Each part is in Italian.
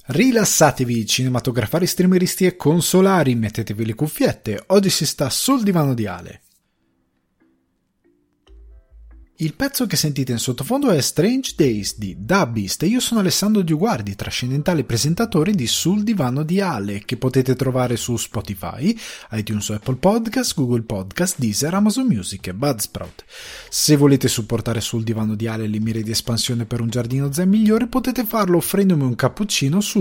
Rilassatevi, cinematografari, streameristi e consolari, mettetevi le cuffiette, oggi si sta sul divano di Ale. Il pezzo che sentite in sottofondo è Strange Days di Da Beast e io sono Alessandro Dioguardi, trascendentale presentatore di Sul divano di Ale, che potete trovare su Spotify, iTunes, Apple Podcast, Google Podcast, Deezer, Amazon Music e Buzzsprout. Se volete supportare Sul divano di Ale le mire di espansione per un giardino zen migliore, potete farlo offrendomi un cappuccino su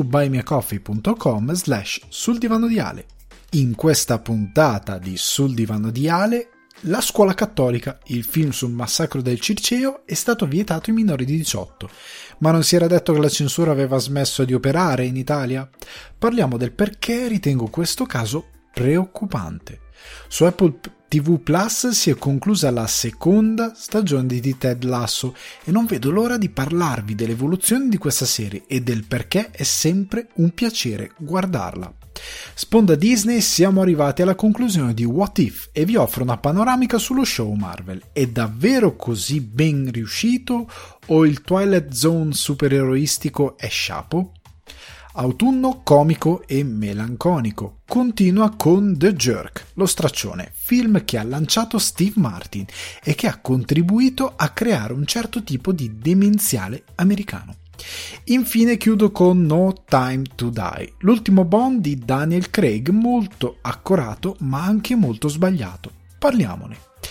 buymeacoffee.com/Sul divano di Ale. In questa puntata di Sul divano di Ale, La scuola cattolica, il film sul massacro del Circeo, è stato vietato ai minori di 18. Ma non si era detto che la censura aveva smesso di operare in Italia? Parliamo del perché ritengo questo caso preoccupante. Su Apple TV Plus si è conclusa la seconda stagione di Ted Lasso e non vedo l'ora di parlarvi dell'evoluzione di questa serie e del perché è sempre un piacere guardarla. Sponda Disney, siamo arrivati alla conclusione di What If e vi offro una panoramica sullo show Marvel. È davvero così ben riuscito o il Twilight Zone supereroistico è sciapo? Autunno comico e melanconico. Continua con The Jerk, lo straccione, film che ha lanciato Steve Martin e che ha contribuito a creare un certo tipo di demenziale americano. Infine chiudo con No Time to Die, l'ultimo Bond di Daniel Craig, molto accorato ma anche molto sbagliato. Parliamone.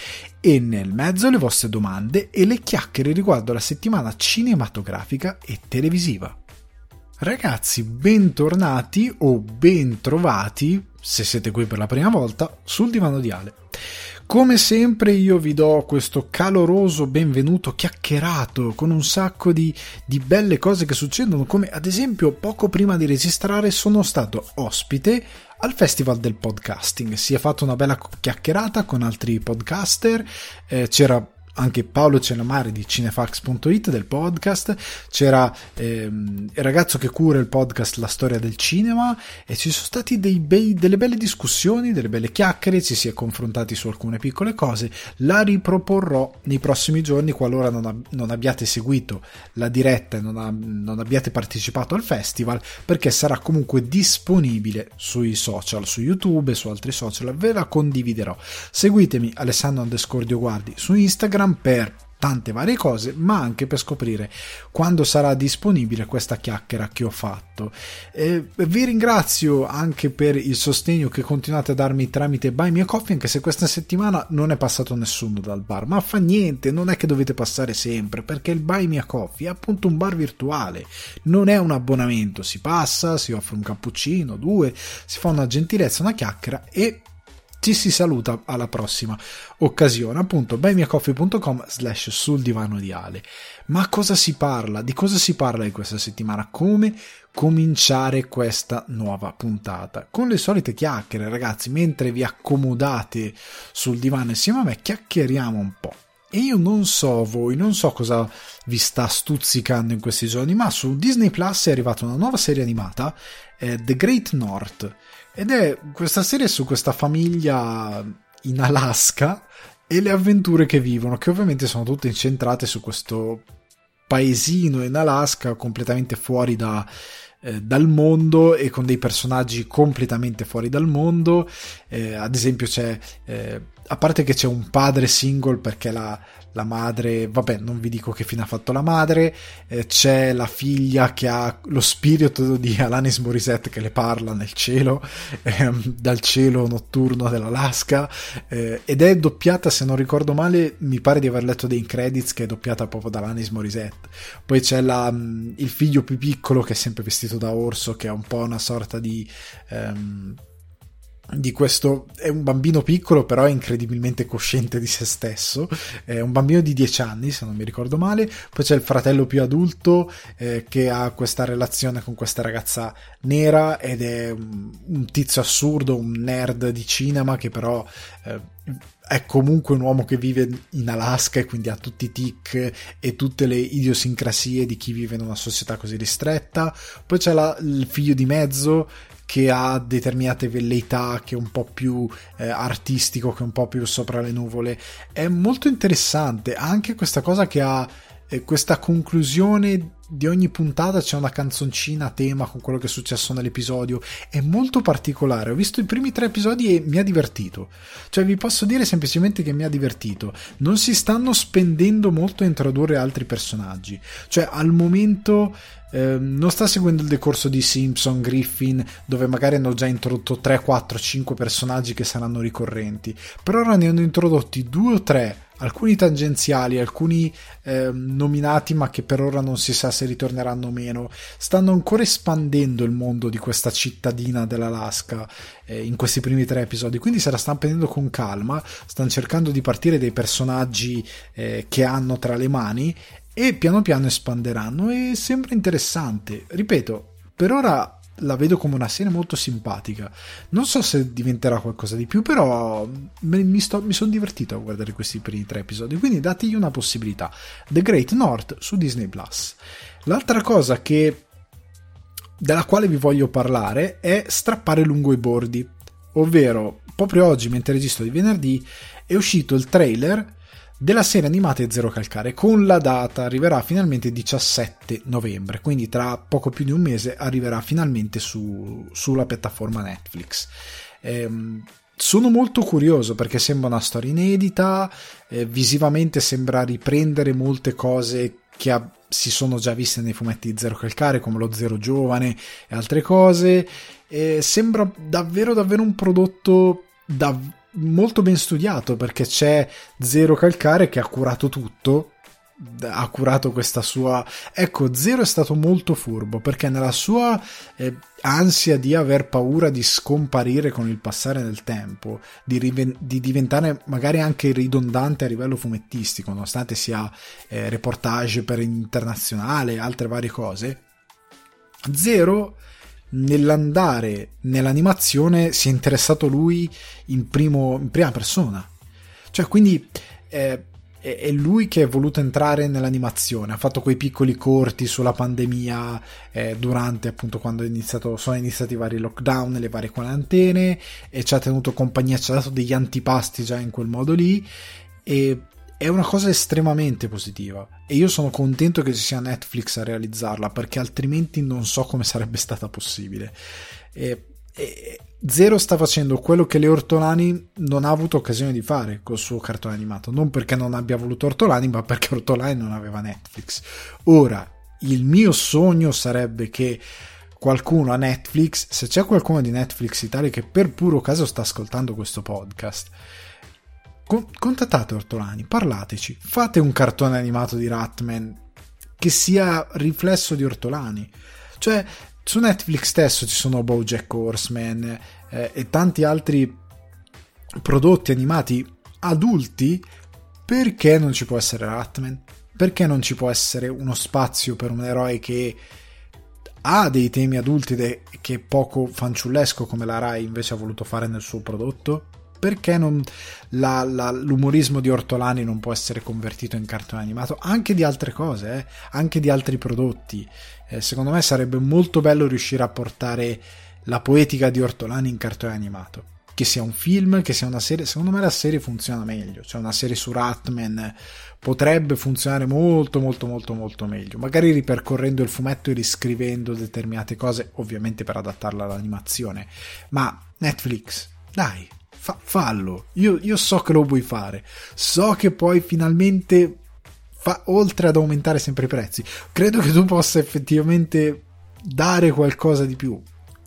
E nel mezzo le vostre domande e le chiacchiere riguardo la settimana cinematografica e televisiva. Ragazzi, bentornati o bentrovati, se siete qui per la prima volta, sul divano di Ale. Come sempre io vi do questo caloroso benvenuto chiacchierato con un sacco di belle cose che succedono, come ad esempio poco prima di registrare sono stato ospite al Festival del Podcasting. Si è fatta una bella chiacchierata con altri podcaster, c'era anche Paolo Cellamare di cinefax.it del podcast, c'era il ragazzo che cura il podcast La Storia del Cinema e ci sono stati delle belle discussioni, delle belle chiacchiere, ci si è confrontati su alcune piccole cose. La riproporrò nei prossimi giorni qualora non abbiate seguito la diretta e non abbiate partecipato al festival, perché sarà comunque disponibile sui social, su YouTube e su altri social, ve la condividerò. Seguitemi Alessandro_Dioguardi su Instagram per tante varie cose, ma anche per scoprire quando sarà disponibile questa chiacchiera che ho fatto. Vi ringrazio anche per il sostegno che continuate a darmi tramite Buy Me a Coffee, anche se questa settimana non è passato nessuno dal bar, ma fa niente, non è che dovete passare sempre, perché il Buy Me a Coffee è appunto un bar virtuale, non è un abbonamento, si passa, si offre un cappuccino, due, si fa una gentilezza, una chiacchiera e ci si saluta alla prossima occasione. Appunto buymeacoffee.com/sul divano di Ale. Ma cosa si parla? Di cosa si parla di questa settimana? Come cominciare questa nuova puntata? Con le solite chiacchiere, ragazzi, mentre vi accomodate sul divano insieme a me chiacchieriamo un po'. E io non so voi, non so cosa vi sta stuzzicando in questi giorni, ma su Disney Plus è arrivata una nuova serie animata, The Great North, ed è questa serie su questa famiglia in Alaska e le avventure che vivono, che ovviamente sono tutte incentrate su questo paesino in Alaska completamente fuori dal mondo e con dei personaggi completamente fuori dal mondo. Ad esempio c'è a parte che c'è un padre single perché la madre, vabbè, non vi dico che fine ha fatto la madre, c'è la figlia che ha lo spirito di Alanis Morissette che le parla nel cielo, dal cielo notturno dell'Alaska, ed è doppiata, se non ricordo male, mi pare di aver letto dei credits che è doppiata proprio da Alanis Morissette. Poi c'è il figlio più piccolo che è sempre vestito da orso, che è un po' una sorta di questo, è un bambino piccolo però è incredibilmente cosciente di se stesso, è un bambino di 10 anni se non mi ricordo male. Poi c'è il fratello più adulto che ha questa relazione con questa ragazza nera ed è un tizio assurdo, un nerd di cinema che però è comunque un uomo che vive in Alaska e quindi ha tutti i tic e tutte le idiosincrasie di chi vive in una società così ristretta. Poi c'è il figlio di mezzo che ha determinate velleità, che è un po' più artistico, che è un po' più sopra le nuvole. È molto interessante anche questa cosa che ha questa conclusione di ogni puntata c'è una canzoncina a tema con quello che è successo nell'episodio, è molto particolare. Ho visto i primi 3 episodi e mi ha divertito, cioè vi posso dire semplicemente che mi ha divertito. Non si stanno spendendo molto a introdurre altri personaggi, cioè al momento non sta seguendo il decorso di Simpson, Griffin, dove magari hanno già introdotto 3, 4, 5 personaggi che saranno ricorrenti. Per ora ne hanno introdotti 2 o 3, alcuni tangenziali, alcuni nominati ma che per ora non si sa se ritorneranno o meno. Stanno ancora espandendo il mondo di questa cittadina dell'Alaska in questi primi 3 episodi, quindi se la stanno prendendo con calma, stanno cercando di partire dai personaggi che hanno tra le mani e piano piano espanderanno, e sembra interessante. Ripeto, per ora la vedo come una serie molto simpatica. Non so se diventerà qualcosa di più, però mi sono divertito a guardare questi primi 3 episodi, quindi dategli una possibilità. The Great North su Disney Plus. L'altra cosa della quale vi voglio parlare è strappare lungo i bordi, ovvero proprio oggi, mentre registro di venerdì, è uscito il trailer della serie animata Zero Calcare, con la data arriverà finalmente 17 novembre, quindi tra poco più di un mese arriverà finalmente sulla piattaforma Netflix. Sono molto curioso perché sembra una storia inedita, visivamente sembra riprendere molte cose che si sono già viste nei fumetti di Zero Calcare, come lo Zero Giovane e altre cose. Sembra davvero un prodotto molto ben studiato, perché c'è Zero Calcare che ha curato tutto, ha curato questa sua... Ecco, Zero è stato molto furbo, perché nella sua ansia di aver paura di scomparire con il passare del tempo, di diventare magari anche ridondante a livello fumettistico, nonostante sia reportage per internazionale e altre varie cose, Zero nell'andare nell'animazione si è interessato lui in prima persona, cioè quindi è lui che è voluto entrare nell'animazione, ha fatto quei piccoli corti sulla pandemia durante appunto quando sono iniziati i vari lockdown, le varie quarantene, e ci ha tenuto compagnia, ci ha dato degli antipasti già in quel modo lì, e è una cosa estremamente positiva, e io sono contento che ci sia Netflix a realizzarla, perché altrimenti non so come sarebbe stata possibile. Zero sta facendo quello che Leo Ortolani non ha avuto occasione di fare col suo cartone animato, non perché non abbia voluto Ortolani, ma perché Ortolani non aveva Netflix. Ora, il mio sogno sarebbe che qualcuno a Netflix, se c'è qualcuno di Netflix Italia che per puro caso sta ascoltando questo podcast, contattate Ortolani, parlateci, fate un cartone animato di Ratman che sia riflesso di Ortolani. Cioè, su Netflix stesso ci sono BoJack Horseman e tanti altri prodotti animati adulti. Perché non ci può essere Ratman? Perché non ci può essere uno spazio per un eroe che ha dei temi adulti che è poco fanciullesco, come la Rai invece ha voluto fare nel suo prodotto? Perché l'umorismo di Ortolani non può essere convertito in cartone animato? Anche di altre cose, anche di altri prodotti. Secondo me sarebbe molto bello riuscire a portare la poetica di Ortolani in cartone animato. Che sia un film, che sia una serie. Secondo me la serie funziona meglio. Cioè una serie su Ratman potrebbe funzionare molto meglio. Magari ripercorrendo il fumetto e riscrivendo determinate cose, ovviamente per adattarla all'animazione. Ma Netflix, dai, fallo. Io so che lo vuoi fare, so che poi finalmente oltre ad aumentare sempre i prezzi, credo che tu possa effettivamente dare qualcosa di più.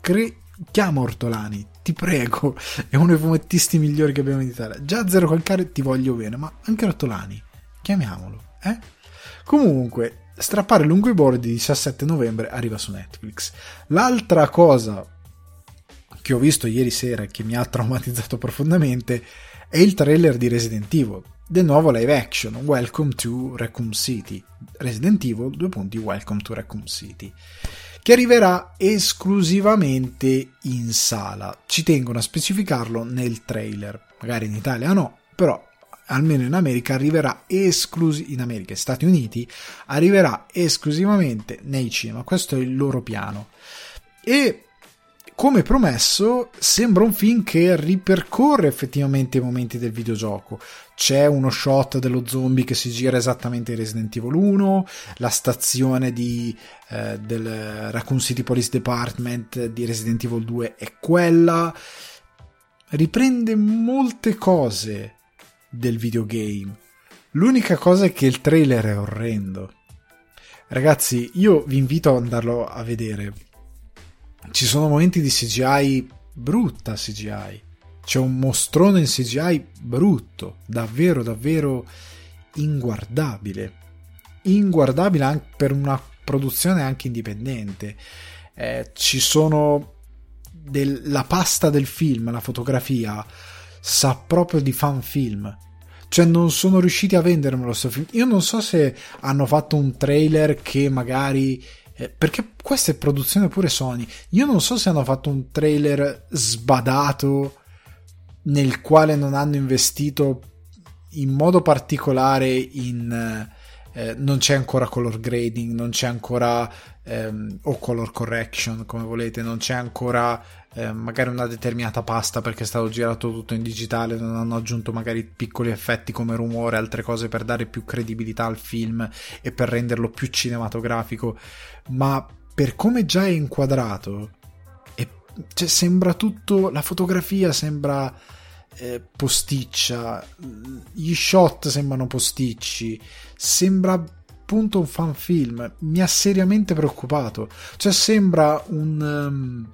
Chiama Ortolani, ti prego, è uno dei fumettisti migliori che abbiamo in Italia. Già Zero Calcare ti voglio bene, ma anche Ortolani, chiamiamolo, Comunque, strappare lungo i bordi 17 novembre arriva su Netflix. L'altra cosa che ho visto ieri sera e che mi ha traumatizzato profondamente è il trailer di Resident Evil, del nuovo live action Welcome to Raccoon City, Resident Evil Welcome to Raccoon City, che arriverà esclusivamente in sala. Ci tengono a specificarlo nel trailer, magari in Italia no, però almeno in America arriverà in America e Stati Uniti arriverà esclusivamente nei cinema. Questo è il loro piano, e come promesso, sembra un film che ripercorre effettivamente i momenti del videogioco. C'è uno shot dello zombie che si gira esattamente in Resident Evil 1, la stazione del Raccoon City Police Department di Resident Evil 2 è quella. Riprende molte cose del videogame. L'unica cosa è che il trailer è orrendo. Ragazzi, io vi invito ad andarlo a vedere. Ci sono momenti di CGI brutta CGI. C'è un mostrone in CGI brutto, davvero davvero inguardabile anche per una produzione anche indipendente. Ci sono la pasta del film, la fotografia sa proprio di fan film, cioè non sono riusciti a vendermelo sto film. Io non so se hanno fatto un trailer che magari perché questa è produzione pure Sony, io non so se hanno fatto un trailer sbadato nel quale non hanno investito in modo particolare non c'è ancora color grading, non c'è ancora o color correction come volete, non c'è ancora magari una determinata pasta perché è stato girato tutto in digitale, non hanno aggiunto magari piccoli effetti come rumore, altre cose per dare più credibilità al film e per renderlo più cinematografico, ma per come già è inquadrato cioè sembra tutto, la fotografia sembra posticcia, gli shot sembrano posticci, sembra appunto un fan film. Mi ha seriamente preoccupato, cioè sembrano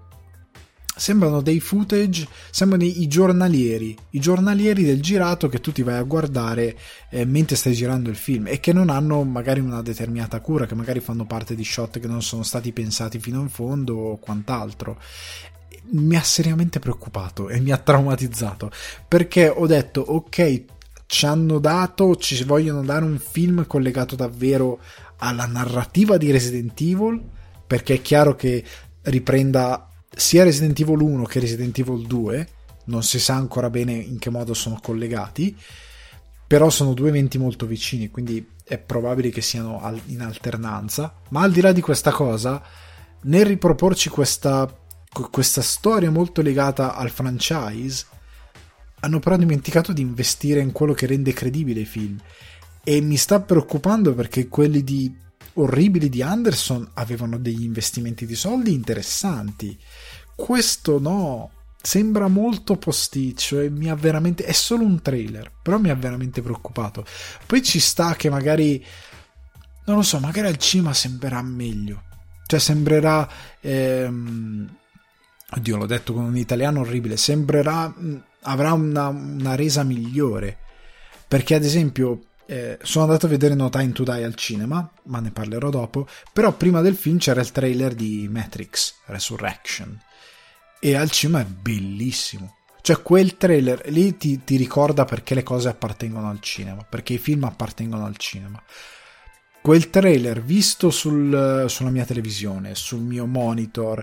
dei footage, sembrano i giornalieri del girato che tu ti vai a guardare mentre stai girando il film e che non hanno magari una determinata cura, che magari fanno parte di shot che non sono stati pensati fino in fondo o quant'altro. Mi ha seriamente preoccupato e mi ha traumatizzato, perché ho detto ok, ci vogliono dare un film collegato davvero alla narrativa di Resident Evil, perché è chiaro che riprenda sia Resident Evil 1 che Resident Evil 2, non si sa ancora bene in che modo sono collegati, però sono due eventi molto vicini, quindi è probabile che siano in alternanza. Ma al di là di questa cosa, nel riproporci questa storia molto legata al franchise, hanno però dimenticato di investire in quello che rende credibile i film, e mi sta preoccupando perché quelli orribili di Anderson avevano degli investimenti di soldi interessanti. Questo no, sembra molto posticcio e mi ha veramente, è solo un trailer, però mi ha veramente preoccupato. Poi ci sta che magari, non lo so, magari al cinema sembrerà meglio, cioè sembrerà oddio, l'ho detto con un italiano orribile, sembrerà, avrà una resa migliore, perché ad esempio sono andato a vedere No Time to Die al cinema, ma ne parlerò dopo. Però prima del film c'era il trailer di Matrix Resurrection e al cinema è bellissimo, cioè quel trailer lì ti ricorda perché le cose appartengono al cinema, perché i film appartengono al cinema. Quel trailer visto sulla mia televisione, sul mio monitor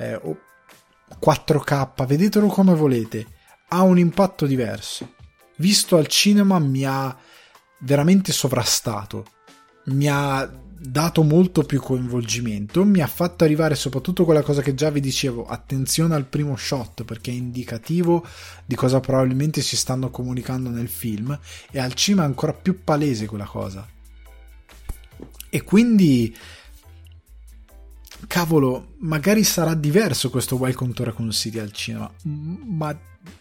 4K, vedetelo come volete, ha un impatto diverso. Visto al cinema mi ha veramente sovrastato, mi ha dato molto più coinvolgimento, mi ha fatto arrivare soprattutto quella cosa che già vi dicevo, attenzione al primo shot perché è indicativo di cosa probabilmente si stanno comunicando nel film, e al cinema è ancora più palese quella cosa. E quindi cavolo, magari sarà diverso questo Welcome to Raccoon City al cinema, ma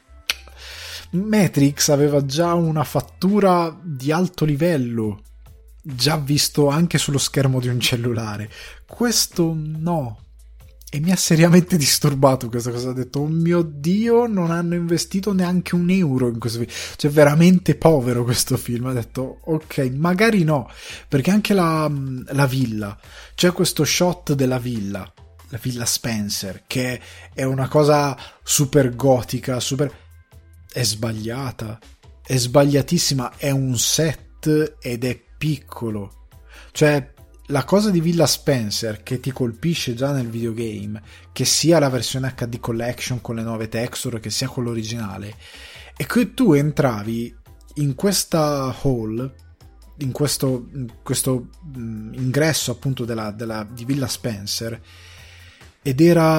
Matrix aveva già una fattura di alto livello, già visto anche sullo schermo di un cellulare. Questo no, e mi ha seriamente disturbato questa cosa. Ho detto, oh mio Dio, non hanno investito neanche un euro in questo film, cioè veramente povero questo film. Ho detto ok, magari no, perché anche la villa, c'è questo shot della villa, la villa Spencer, che è una cosa super gotica, è sbagliata, è sbagliatissima, è un set ed è piccolo. Cioè la cosa di Villa Spencer che ti colpisce già nel videogame, che sia la versione HD Collection con le nuove texture, che sia quello originale, è che tu entravi in questa hall, in questo ingresso appunto di Villa Spencer, ed era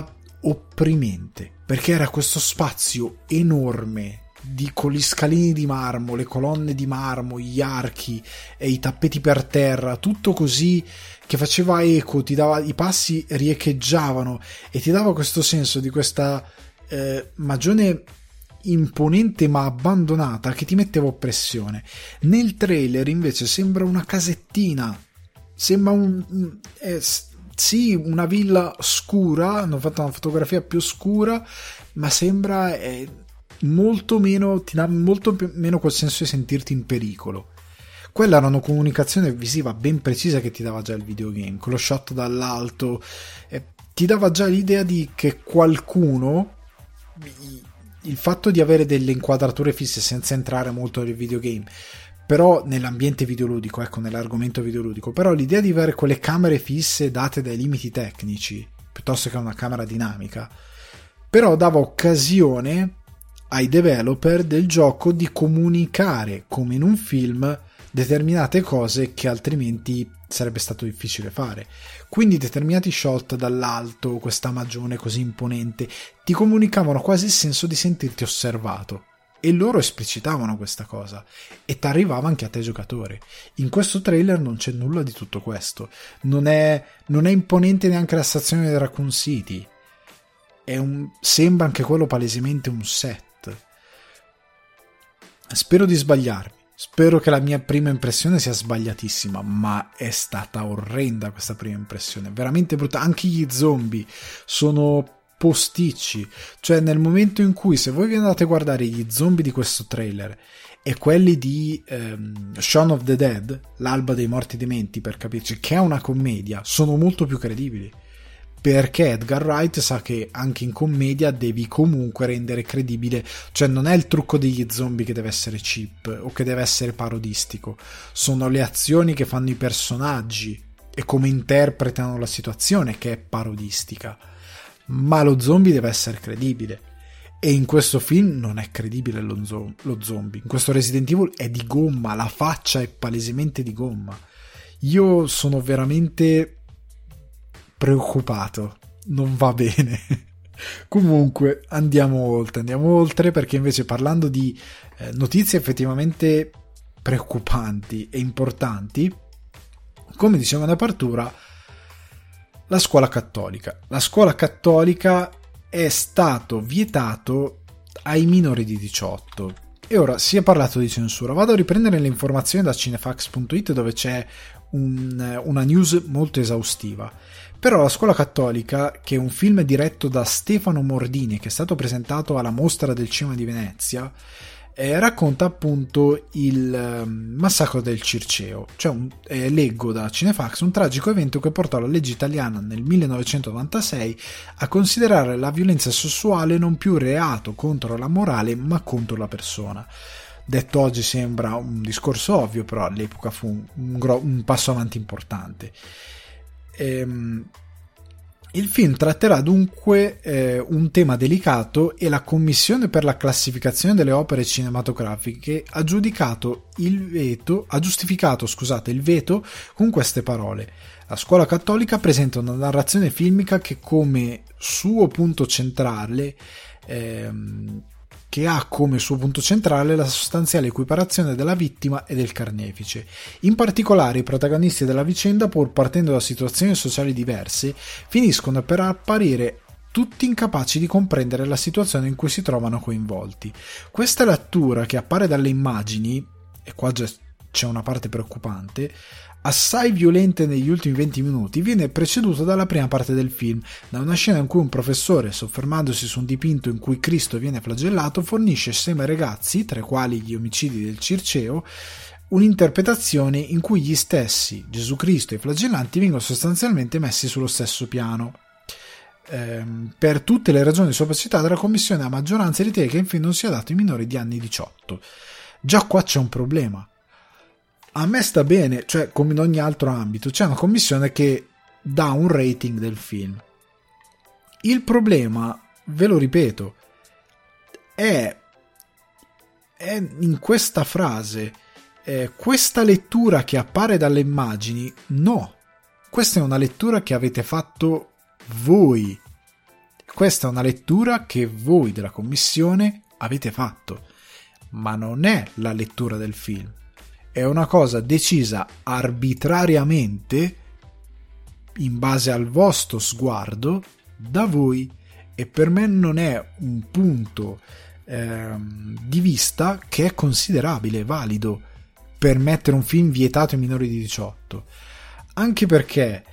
opprimente, perché era questo spazio enorme con gli scalini di marmo, le colonne di marmo, gli archi e i tappeti per terra, tutto così che faceva eco, ti dava, i passi riecheggiavano e ti dava questo senso di questa magione imponente ma abbandonata che ti metteva oppressione. Nel trailer invece sembra una casettina, sembra sì, una villa scura, hanno fatto una fotografia più scura, ma sembra molto meno, ti dà molto meno quel senso di sentirti in pericolo. Quella era una comunicazione visiva ben precisa che ti dava già il videogame, con lo shot dall'alto, ti dava già l'idea di che qualcuno, il fatto di avere delle inquadrature fisse senza entrare molto nel videogame, però nell'ambiente videoludico, ecco, nell'argomento videoludico, però l'idea di avere quelle camere fisse date dai limiti tecnici piuttosto che una camera dinamica, però dava occasione ai developer del gioco di comunicare come in un film determinate cose che altrimenti sarebbe stato difficile fare. Quindi determinati shot dall'alto, questa magione così imponente, ti comunicavano quasi il senso di sentirti osservato, e loro esplicitavano questa cosa e ti arrivava anche a te giocatore. In questo trailer non c'è nulla di tutto questo, non è imponente neanche la stazione di Raccoon City, sembra anche quello palesemente un set. Spero di sbagliarmi, spero che la mia prima impressione sia sbagliatissima, ma è stata orrenda questa prima impressione, veramente brutta. Anche gli zombie sono posticci, cioè nel momento in cui, se voi vi andate a guardare gli zombie di questo trailer e quelli di Shaun of the Dead, l'alba dei morti dementi, per capirci, che è una commedia, sono molto più credibili, perché Edgar Wright sa che anche in commedia devi comunque rendere credibile, cioè non è il trucco degli zombie che deve essere cheap o che deve essere parodistico, sono le azioni che fanno i personaggi e come interpretano la situazione che è parodistica, ma lo zombie deve essere credibile, e in questo film non è credibile lo zombie. In questo Resident Evil è di gomma, la faccia è palesemente di gomma. Io sono veramente preoccupato, non va bene. Comunque andiamo oltre, perché invece, parlando di notizie effettivamente preoccupanti e importanti, come dicevo in apertura, la scuola cattolica è stato vietato ai minori di 18, e ora si è parlato di censura. Vado a riprendere le informazioni da cinefax.it, dove c'è una news molto esaustiva. Però La scuola cattolica, che è un film diretto da Stefano Mordini, che è stato presentato alla Mostra del Cinema di Venezia, racconta appunto il massacro del Circeo, cioè leggo da Cinefax, un tragico evento che portò la legge italiana nel 1996 a considerare la violenza sessuale non più reato contro la morale ma contro la persona. Detto oggi sembra un discorso ovvio, però all'epoca fu un passo avanti importante. Il film tratterà dunque un tema delicato, e la Commissione per la classificazione delle opere cinematografiche ha giustificato il veto con queste parole: la scuola cattolica presenta una narrazione filmica che ha come suo punto centrale la sostanziale equiparazione della vittima e del carnefice. In particolare, i protagonisti della vicenda, pur partendo da situazioni sociali diverse, finiscono per apparire tutti incapaci di comprendere la situazione in cui si trovano coinvolti. Questa lettura, che appare dalle immagini, e qua già c'è una parte preoccupante, assai violente negli ultimi 20 minuti, viene preceduta dalla prima parte del film, da una scena in cui un professore, soffermandosi su un dipinto in cui Cristo viene flagellato, fornisce assieme ai ragazzi, tra i quali gli omicidi del Circeo, un'interpretazione in cui gli stessi, Gesù Cristo e i flagellanti, vengono sostanzialmente messi sullo stesso piano. Per tutte le ragioni sopra citate, la commissione a maggioranza ritiene che il film non sia adatto ai minori di anni 18. Già qua c'è un problema. A me sta bene, cioè come in ogni altro ambito c'è una commissione che dà un rating del film. Il problema, ve lo ripeto, è in questa frase, questa lettura che appare dalle immagini. No, questa è una lettura che avete fatto voi, Questa è una lettura che voi della commissione avete fatto, ma non è la lettura del film. È una cosa decisa arbitrariamente in base al vostro sguardo da voi, e per me non è un punto di vista che è considerabile, valido per mettere un film vietato ai minori di 18, anche perché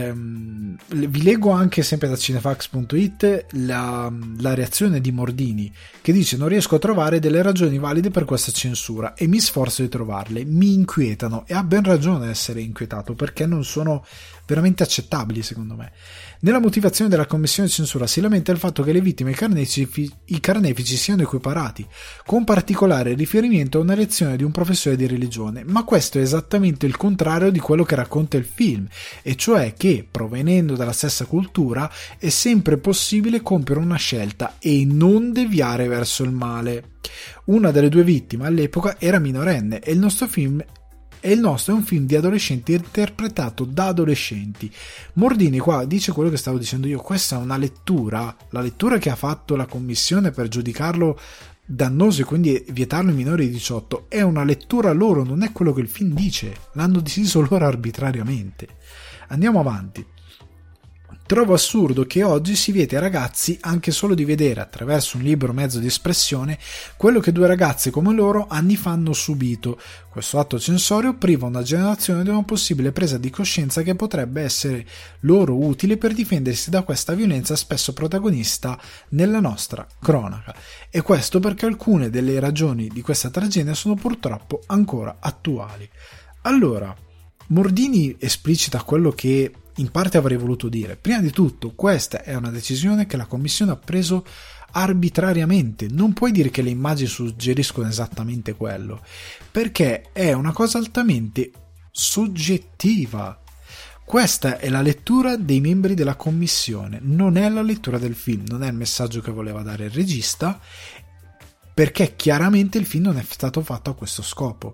vi leggo anche sempre da cinefax.it la reazione di Mordini, che dice: non riesco a trovare delle ragioni valide per questa censura e mi sforzo di trovarle, mi inquietano, e ha ben ragione a essere inquietato, perché non sono veramente accettabili secondo me. Nella motivazione della commissione di censura si lamenta il fatto che le vittime e i carnefici siano equiparati, con particolare riferimento a una lezione di un professore di religione, ma questo è esattamente il contrario di quello che racconta il film, e cioè che, provenendo dalla stessa cultura, è sempre possibile compiere una scelta e non deviare verso il male. Una delle due vittime all'epoca era minorenne e il nostro è un film di adolescenti interpretato da adolescenti. Mordini qua dice quello che stavo dicendo io: questa è una lettura, la lettura che ha fatto la commissione per giudicarlo dannoso e quindi vietarlo ai minori di 18 è una lettura loro, non è quello che il film dice, l'hanno deciso loro arbitrariamente. Andiamo avanti. Trovo assurdo che oggi si vieti ai ragazzi anche solo di vedere, attraverso un libero mezzo di espressione, quello che due ragazze come loro anni fa hanno subito. Questo atto censorio priva una generazione di una possibile presa di coscienza che potrebbe essere loro utile per difendersi da questa violenza spesso protagonista nella nostra cronaca. E questo perché alcune delle ragioni di questa tragedia sono purtroppo ancora attuali. Allora, Mordini esplicita quello che in parte avrei voluto dire. Prima di tutto, questa è una decisione che la commissione ha preso arbitrariamente. Non puoi dire che le immagini suggeriscono esattamente quello, perché è una cosa altamente soggettiva. Questa è la lettura dei membri della commissione, non è la lettura del film, non è il messaggio che voleva dare il regista, perché chiaramente il film non è stato fatto a questo scopo.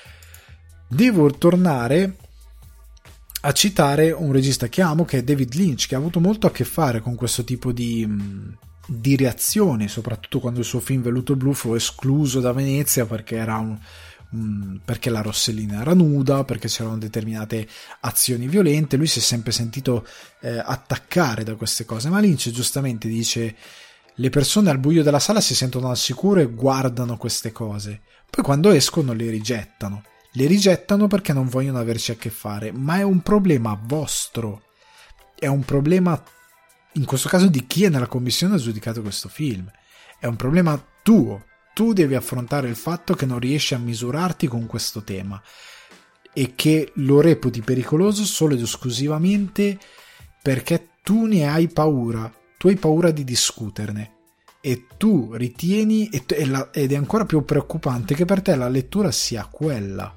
Devo tornare a citare un regista che amo, che è David Lynch, che ha avuto molto a che fare con questo tipo di reazioni, soprattutto quando il suo film Velluto Blu fu escluso da Venezia perché era perché la Rossellina era nuda, perché c'erano determinate azioni violente. Lui si è sempre sentito attaccare da queste cose, ma Lynch giustamente dice: le persone al buio della sala si sentono al sicuro e guardano queste cose, poi quando escono le rigettano perché non vogliono averci a che fare, ma è un problema vostro, è un problema in questo caso di chi è nella commissione ha giudicato questo film, è un problema tuo. Tu devi affrontare il fatto che non riesci a misurarti con questo tema e che lo reputi pericoloso solo ed esclusivamente perché tu ne hai paura, tu hai paura di discuterne e tu ritieni, ed è ancora più preoccupante che per te la lettura sia quella.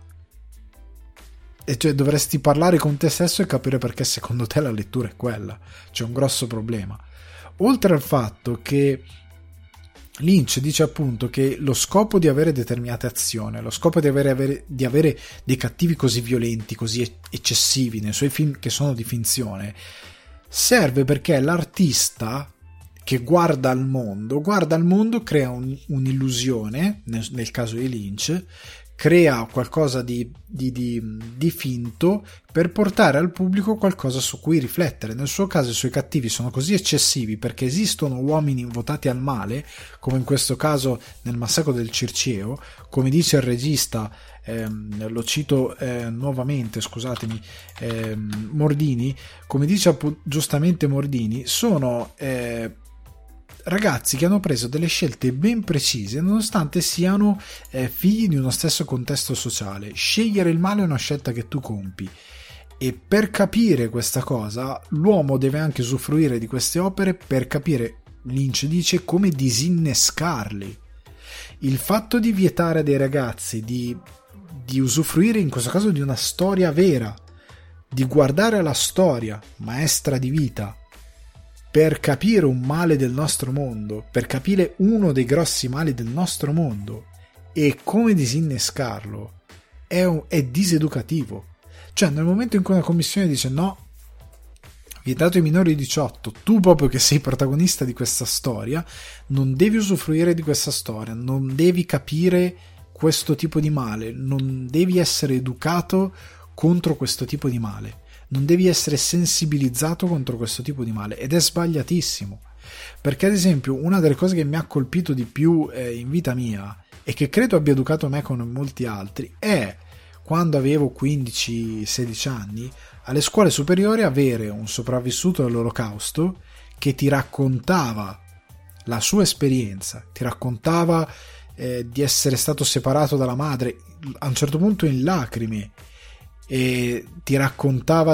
E cioè dovresti parlare con te stesso e capire perché secondo te la lettura è quella. C'è un grosso problema. Oltre al fatto che Lynch dice appunto che lo scopo di avere determinate azioni, lo scopo di avere dei cattivi così violenti, così eccessivi nei suoi film che sono di finzione, serve perché l'artista che guarda al mondo, crea un'illusione, nel caso di Lynch, crea qualcosa di finto per portare al pubblico qualcosa su cui riflettere. Nel suo caso i suoi cattivi sono così eccessivi perché esistono uomini votati al male, come in questo caso nel massacro del Circeo, come dice il regista, lo cito nuovamente, scusatemi, Mordini, come dice giustamente Mordini, sono ragazzi che hanno preso delle scelte ben precise nonostante siano figli di uno stesso contesto sociale. Scegliere il male è una scelta che tu compi, e per capire questa cosa l'uomo deve anche usufruire di queste opere per capire, Lynch dice, come disinnescarli. Il fatto di vietare dei ragazzi di usufruire in questo caso di una storia vera, di guardare la storia maestra di vita per capire un male del nostro mondo, per capire uno dei grossi mali del nostro mondo e come disinnescarlo, è diseducativo. Cioè nel momento in cui una commissione dice no, vietato ai minori di 18, tu proprio che sei protagonista di questa storia, non devi usufruire di questa storia, non devi capire questo tipo di male, non devi essere educato contro questo tipo di male, non devi essere sensibilizzato contro questo tipo di male, ed è sbagliatissimo. Perché ad esempio una delle cose che mi ha colpito di più in vita mia, e che credo abbia educato me con molti altri, è quando avevo 15-16 anni, alle scuole superiori, avere un sopravvissuto all'Olocausto che ti raccontava la sua esperienza, ti raccontava di essere stato separato dalla madre, a un certo punto in lacrime, e ti raccontava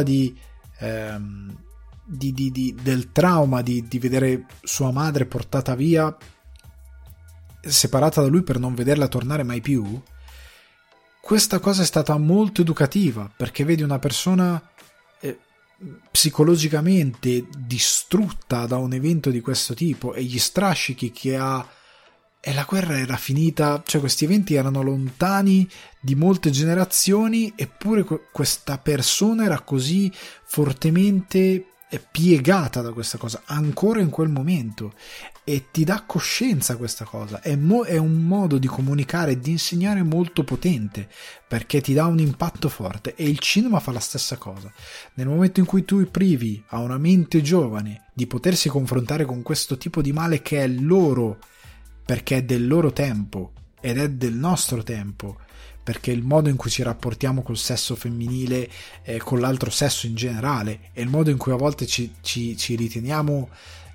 del trauma di vedere sua madre portata via, separata da lui per non vederla tornare mai più. Questa cosa è stata molto educativa, perché vedi una persona psicologicamente distrutta da un evento di questo tipo, e gli strascichi che ha, e la guerra era finita, cioè questi eventi erano lontani di molte generazioni, eppure questa persona era così fortemente piegata da questa cosa ancora in quel momento, e ti dà coscienza questa cosa. È un modo di comunicare e di insegnare molto potente, perché ti dà un impatto forte, e il cinema fa la stessa cosa. Nel momento in cui tu privi a una mente giovane di potersi confrontare con questo tipo di male che è loro, perché è del loro tempo ed è del nostro tempo, perché il modo in cui ci rapportiamo col sesso femminile e con l'altro sesso in generale, e il modo in cui a volte ci riteniamo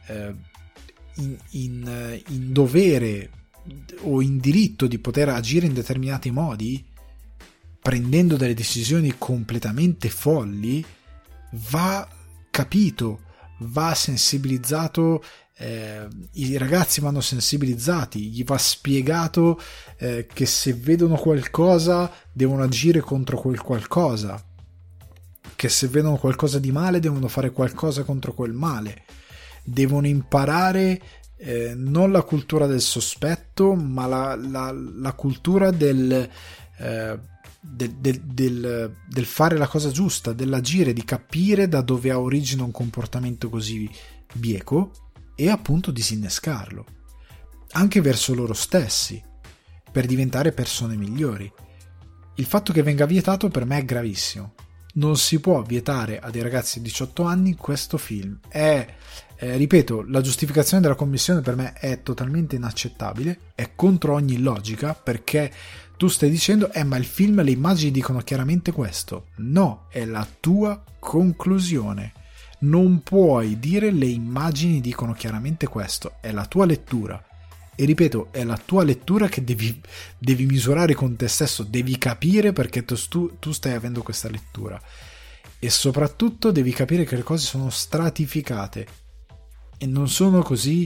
in dovere o in diritto di poter agire in determinati modi, prendendo delle decisioni completamente folli, va capito, va sensibilizzato. I ragazzi vanno sensibilizzati, gli va spiegato che se vedono qualcosa devono agire contro quel qualcosa, che se vedono qualcosa di male devono fare qualcosa contro quel male, devono imparare non la cultura del sospetto, ma la cultura del fare la cosa giusta, dell'agire, di capire da dove ha origine un comportamento così bieco, e appunto disinnescarlo anche verso loro stessi, per diventare persone migliori. Il fatto che venga vietato per me è gravissimo. Non si può vietare a dei ragazzi di 18 anni questo film. Ripeto, la giustificazione della commissione per me è totalmente inaccettabile, è contro ogni logica, perché tu stai dicendo ma il film, le immagini dicono chiaramente questo. No, è la tua conclusione. Non puoi dire le immagini dicono chiaramente questo, è la tua lettura. E ripeto, è la tua lettura che devi misurare con te stesso, devi capire perché tu stai avendo questa lettura, e soprattutto devi capire che le cose sono stratificate e non sono così.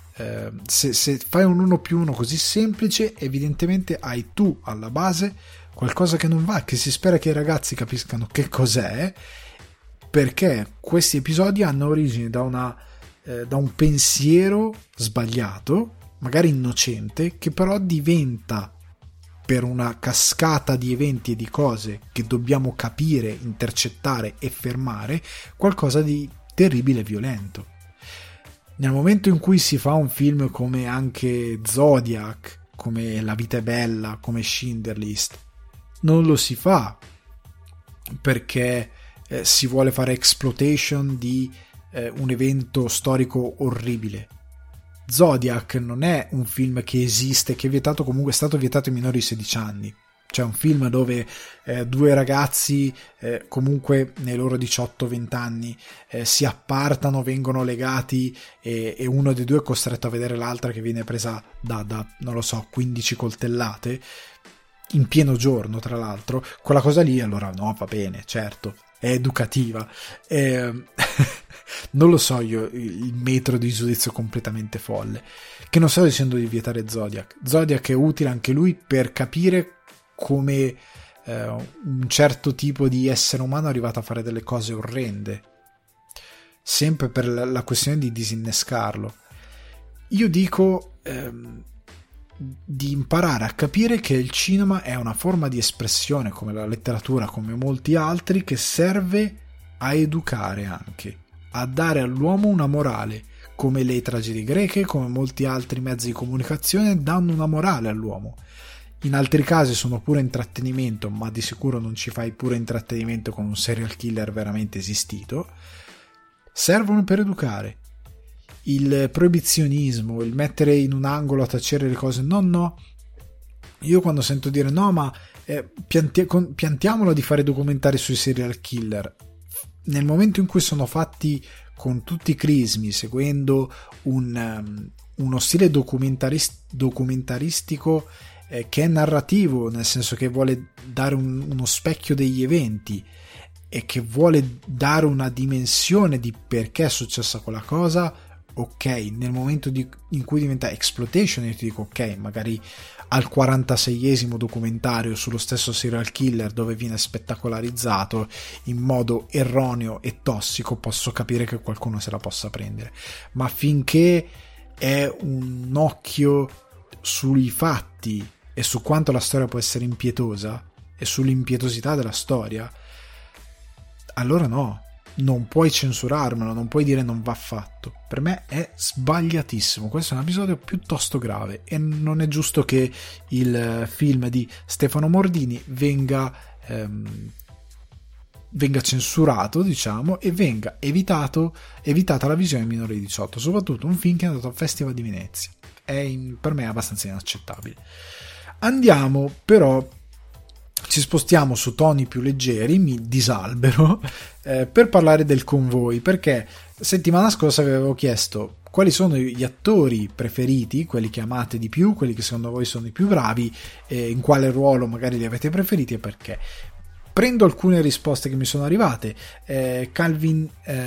Se fai un 1+1 così semplice, evidentemente hai tu alla base qualcosa che non va, che si spera che i ragazzi capiscano che cos'è, perché questi episodi hanno origine da un pensiero sbagliato, magari innocente, che però diventa, per una cascata di eventi e di cose che dobbiamo capire, intercettare e fermare, qualcosa di terribile e violento. Nel momento in cui si fa un film come anche Zodiac, come La vita è bella, come Schindler's List, non lo si fa perché si vuole fare exploitation di un evento storico orribile. Zodiac non è un film che esiste, che è vietato, comunque è stato vietato ai minori di 16 anni. C'è un film dove due ragazzi comunque nei loro 18-20 anni si appartano, vengono legati, e uno dei due è costretto a vedere l'altra che viene presa da non lo so, 15 coltellate in pieno giorno, tra l'altro. Quella cosa lì, allora no, va bene, certo, è educativa. Non lo so io, il metro di giudizio completamente folle. Che non sto dicendo di vietare Zodiac. Zodiac è utile anche lui per capire come un certo tipo di essere umano è arrivato a fare delle cose orrende, sempre per la questione di disinnescarlo. Io dico di imparare a capire che il cinema è una forma di espressione, come la letteratura, come molti altri, che serve a educare anche, a dare all'uomo una morale, come le tragedie greche, come molti altri mezzi di comunicazione danno una morale all'uomo. In altri casi sono pure intrattenimento, ma di sicuro non ci fai pure intrattenimento con un serial killer veramente esistito. Servono per educare. Il proibizionismo, il mettere in un angolo a tacere le cose, no. Io quando sento dire no, ma piantiamola di fare documentari sui serial killer, nel momento in cui sono fatti con tutti i crismi, seguendo uno stile documentaristico che è narrativo, nel senso che vuole dare uno specchio degli eventi e che vuole dare una dimensione di perché è successa quella cosa, ok. Nel momento in cui diventa exploitation, io ti dico ok, magari al 46esimo documentario sullo stesso serial killer dove viene spettacolarizzato in modo erroneo e tossico, posso capire che qualcuno se la possa prendere, ma finché è un occhio sui fatti e su quanto la storia può essere impietosa e sull'impietosità della storia, allora no, non puoi censurarmelo, non puoi dire non va fatto. Per me è sbagliatissimo. Questo è un episodio piuttosto grave e non è giusto che il film di Stefano Mordini venga censurato, diciamo, e venga evitata la visione minore di 18, soprattutto un film che è andato al Festival di Venezia. Per me è abbastanza inaccettabile. Andiamo però, ci spostiamo su toni più leggeri, mi disalbero, per parlare del Convoy, perché settimana scorsa vi avevo chiesto quali sono gli attori preferiti, quelli che amate di più, quelli che secondo voi sono i più bravi, in quale ruolo magari li avete preferiti e perché. Prendo alcune risposte che mi sono arrivate. Calvin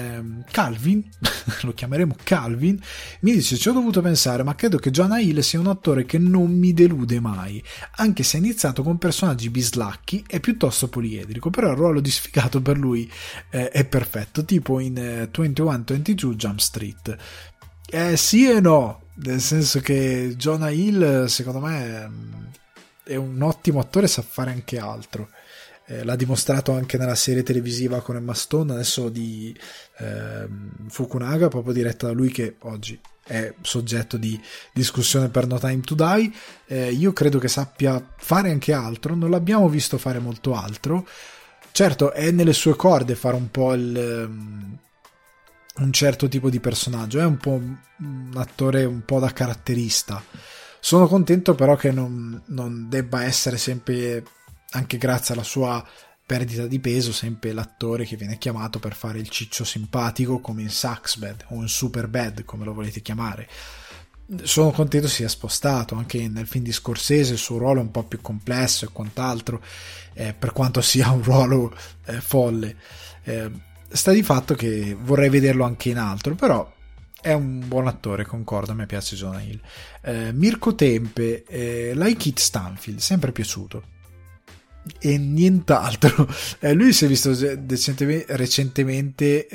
lo chiameremo Calvin, mi dice: ci ho dovuto pensare, ma credo che Jonah Hill sia un attore che non mi delude mai, anche se ha iniziato con personaggi bislacchi e piuttosto poliedrico, però il ruolo di sfigato per lui è perfetto, tipo in 21-22 Jump Street. Sì e no, nel senso che Jonah Hill secondo me è un ottimo attore, sa fare anche altro. L'ha dimostrato anche nella serie televisiva con Emma Stone, adesso di Fukunaga, proprio diretta da lui, che oggi è soggetto di discussione per No Time to Die. Io credo che sappia fare anche altro, non l'abbiamo visto fare molto altro. Certo, è nelle sue corde fare un po' un certo tipo di personaggio, è un po' un attore un po' da caratterista. Sono contento però che non debba essere sempre, anche grazie alla sua perdita di peso, sempre l'attore che viene chiamato per fare il ciccio simpatico, come in Saxbad o in Superbad, come lo volete chiamare. Sono contento sia spostato. Anche nel film di Scorsese il suo ruolo è un po' più complesso e quant'altro, per quanto sia un ruolo folle. Sta di fatto che vorrei vederlo anche in altro, però è un buon attore, concordo, a me piace Jonah Hill. Mirko Tempe, like It Stanfield, sempre piaciuto e nient'altro. Lui si è visto recentemente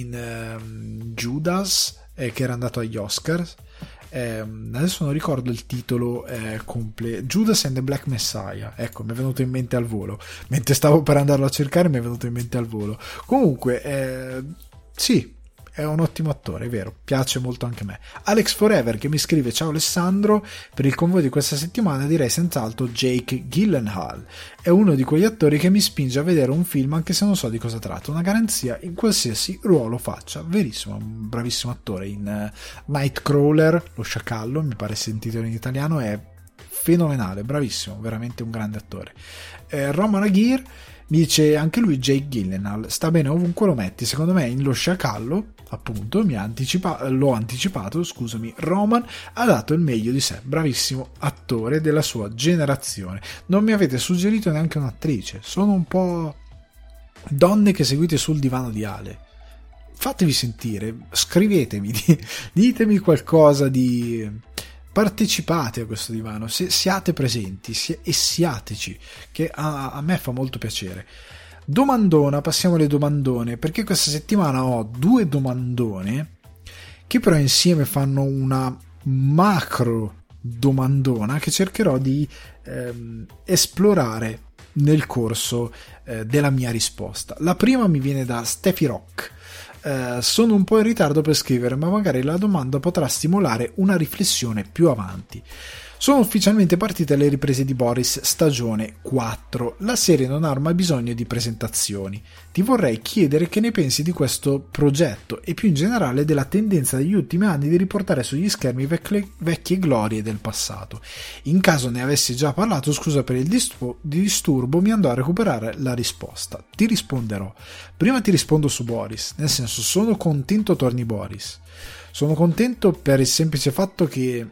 in Judas, che era andato agli Oscars. Adesso non ricordo il titolo Judas and the Black Messiah, ecco, mi è venuto in mente al volo mentre stavo per andarlo a cercare, mi è venuto in mente al volo. Comunque sì, è un ottimo attore, è vero, piace molto anche a me. Alex Forever che mi scrive: ciao Alessandro, per il convoglio di questa settimana direi senz'altro Jake Gyllenhaal, è uno di quegli attori che mi spinge a vedere un film anche se non so di cosa tratta, una garanzia in qualsiasi ruolo faccia. Verissimo, un bravissimo attore in Nightcrawler, lo sciacallo mi pare sia in titolo in italiano, è fenomenale, bravissimo, veramente un grande attore. Roman Aguirre mi dice anche lui Jake Gyllenhaal, sta bene ovunque lo metti, secondo me in Lo Sciacallo, appunto, l'ho anticipato, scusami, Roman ha dato il meglio di sé, bravissimo attore della sua generazione. Non mi avete suggerito neanche un'attrice, sono un po' donne che seguite sul divano di Ale, fatevi sentire, scrivetemi, ditemi qualcosa di... partecipate a questo divano, siate presenti e siateci, che a me fa molto piacere. Domandona, passiamo alle domandone, perché questa settimana ho due domandone che però insieme fanno una macro domandona che cercherò di esplorare nel corso della mia risposta. La prima mi viene da Steffi Rock. sono un po' in ritardo per scrivere, ma magari la domanda potrà stimolare una riflessione più avanti. Sono ufficialmente partite le riprese di Boris stagione 4. La serie non ha ormai bisogno di presentazioni. Ti vorrei chiedere che ne pensi di questo progetto e più in generale della tendenza degli ultimi anni di riportare sugli schermi vecchie glorie del passato. In caso ne avessi già parlato, scusa per il disturbo, mi andò a recuperare la risposta. Ti risponderò. Prima ti rispondo su Boris, nel senso, sono contento torni Boris. Sono contento per il semplice fatto che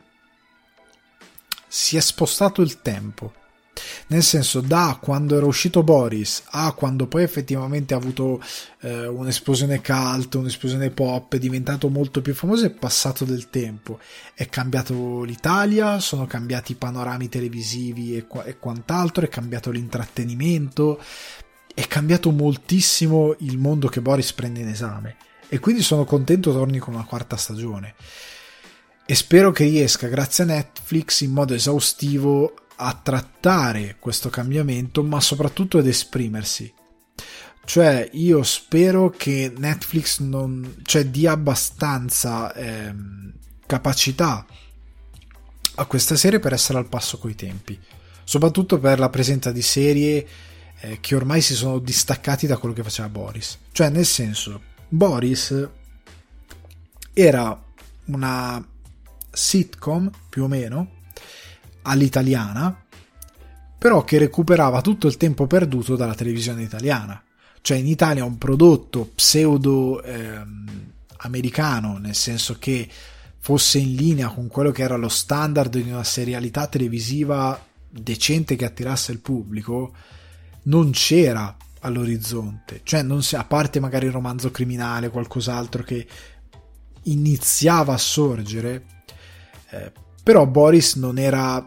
si è spostato il tempo, nel senso, da quando era uscito Boris a quando poi effettivamente ha avuto un'esplosione cult, un'esplosione pop, è diventato molto più famoso, è passato del tempo, è cambiato l'Italia, sono cambiati i panorami televisivi e quant'altro, è cambiato l'intrattenimento, è cambiato moltissimo il mondo che Boris prende in esame, e quindi sono contento torni con una quarta stagione. E spero che riesca, grazie a Netflix, in modo esaustivo a trattare questo cambiamento, ma soprattutto ad esprimersi. Cioè, io spero che Netflix dia abbastanza capacità a questa serie per essere al passo coi tempi, soprattutto per la presenza di serie che ormai si sono distaccati da quello che faceva Boris. Cioè, nel senso, Boris era una sitcom più o meno all'italiana, però che recuperava tutto il tempo perduto dalla televisione italiana. Cioè, in Italia un prodotto pseudo americano, nel senso che fosse in linea con quello che era lo standard di una serialità televisiva decente che attirasse il pubblico, non c'era all'orizzonte. Cioè, a parte magari il romanzo criminale, qualcos'altro che iniziava a sorgere, però Boris non era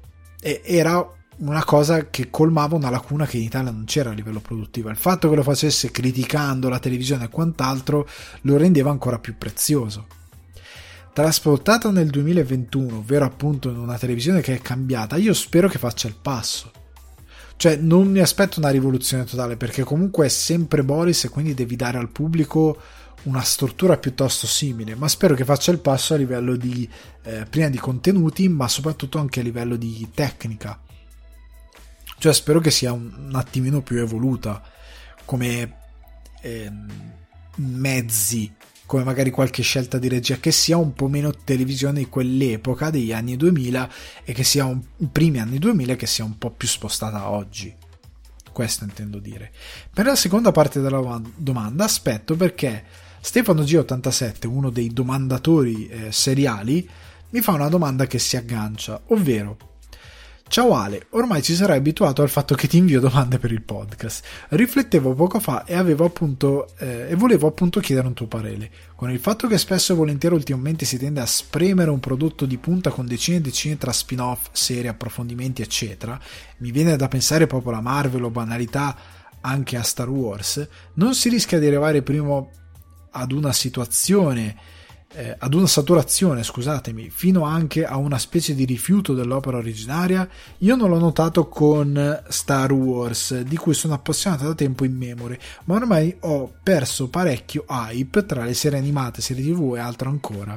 una cosa che colmava una lacuna che in Italia non c'era a livello produttivo. Il fatto che lo facesse criticando la televisione e quant'altro lo rendeva ancora più prezioso. Trasportato nel 2021, ovvero appunto in una televisione che è cambiata, io spero che faccia il passo. Cioè, non mi aspetto una rivoluzione totale, perché comunque è sempre Boris e quindi devi dare al pubblico una struttura piuttosto simile, ma spero che faccia il passo a livello di prima di contenuti, ma soprattutto anche a livello di tecnica. Cioè, spero che sia un attimino più evoluta come mezzi, come magari qualche scelta di regia, che sia un po' meno televisione di quell'epoca degli anni 2000 e che sia i primi anni 2000, che sia un po' più spostata a oggi. Questo intendo dire. Per la seconda parte della domanda aspetto, perché Stefano G87, uno dei domandatori seriali, mi fa una domanda che si aggancia, ovvero: ciao Ale, ormai ci sarai abituato al fatto che ti invio domande per il podcast. Riflettevo poco fa e volevo appunto chiedere un tuo parere. Con il fatto che spesso e volentieri ultimamente si tende a spremere un prodotto di punta con decine e decine tra spin-off, serie, approfondimenti eccetera, mi viene da pensare proprio alla Marvel o banalità anche a Star Wars, non si rischia di arrivare prima ad una saturazione, scusatemi, fino anche a una specie di rifiuto dell'opera originaria? Io non l'ho notato con Star Wars, di cui sono appassionato da tempo immemore, ma ormai ho perso parecchio hype tra le serie animate, serie TV e altro ancora.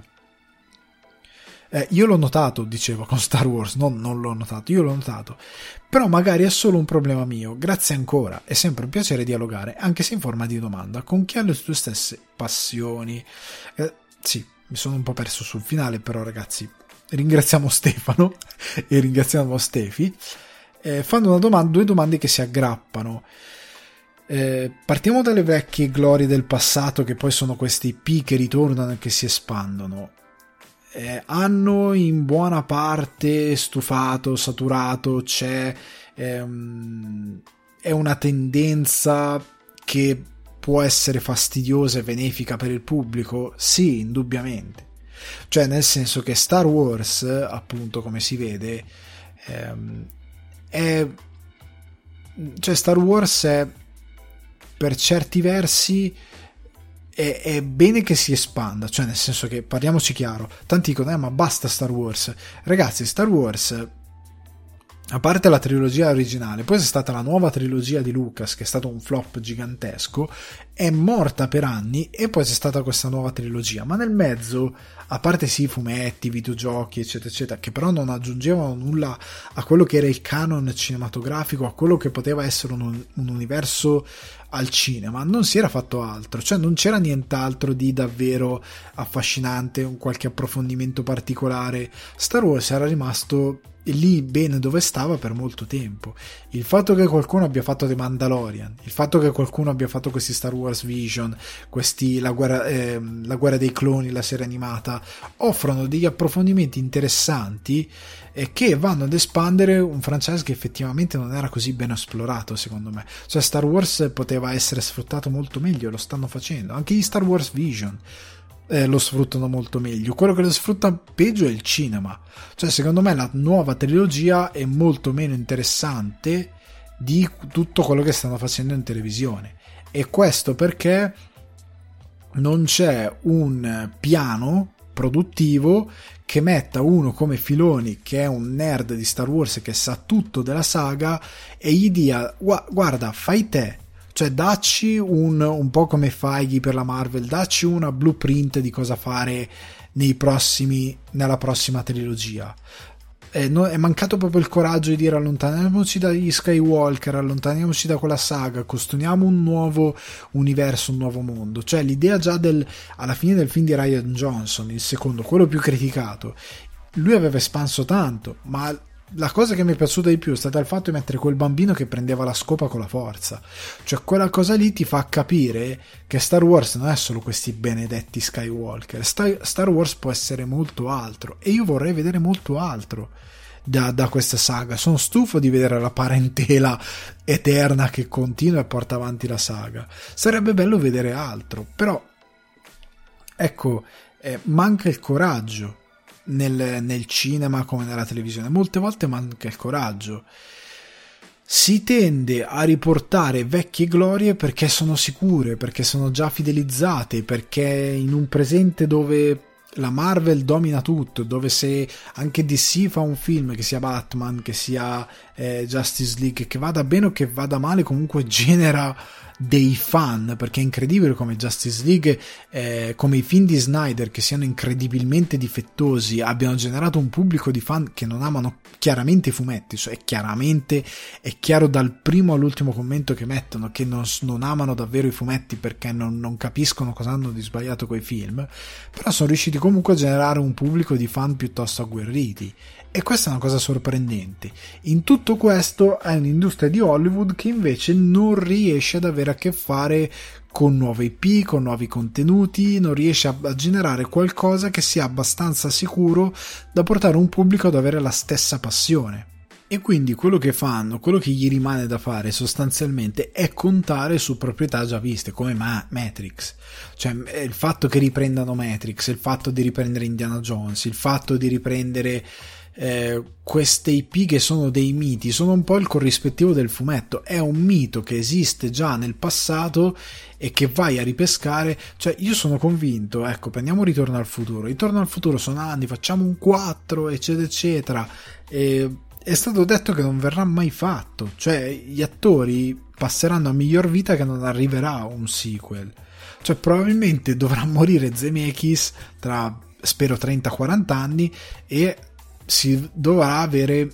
Io l'ho notato, dicevo, con Star Wars, non l'ho notato, io l'ho notato, però magari è solo un problema mio. Grazie ancora, è sempre un piacere dialogare, anche se in forma di domanda, con chi ha le tue stesse passioni. Sì, mi sono un po' perso sul finale, però ragazzi, ringraziamo Stefano e ringraziamo Stefi. Fanno due domande che si aggrappano. Partiamo dalle vecchie glorie del passato, che poi sono questi IP che ritornano e che si espandono. Hanno in buona parte stufato, saturato, è una tendenza che può essere fastidiosa e benefica per il pupblico? Sì, indubbiamente. Cioè, nel senso che Star Wars, appunto, come si vede, Star Wars è, per certi versi, è bene che si espanda, cioè nel senso che, parliamoci chiaro, tanti dicono ma basta Star Wars. Ragazzi, Star Wars a parte la trilogia originale, poi c'è stata la nuova trilogia di Lucas, che è stato un flop gigantesco, è morta per anni, e poi c'è stata questa nuova trilogia, ma nel mezzo, a parte sì, fumetti, videogiochi, eccetera, eccetera, che però non aggiungevano nulla a quello che era il canon cinematografico, a quello che poteva essere un universo al cinema, non si era fatto altro, cioè non c'era nient'altro di davvero affascinante, un qualche approfondimento particolare. Star Wars era rimasto lì bene dove stava per molto tempo. Il fatto che qualcuno abbia fatto The Mandalorian, il fatto che qualcuno abbia fatto questi Star Wars Vision, questi la guerra dei cloni, la serie animata, offrono degli approfondimenti interessanti che vanno ad espandere un franchise che effettivamente non era così ben esplorato, secondo me. Cioè Star Wars poteva essere sfruttato molto meglio, lo stanno facendo anche gli Star Wars Vision. Lo sfruttano molto meglio. Quello che lo sfrutta peggio è il cinema. Cioè, secondo me la nuova trilogia è molto meno interessante di tutto quello che stanno facendo in televisione, e questo perché non c'è un piano produttivo che metta uno come Filoni, che è un nerd di Star Wars, che sa tutto della saga, e gli dia: guarda, fai te. Cioè, dacci un po' come Feige per la Marvel, dacci una blueprint di cosa fare nella prossima trilogia. È mancato proprio il coraggio di dire: allontaniamoci dagli Skywalker, allontaniamoci da quella saga, costruiamo un nuovo universo, un nuovo mondo. Cioè, l'idea già alla fine del film di Rian Johnson, il secondo, quello più criticato, lui aveva espanso tanto, ma la cosa che mi è piaciuta di più è stata il fatto di mettere quel bambino che prendeva la scopa con la forza. Cioè, quella cosa lì ti fa capire che Star Wars non è solo questi benedetti Skywalker. Star Wars può essere molto altro, e io vorrei vedere molto altro da questa saga. Sono stufo di vedere la parentela eterna che continua e porta avanti la saga. Sarebbe bello vedere altro, però ecco, manca il coraggio nel cinema come nella televisione. Molte volte manca il coraggio. Si tende a riportare vecchie glorie perché sono sicure, perché sono già fidelizzate, perché in un presente dove la Marvel domina tutto, dove se anche DC fa un film, che sia Batman, che sia Justice League, che vada bene o che vada male, comunque genera dei fan, perché è incredibile come Justice League, come i film di Snyder, che siano incredibilmente difettosi, abbiano generato un pubblico di fan che non amano chiaramente i fumetti. Cioè è chiaro dal primo all'ultimo commento che mettono che non amano davvero i fumetti, perché non capiscono cosa hanno di sbagliato quei film, però sono riusciti comunque a generare un pubblico di fan piuttosto agguerriti. E questa è una cosa sorprendente. In tutto questo è un'industria di Hollywood che invece non riesce ad avere a che fare con nuove IP, con nuovi contenuti, non riesce a generare qualcosa che sia abbastanza sicuro da portare un pubblico ad avere la stessa passione. E quindi quello che fanno, quello che gli rimane da fare sostanzialmente è contare su proprietà già viste, come Matrix. Cioè il fatto che riprendano Matrix, il fatto di riprendere Indiana Jones, il fatto di riprendere queste IP che sono dei miti, sono un po' il corrispettivo del fumetto. È un mito che esiste già nel passato e che vai a ripescare. Cioè io sono convinto, ecco, prendiamo Ritorno al futuro. Ritorno al futuro sono anni, facciamo un 4 eccetera eccetera, e è stato detto che non verrà mai fatto. Cioè gli attori passeranno a miglior vita, che non arriverà un sequel. Cioè probabilmente dovrà morire Zemeckis tra, spero, 30-40 anni, e si dovrà avere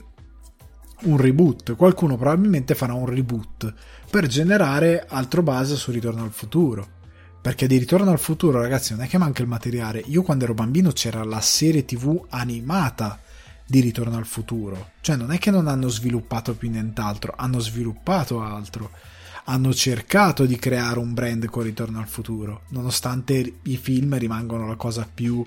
un reboot. Qualcuno probabilmente farà un reboot per generare altro buzz su Ritorno al futuro, perché di Ritorno al futuro, ragazzi, non è che manca il materiale. Io quando ero bambino c'era la serie TV animata di Ritorno al futuro. Cioè non è che non hanno sviluppato più nient'altro, hanno sviluppato altro, hanno cercato di creare un brand con Ritorno al futuro, nonostante i film rimangono la cosa più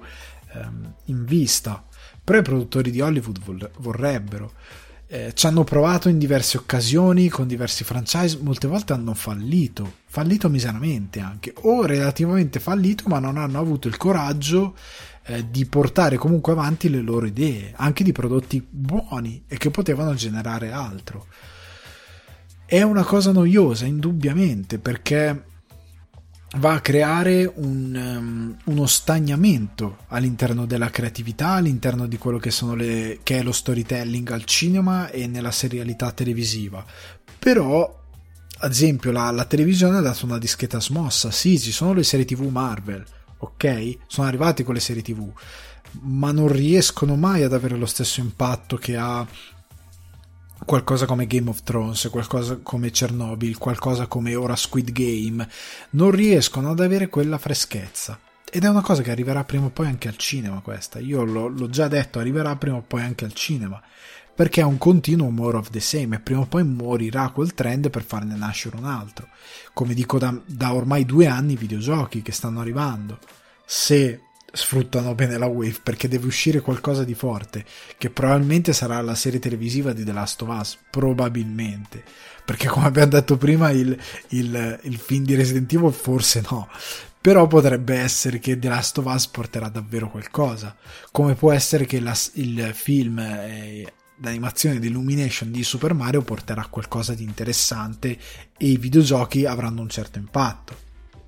in vista. Però i produttori di Hollywood vorrebbero, ci hanno provato in diverse occasioni con diversi franchise, molte volte hanno fallito miseramente anche, o relativamente fallito, ma non hanno avuto il coraggio di portare comunque avanti le loro idee, anche di prodotti buoni e che potevano generare altro. È una cosa noiosa indubbiamente, perché va a creare uno stagnamento all'interno della creatività, all'interno di quello che che è lo storytelling al cinema e nella serialità televisiva. Però, ad esempio, la televisione ha dato una discreta smossa. Sì, ci sono le serie TV Marvel, ok? Sono arrivati con le serie TV, ma non riescono mai ad avere lo stesso impatto che ha qualcosa come Game of Thrones, qualcosa come Chernobyl, qualcosa come ora Squid Game. Non riescono ad avere quella freschezza, ed è una cosa che arriverà prima o poi anche al cinema. Questa, io l'ho già detto, arriverà prima o poi anche al cinema, perché è un continuo more of the same, e prima o poi morirà quel trend per farne nascere un altro. Come dico da ormai 2 anni, i videogiochi che stanno arrivando, se sfruttano bene la wave, perché deve uscire qualcosa di forte, che probabilmente sarà la serie televisiva di The Last of Us, probabilmente, perché come abbiamo detto prima il film di Resident Evil forse no, però potrebbe essere che The Last of Us porterà davvero qualcosa, come può essere che il film d'animazione di Illumination di Super Mario porterà qualcosa di interessante e i videogiochi avranno un certo impatto.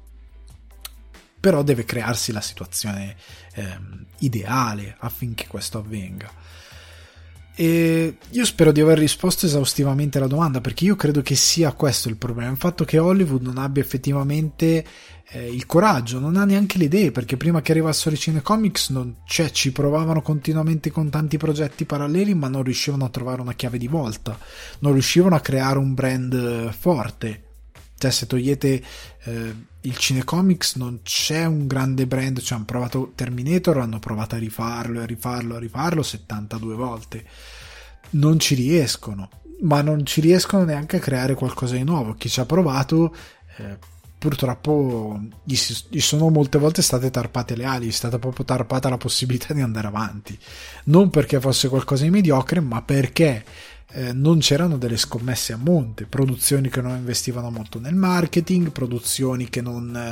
Però deve crearsi la situazione ideale affinché questo avvenga. E io spero di aver risposto esaustivamente alla domanda, perché io credo che sia questo il problema, il fatto che Hollywood non abbia effettivamente il coraggio, non ha neanche le idee, perché prima che arrivassero i cinecomics ci provavano continuamente con tanti progetti paralleli, ma non riuscivano a trovare una chiave di volta, non riuscivano a creare un brand forte. Cioè, se togliete il cinecomics non c'è un grande brand. Cioè, hanno provato Terminator, hanno provato a rifarlo 72 volte, non ci riescono, ma non ci riescono neanche a creare qualcosa di nuovo. Chi ci ha provato purtroppo gli sono molte volte state tarpate le ali, è stata proprio tarpata la possibilità di andare avanti, non perché fosse qualcosa di mediocre, ma perché non c'erano delle scommesse a monte, produzioni che non investivano molto nel marketing, produzioni che non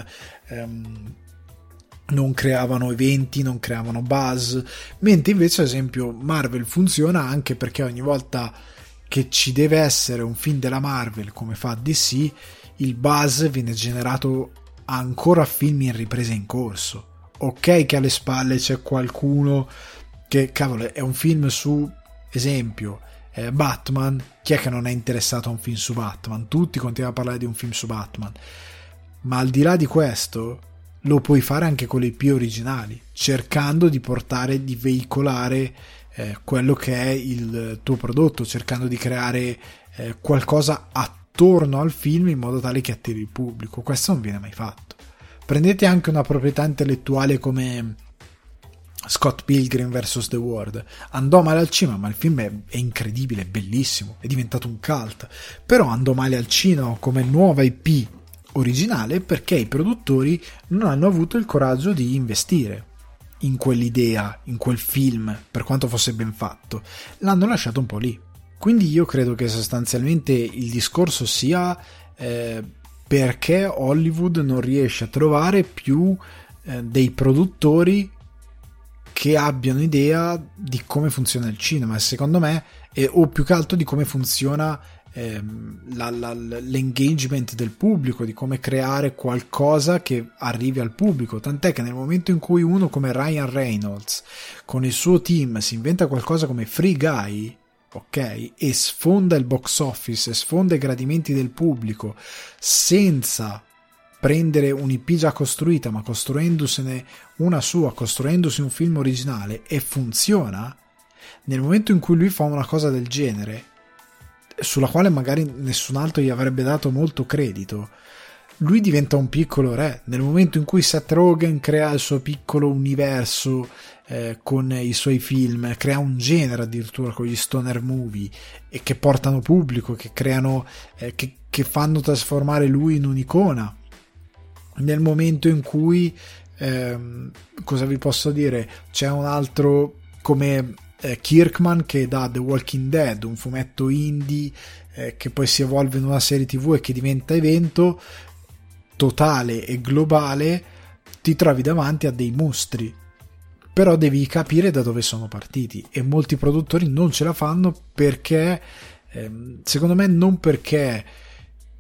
creavano eventi, non creavano buzz, mentre invece ad esempio Marvel funziona anche perché ogni volta che ci deve essere un film della Marvel, come fa DC, il buzz viene generato ancora a film in ripresa in corso. Ok che alle spalle c'è qualcuno che, cavolo, è un film su, esempio, Batman, chi è che non è interessato a un film su Batman? Tutti continuano a parlare di un film su Batman, ma al di là di questo lo puoi fare anche con le IP originali, cercando di veicolare quello che è il tuo prodotto, cercando di creare qualcosa attorno al film in modo tale che attiri il pubblico. Questo non viene mai fatto. Prendete anche una proprietà intellettuale come Scott Pilgrim vs. The World, andò male al cinema, ma il film è incredibile, è bellissimo, è diventato un cult. Però andò male al cinema come nuova IP originale perché i produttori non hanno avuto il coraggio di investire in quell'idea, in quel film, per quanto fosse ben fatto, l'hanno lasciato un po' lì. Quindi io credo che sostanzialmente il discorso sia perché Hollywood non riesce a trovare più dei produttori che abbiano idea di come funziona il cinema, secondo me, o più che altro di come funziona l'engagement del pubblico, di come creare qualcosa che arrivi al pubblico. Tant'è che nel momento in cui uno come Ryan Reynolds con il suo team si inventa qualcosa come Free Guy, ok, e sfonda il box office, e sfonda i gradimenti del pubblico senza prendere un'IP già costruita, ma costruendosene una sua, costruendosi un film originale, e funziona, nel momento in cui lui fa una cosa del genere, sulla quale magari nessun altro gli avrebbe dato molto credito, lui diventa un piccolo re. Nel momento in cui Seth Rogen crea il suo piccolo universo con i suoi film, crea un genere addirittura con gli stoner movie, e che portano pubblico, che creano che fanno trasformare lui in un'icona. Nel momento in cui cosa vi posso dire, c'è un altro come Kirkman che dà The Walking Dead, un fumetto indie che poi si evolve in una serie TV e che diventa evento totale e globale, ti trovi davanti a dei mostri, però devi capire da dove sono partiti, e molti produttori non ce la fanno perché secondo me non perché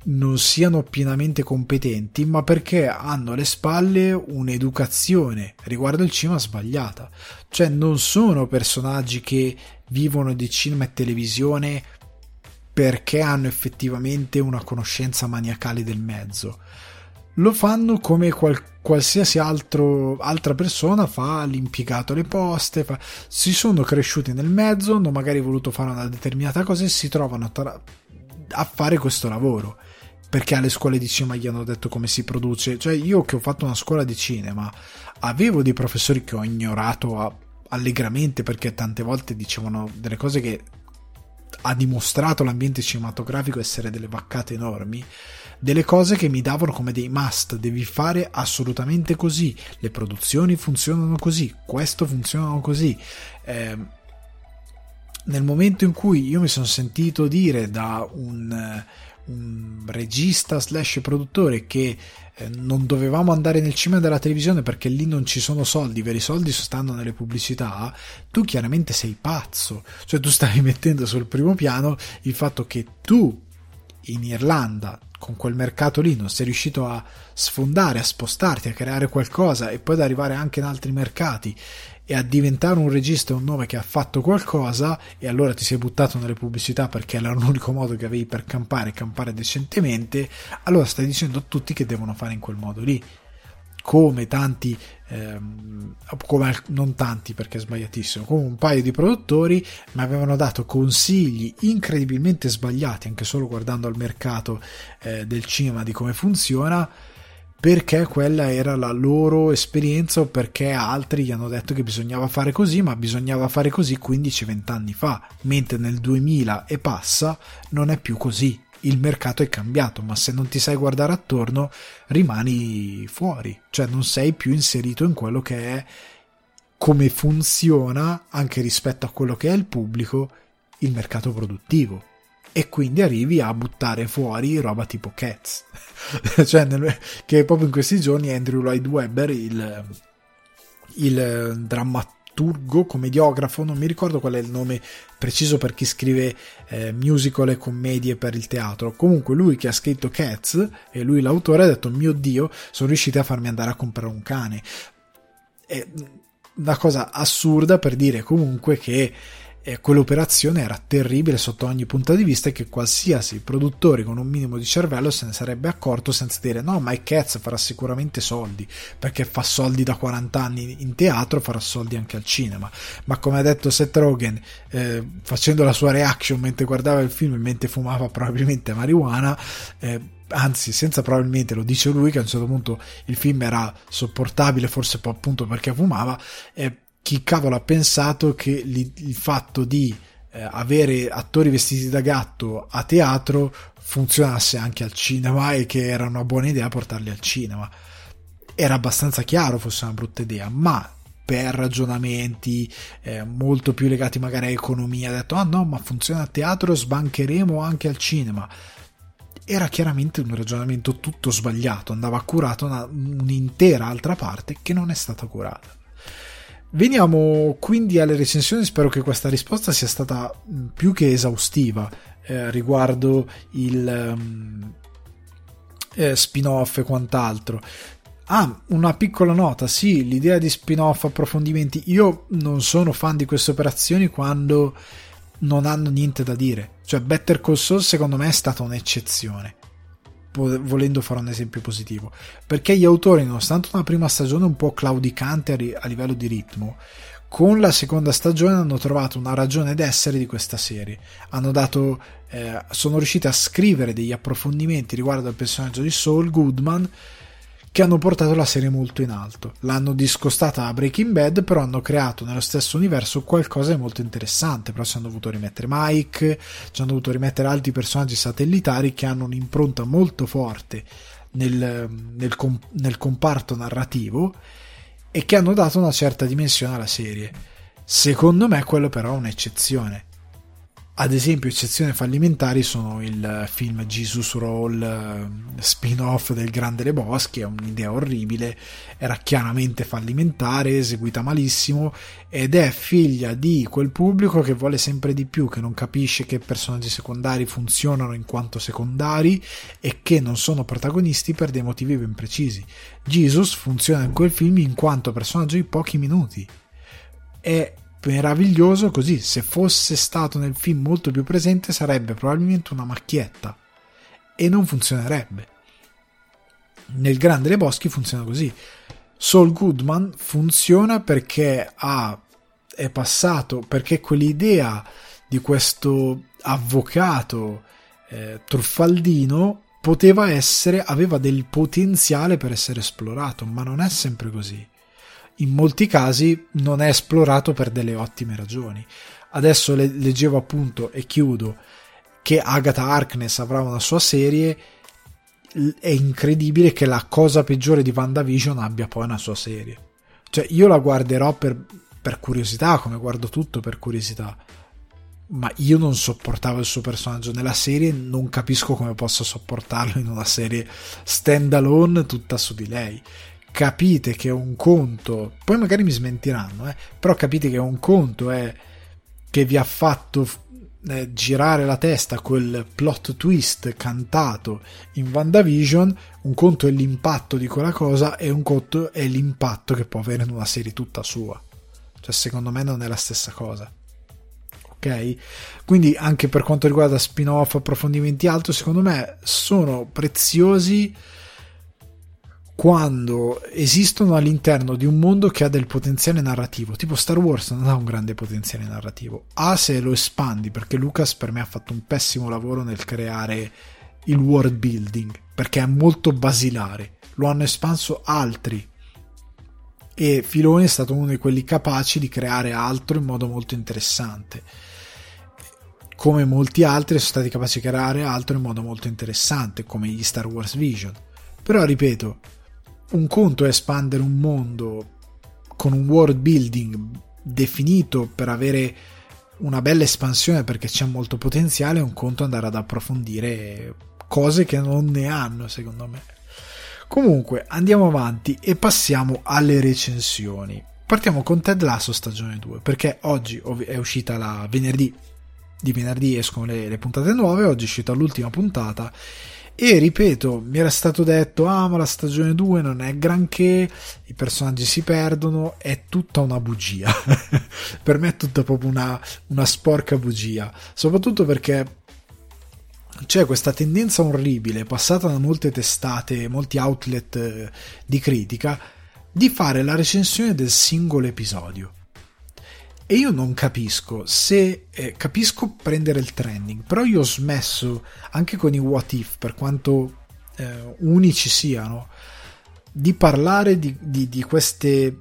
non siano pienamente competenti, ma perché hanno alle spalle un'educazione riguardo il cinema sbagliata. Cioè non sono personaggi che vivono di cinema e televisione perché hanno effettivamente una conoscenza maniacale del mezzo. Lo fanno come qualsiasi altra persona fa, l'impiegato alle poste, si sono cresciuti nel mezzo, hanno magari voluto fare una determinata cosa e si trovano a fare questo lavoro perché alle scuole di cinema gli hanno detto come si produce. Cioè io che ho fatto una scuola di cinema avevo dei professori che ho ignorato allegramente perché tante volte dicevano delle cose che ha dimostrato l'ambiente cinematografico essere delle vaccate enormi, delle cose che mi davano come dei must: devi fare assolutamente così, le produzioni funzionano così, questo funziona così. Nel momento in cui io mi sono sentito dire da un regista / produttore che non dovevamo andare nel cinema della televisione perché lì non ci sono soldi, i veri soldi stanno nelle pubblicità, tu chiaramente sei pazzo. Cioè tu stavi mettendo sul primo piano il fatto che tu in Irlanda con quel mercato lì non sei riuscito a sfondare, a spostarti, a creare qualcosa e poi ad arrivare anche in altri mercati e a diventare un regista e un nome che ha fatto qualcosa, e allora ti sei buttato nelle pubblicità perché era l'unico modo che avevi per campare decentemente. Allora stai dicendo a tutti che devono fare in quel modo lì, come tanti come non tanti perché è sbagliatissimo, come un paio di produttori mi avevano dato consigli incredibilmente sbagliati anche solo guardando al mercato del cinema, di come funziona, perché quella era la loro esperienza o perché altri gli hanno detto che bisognava fare così, ma bisognava fare così 15-20 anni fa, mentre nel 2000 e passa non è più così. Il mercato è cambiato, ma se non ti sai guardare attorno rimani fuori, cioè non sei più inserito in quello che è, come funziona anche rispetto a quello che è il pubblico, il mercato produttivo, e quindi arrivi a buttare fuori roba tipo Cats. Cioè che proprio in questi giorni Andrew Lloyd Webber, il drammaturgo, commediografo, non mi ricordo qual è il nome preciso per chi scrive musical e commedie per il teatro, comunque lui che ha scritto Cats e lui l'autore ha detto: mio Dio, sono riusciti a farmi andare a comprare un cane. È una cosa assurda per dire comunque che quell'operazione era terribile sotto ogni punto di vista e che qualsiasi produttore con un minimo di cervello se ne sarebbe accorto senza dire: no, ma Cats farà sicuramente soldi perché fa soldi da 40 anni in teatro, farà soldi anche al cinema. Ma come ha detto Seth Rogen facendo la sua reaction mentre guardava il film e mentre fumava probabilmente marijuana, anzi senza probabilmente, lo dice lui, che a un certo punto il film era sopportabile forse appunto perché fumava, chi cavolo ha pensato che il fatto di avere attori vestiti da gatto a teatro funzionasse anche al cinema e che era una buona idea portarli al cinema? Era abbastanza chiaro fosse una brutta idea, ma per ragionamenti molto più legati magari a economia ha detto: ah no, ma funziona a teatro, sbancheremo anche al cinema. Era chiaramente un ragionamento tutto sbagliato, andava curato un'intera altra parte che non è stata curata. Veniamo quindi alle recensioni. Spero che questa risposta sia stata più che esaustiva riguardo il spin-off e quant'altro. Una piccola nota: sì, l'idea di spin-off, approfondimenti, io non sono fan di queste operazioni quando non hanno niente da dire. Cioè Better Call Saul secondo me è stata un'eccezione, volendo fare un esempio positivo, perché gli autori, nonostante una prima stagione un po' claudicante a livello di ritmo, con la seconda stagione hanno trovato una ragione d'essere di questa serie, sono riusciti a scrivere degli approfondimenti riguardo al personaggio di Saul Goodman che hanno portato la serie molto in alto. L'hanno discostata da Breaking Bad, però hanno creato nello stesso universo qualcosa di molto interessante. Però ci hanno dovuto rimettere Mike, ci hanno dovuto rimettere altri personaggi satellitari che hanno un'impronta molto forte nel comparto narrativo e che hanno dato una certa dimensione alla serie. Secondo me quello però è un'eccezione. Ad esempio, eccezioni fallimentari sono il film Jesus Roll, spin-off del Grande Lebowski, è un'idea orribile, era chiaramente fallimentare, eseguita malissimo, ed è figlia di quel pubblico che vuole sempre di più, che non capisce che personaggi secondari funzionano in quanto secondari e che non sono protagonisti per dei motivi ben precisi. Jesus funziona in quel film in quanto personaggio di pochi minuti. È meraviglioso così. Se fosse stato nel film molto più presente sarebbe probabilmente una macchietta e non funzionerebbe. Nel Grande Lebowski funziona così. Saul Goodman funziona perché è passato, perché quell'idea di questo avvocato truffaldino aveva del potenziale per essere esplorato, ma non è sempre così. In molti casi non è esplorato per delle ottime ragioni. Adesso leggevo appunto, e chiudo, che Agatha Harkness avrà una sua serie. È incredibile che la cosa peggiore di WandaVision abbia poi una sua serie. Cioè, io la guarderò per curiosità, come guardo tutto per curiosità, ma io non sopportavo il suo personaggio nella serie, non capisco come possa sopportarlo in una serie standalone tutta su di lei. Capite che un conto, poi magari mi smentiranno, però capite che un conto è che vi ha fatto girare la testa quel plot twist cantato in WandaVision, un conto è l'impatto di quella cosa e un conto è l'impatto che può avere in una serie tutta sua. Cioè, secondo me non è la stessa cosa. Ok? Quindi anche per quanto riguarda spin-off, approfondimenti altro, secondo me sono preziosi quando esistono all'interno di un mondo che ha del potenziale narrativo. Tipo Star Wars non ha un grande potenziale narrativo, ha se lo espandi, perché Lucas per me ha fatto un pessimo lavoro nel creare il world building, perché è molto basilare, lo hanno espanso altri e Filoni è stato uno di quelli capaci di creare altro in modo molto interessante, come molti altri sono stati capaci di creare altro in modo molto interessante, come gli Star Wars Vision. Però ripeto, un conto è espandere un mondo con un world building definito per avere una bella espansione perché c'è molto potenziale, un conto andare ad approfondire cose che non ne hanno, secondo me. Comunque andiamo avanti e passiamo alle recensioni. Partiamo con Ted Lasso stagione 2, perché oggi è uscita venerdì, di venerdì escono le puntate nuove, oggi è uscita l'ultima puntata. E ripeto, mi era stato detto ma la stagione 2 non è granché, i personaggi si perdono, è tutta una bugia. Per me è tutta proprio una sporca bugia, soprattutto perché c'è questa tendenza orribile passata da molte testate, molti outlet di critica, di fare la recensione del singolo episodio. E io non capisco se capisco prendere il trending, però io ho smesso anche con i what if, per quanto unici siano, di parlare di queste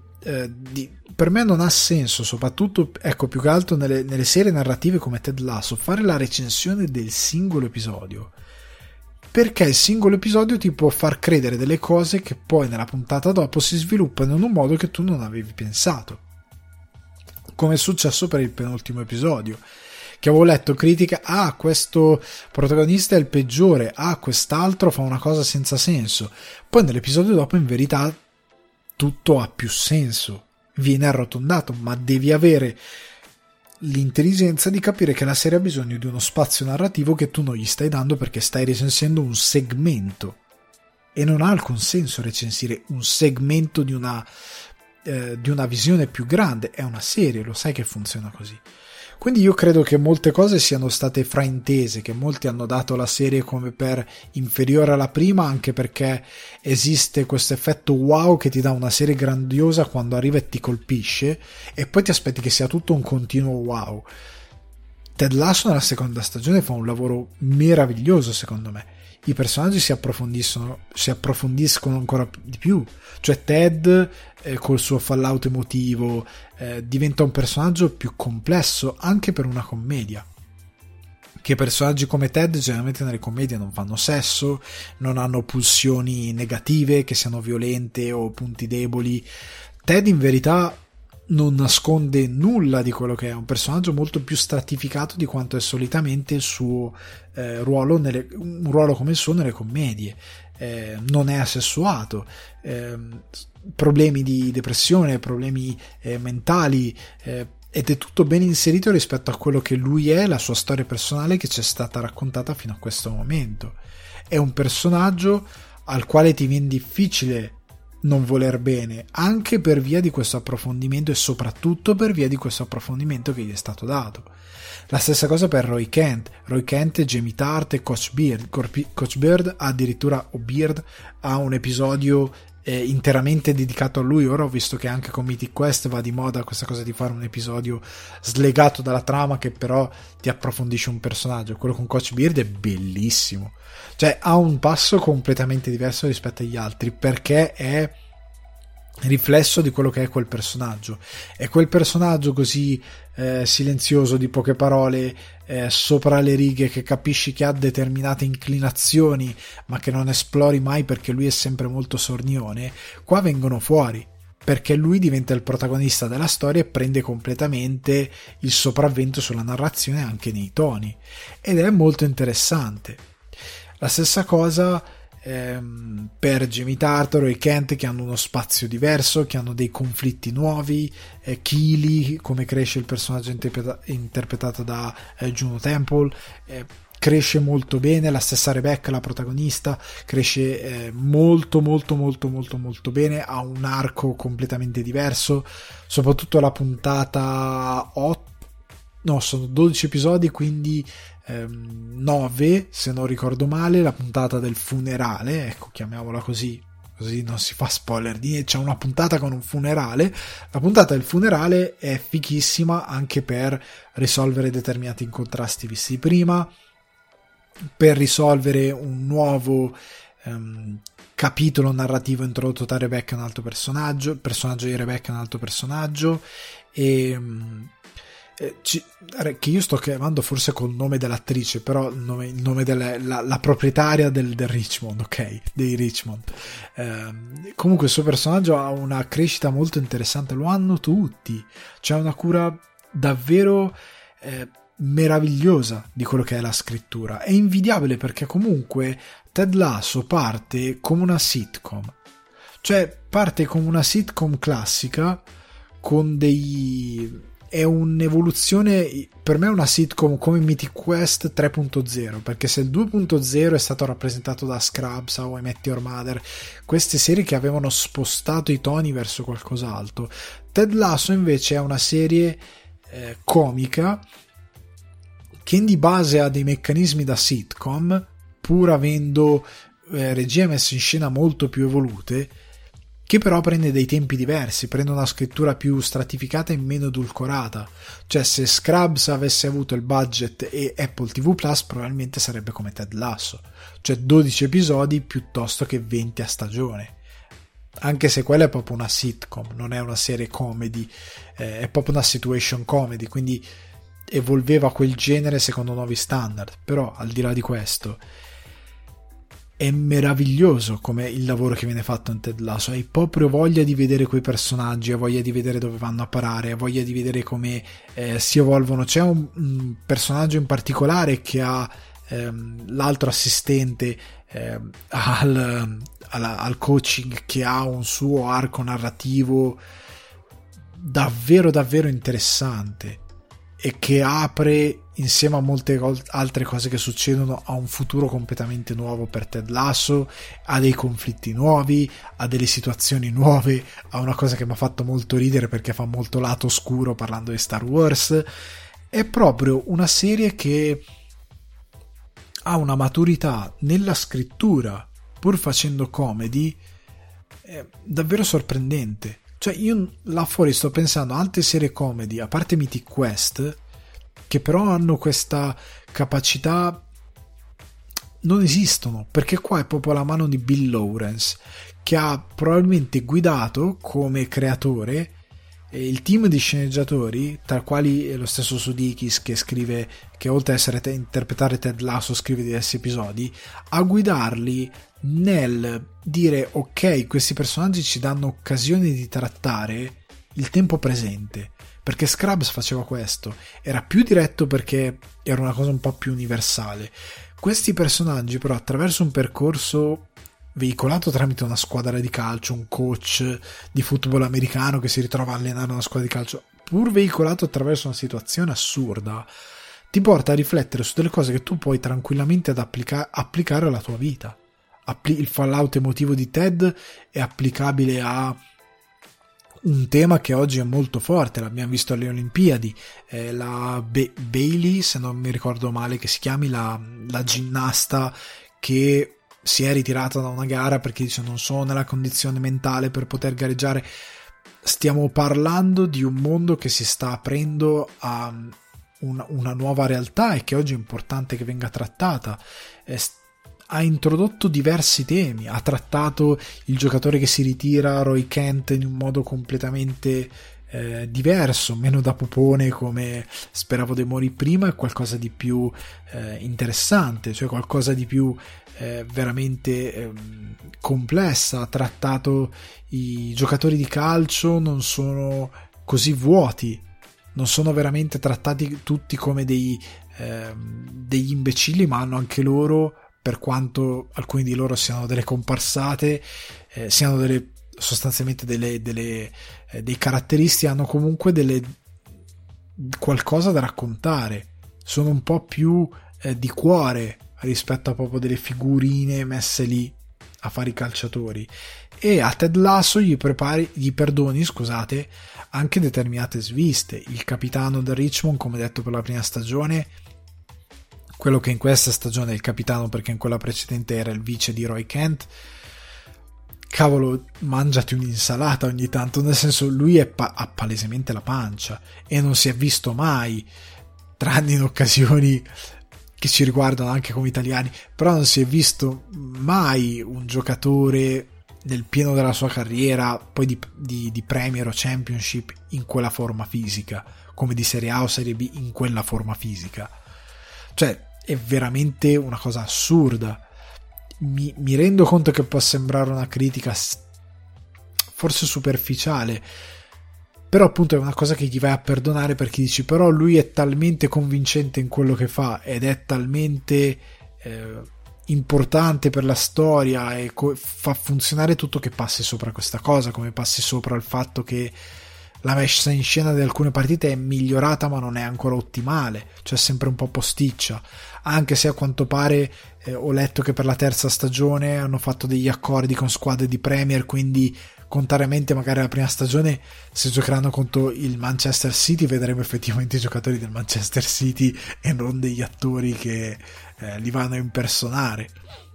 per me non ha senso, soprattutto ecco, più che altro nelle serie narrative come Ted Lasso, fare la recensione del singolo episodio, perché il singolo episodio ti può far credere delle cose che poi nella puntata dopo si sviluppano in un modo che tu non avevi pensato, come è successo per il penultimo episodio, che avevo letto critica, questo protagonista è il peggiore, quest'altro fa una cosa senza senso, poi nell'episodio dopo in verità tutto ha più senso, viene arrotondato, ma devi avere l'intelligenza di capire che la serie ha bisogno di uno spazio narrativo che tu non gli stai dando, perché stai recensendo un segmento e non ha alcun senso recensire un segmento di una visione più grande. È una serie, lo sai che funziona così. Quindi io credo che molte cose siano state fraintese, che molti hanno dato la serie come per inferiore alla prima, anche perché esiste questo effetto wow che ti dà una serie grandiosa quando arriva e ti colpisce e poi ti aspetti che sia tutto un continuo wow. Ted Lasso nella seconda stagione fa un lavoro meraviglioso, secondo me. I personaggi si approfondiscono ancora di più, cioè Ted col suo fallout emotivo diventa un personaggio più complesso anche per una commedia, che personaggi come Ted generalmente nelle commedie non fanno sesso, non hanno pulsioni negative che siano violente o punti deboli. Ted in verità non nasconde nulla di quello che è, un personaggio molto più stratificato di quanto è solitamente il suo ruolo, un ruolo come il suo nelle commedie. Non è assessuato, problemi di depressione, problemi mentali, ed è tutto ben inserito rispetto a quello che lui è, la sua storia personale che ci è stata raccontata fino a questo momento. È un personaggio al quale ti viene difficile non voler bene, anche per via di questo approfondimento e soprattutto per via di questo approfondimento che gli è stato dato. La stessa cosa per Roy Kent, Jamie Tart e Coach Beard. Coach Beard addirittura, o Beard, ha un episodio interamente dedicato a lui. Ora ho visto che anche con Mythic Quest va di moda questa cosa di fare un episodio slegato dalla trama che però ti approfondisce un personaggio. Quello con Coach Beard è bellissimo, cioè ha un passo completamente diverso rispetto agli altri, perché è riflesso di quello che è quel personaggio. È quel personaggio così silenzioso, di poche parole, sopra le righe, che capisci che ha determinate inclinazioni ma che non esplori mai perché lui è sempre molto sornione. Qua vengono fuori perché lui diventa il protagonista della storia e prende completamente il sopravvento sulla narrazione anche nei toni, ed è molto interessante. La stessa cosa per Jamie Tart, Roy Kent, che hanno uno spazio diverso, che hanno dei conflitti nuovi. Keely, come cresce il personaggio interpretato da Juno Temple, cresce molto bene. La stessa Rebecca, la protagonista, cresce molto bene, ha un arco completamente diverso, soprattutto la puntata 8, no, sono 12 episodi, quindi 9 se non ricordo male, la puntata del funerale, ecco, chiamiamola così non si fa spoiler. C'è una puntata con un funerale. La puntata del funerale è fichissima anche per risolvere determinati contrasti visti prima, per risolvere un nuovo capitolo narrativo introdotto da Rebecca, un altro personaggio, il personaggio di Rebecca è un altro personaggio, e che io sto chiamando forse col nome dell'attrice, però il nome la proprietaria del Richmond, ok, dei Richmond. Comunque il suo personaggio ha una crescita molto interessante, lo hanno tutti, c'è una cura davvero meravigliosa di quello che è la scrittura. È invidiabile perché comunque Ted Lasso parte come una sitcom, cioè parte come una sitcom classica con è un'evoluzione, per me è una sitcom come Mythic Quest 3.0, perché se il 2.0 è stato rappresentato da Scrubs o I Met Your Mother, queste serie che avevano spostato i toni verso qualcos'altro, Ted Lasso invece è una serie comica che di base ha dei meccanismi da sitcom, pur avendo regie messe in scena molto più evolute, che però prende dei tempi diversi, prende una scrittura più stratificata e meno edulcorata. Cioè, se Scrubs avesse avuto il budget e Apple TV Plus, probabilmente sarebbe come Ted Lasso, cioè 12 episodi piuttosto che 20 a stagione, anche se quella è proprio una sitcom, non è una serie comedy, è proprio una situation comedy, quindi evolveva quel genere secondo nuovi standard. Però al di là di questo è meraviglioso come il lavoro che viene fatto in Ted Lasso. Hai proprio voglia di vedere quei personaggi, hai voglia di vedere dove vanno a parare, hai voglia di vedere come si evolvono. C'è un personaggio in particolare che ha l'altro assistente al coaching, che ha un suo arco narrativo davvero interessante e che apre, insieme a molte altre cose che succedono, a un futuro completamente nuovo per Ted Lasso, a dei conflitti nuovi, a delle situazioni nuove, a una cosa che mi ha fatto molto ridere perché fa molto lato oscuro parlando di Star Wars. È proprio una serie che ha una maturità nella scrittura, pur facendo comedy, davvero sorprendente. Cioè, io là fuori sto pensando a altre serie comedy, a parte Mythic Quest, che però hanno questa capacità, non esistono, perché qua è proprio la mano di Bill Lawrence, che ha probabilmente guidato come creatore il team di sceneggiatori, tra quali lo stesso Sudeikis, che scrive, che oltre a essere interpretare Ted Lasso scrive diversi episodi, a guidarli nel dire ok, questi personaggi ci danno occasione di trattare il tempo presente, perché Scrubs faceva questo, era più diretto perché era una cosa un po' più universale. Questi personaggi però, attraverso un percorso veicolato tramite una squadra di calcio, un coach di football americano che si ritrova a allenare una squadra di calcio, pur veicolato attraverso una situazione assurda, ti porta a riflettere su delle cose che tu puoi tranquillamente applicare alla tua vita. Il fallout emotivo di Ted è applicabile a un tema che oggi è molto forte, l'abbiamo visto alle Olimpiadi, la Bailey, se non mi ricordo male che si chiami, la ginnasta che si è ritirata da una gara perché dice non sono nella condizione mentale per poter gareggiare. Stiamo parlando di un mondo che si sta aprendo a una nuova realtà e che oggi è importante che venga trattata. Ha introdotto diversi temi, ha trattato il giocatore che si ritira, Roy Kent, in un modo completamente diverso, meno da pupone come speravo De Mori prima, e qualcosa di più interessante, cioè qualcosa di più veramente complessa. Ha trattato i giocatori di calcio, non sono così vuoti, non sono veramente trattati tutti come degli imbecilli, ma hanno anche loro, per quanto alcuni di loro siano delle comparsate, siano sostanzialmente dei caratteristi, hanno comunque qualcosa da raccontare, sono un po' più di cuore rispetto a proprio delle figurine messe lì a fare i calciatori. E a Ted Lasso gli perdoni anche determinate sviste. Il capitano del Richmond, come detto per la prima stagione, quello che in questa stagione è il capitano perché in quella precedente era il vice di Roy Kent, cavolo, mangiati un'insalata ogni tanto, nel senso, lui ha palesemente la pancia e non si è visto mai, tranne in occasioni che ci riguardano anche come italiani, però non si è visto mai un giocatore nel pieno della sua carriera, poi di Premier o Championship, in quella forma fisica, come di Serie A o Serie B in quella forma fisica. Cioè, è veramente una cosa assurda. Mi rendo conto che può sembrare una critica forse superficiale, però appunto è una cosa che gli vai a perdonare, perché dici però lui è talmente convincente in quello che fa ed è talmente importante per la storia e fa funzionare tutto, che passi sopra questa cosa, come passi sopra il fatto che la messa in scena di alcune partite è migliorata ma non è ancora ottimale, cioè sempre un po' posticcia, anche se a quanto pare ho letto che per la terza stagione hanno fatto degli accordi con squadre di Premier, quindi contrariamente magari alla prima stagione, se giocheranno contro il Manchester City vedremo effettivamente i giocatori del Manchester City e non degli attori che li vanno a impersonare,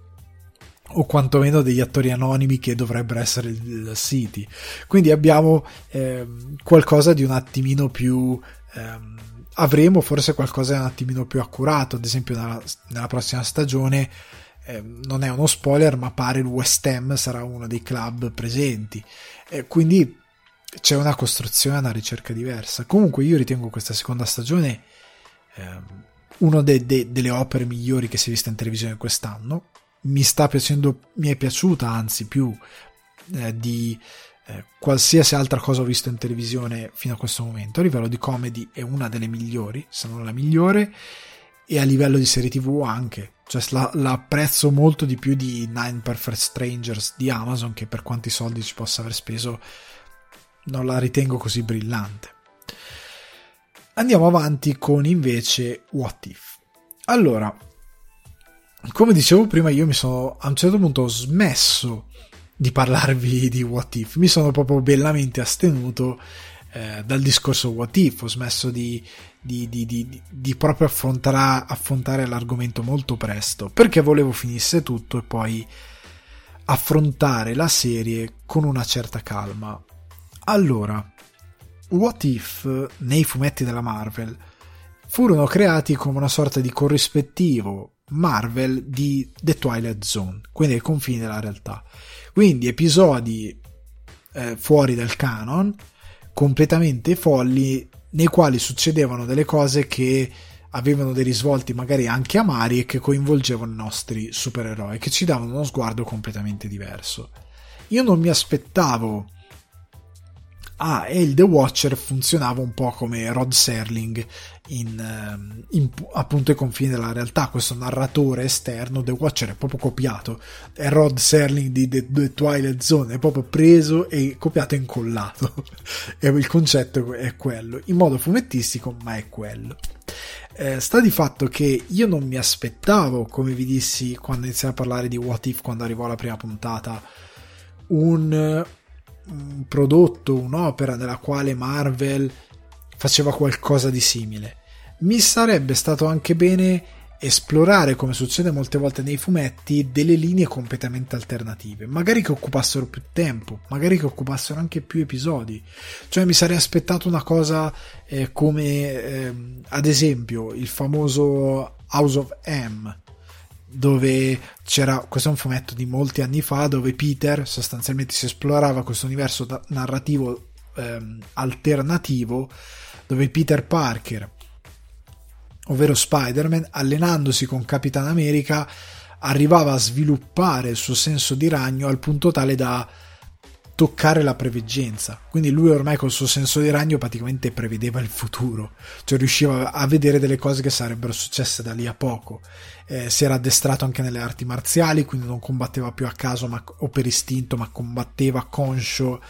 o quantomeno degli attori anonimi che dovrebbero essere il City. Quindi abbiamo qualcosa di un attimino più avremo forse qualcosa di un attimino più accurato. Ad esempio nella prossima stagione, non è uno spoiler, ma pare il West Ham sarà uno dei club presenti, quindi c'è una costruzione, una ricerca diversa. Comunque io ritengo questa seconda stagione una delle opere migliori che si è vista in televisione quest'anno. Mi sta piacendo, mi è piaciuta anzi più di qualsiasi altra cosa ho visto in televisione fino a questo momento. A livello di comedy è una delle migliori, se non la migliore, e a livello di serie TV anche, cioè la apprezzo molto di più di Nine Perfect Strangers di Amazon, che per quanti soldi ci possa aver speso non la ritengo così brillante. Andiamo avanti con invece What If. Allora, come dicevo prima, io mi sono a un certo punto smesso di parlarvi di What If, mi sono proprio bellamente astenuto dal discorso What If, ho smesso di proprio affrontare l'argomento molto presto, perché volevo finisse tutto e poi affrontare la serie con una certa calma. Allora, What If nei fumetti della Marvel furono creati come una sorta di corrispettivo Marvel di The Twilight Zone, quindi ai confini della realtà, quindi episodi fuori dal canon, completamente folli, nei quali succedevano delle cose che avevano dei risvolti magari anche amari e che coinvolgevano i nostri supereroi, che ci davano uno sguardo completamente diverso. Io non mi aspettavo e il The Watcher funzionava un po' come Rod Serling appunto ai confini della realtà. Questo narratore esterno, The Watcher, è proprio copiato, è Rod Serling di The Twilight Zone, è proprio preso e copiato e incollato e il concetto è quello, in modo fumettistico, ma è quello. Sta di fatto che io non mi aspettavo, come vi dissi quando iniziai a parlare di What If, quando arrivò la prima puntata, un prodotto, un'opera nella quale Marvel faceva qualcosa di simile. Mi sarebbe stato anche bene esplorare, come succede molte volte nei fumetti, delle linee completamente alternative, magari che occupassero più tempo, magari che occupassero anche più episodi. Cioè mi sarei aspettato una cosa come ad esempio il famoso House of M, dove c'era, questo è un fumetto di molti anni fa, dove Peter sostanzialmente si esplorava questo universo narrativo alternativo, dove Peter Parker, ovvero Spider-Man, allenandosi con Capitan America, arrivava a sviluppare il suo senso di ragno al punto tale da toccare la preveggenza. Quindi lui ormai col suo senso di ragno praticamente prevedeva il futuro, cioè riusciva a vedere delle cose che sarebbero successe da lì a poco. Si era addestrato anche nelle arti marziali, quindi non combatteva più a caso o per istinto, ma combatteva conscio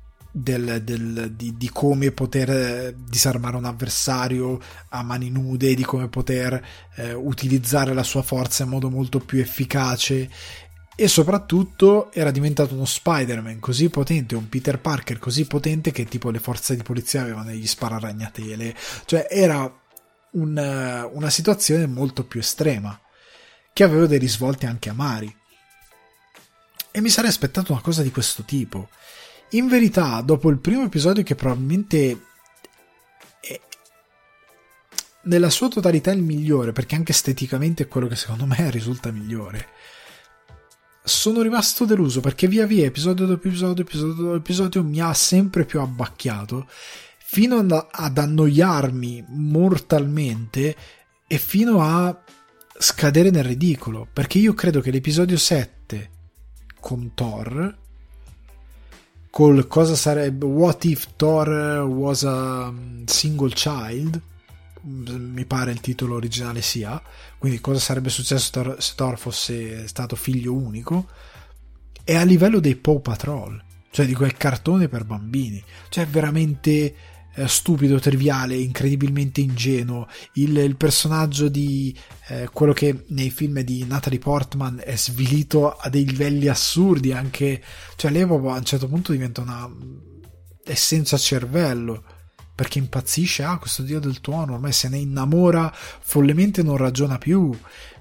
di come poter disarmare un avversario a mani nude, di come poter utilizzare la sua forza in modo molto più efficace, e soprattutto era diventato uno Spider-Man così potente, un Peter Parker così potente che tipo le forze di polizia avevano gli spararagnatele. Cioè era una situazione molto più estrema, che aveva dei risvolti anche amari, e mi sarei aspettato una cosa di questo tipo. In verità, dopo il primo episodio, che probabilmente è nella sua totalità il migliore, perché anche esteticamente è quello che secondo me risulta migliore, sono rimasto deluso, perché via via, episodio dopo episodio, mi ha sempre più abbacchiato, fino ad annoiarmi mortalmente e fino a scadere nel ridicolo, perché io credo che l'episodio 7 con Thor, col cosa sarebbe What If Thor Was a Single Child, mi pare il titolo originale sia, quindi cosa sarebbe successo se Thor fosse stato figlio unico, è a livello dei Paw Patrol, cioè di quel cartone per bambini, cioè veramente stupido, triviale, incredibilmente ingenuo. Il personaggio di quello che nei film di Natalie Portman è svilito a dei livelli assurdi, anche, cioè lei a un certo punto diventa è senza cervello, perché impazzisce, questo dio del tuono, ormai se ne innamora follemente, non ragiona più,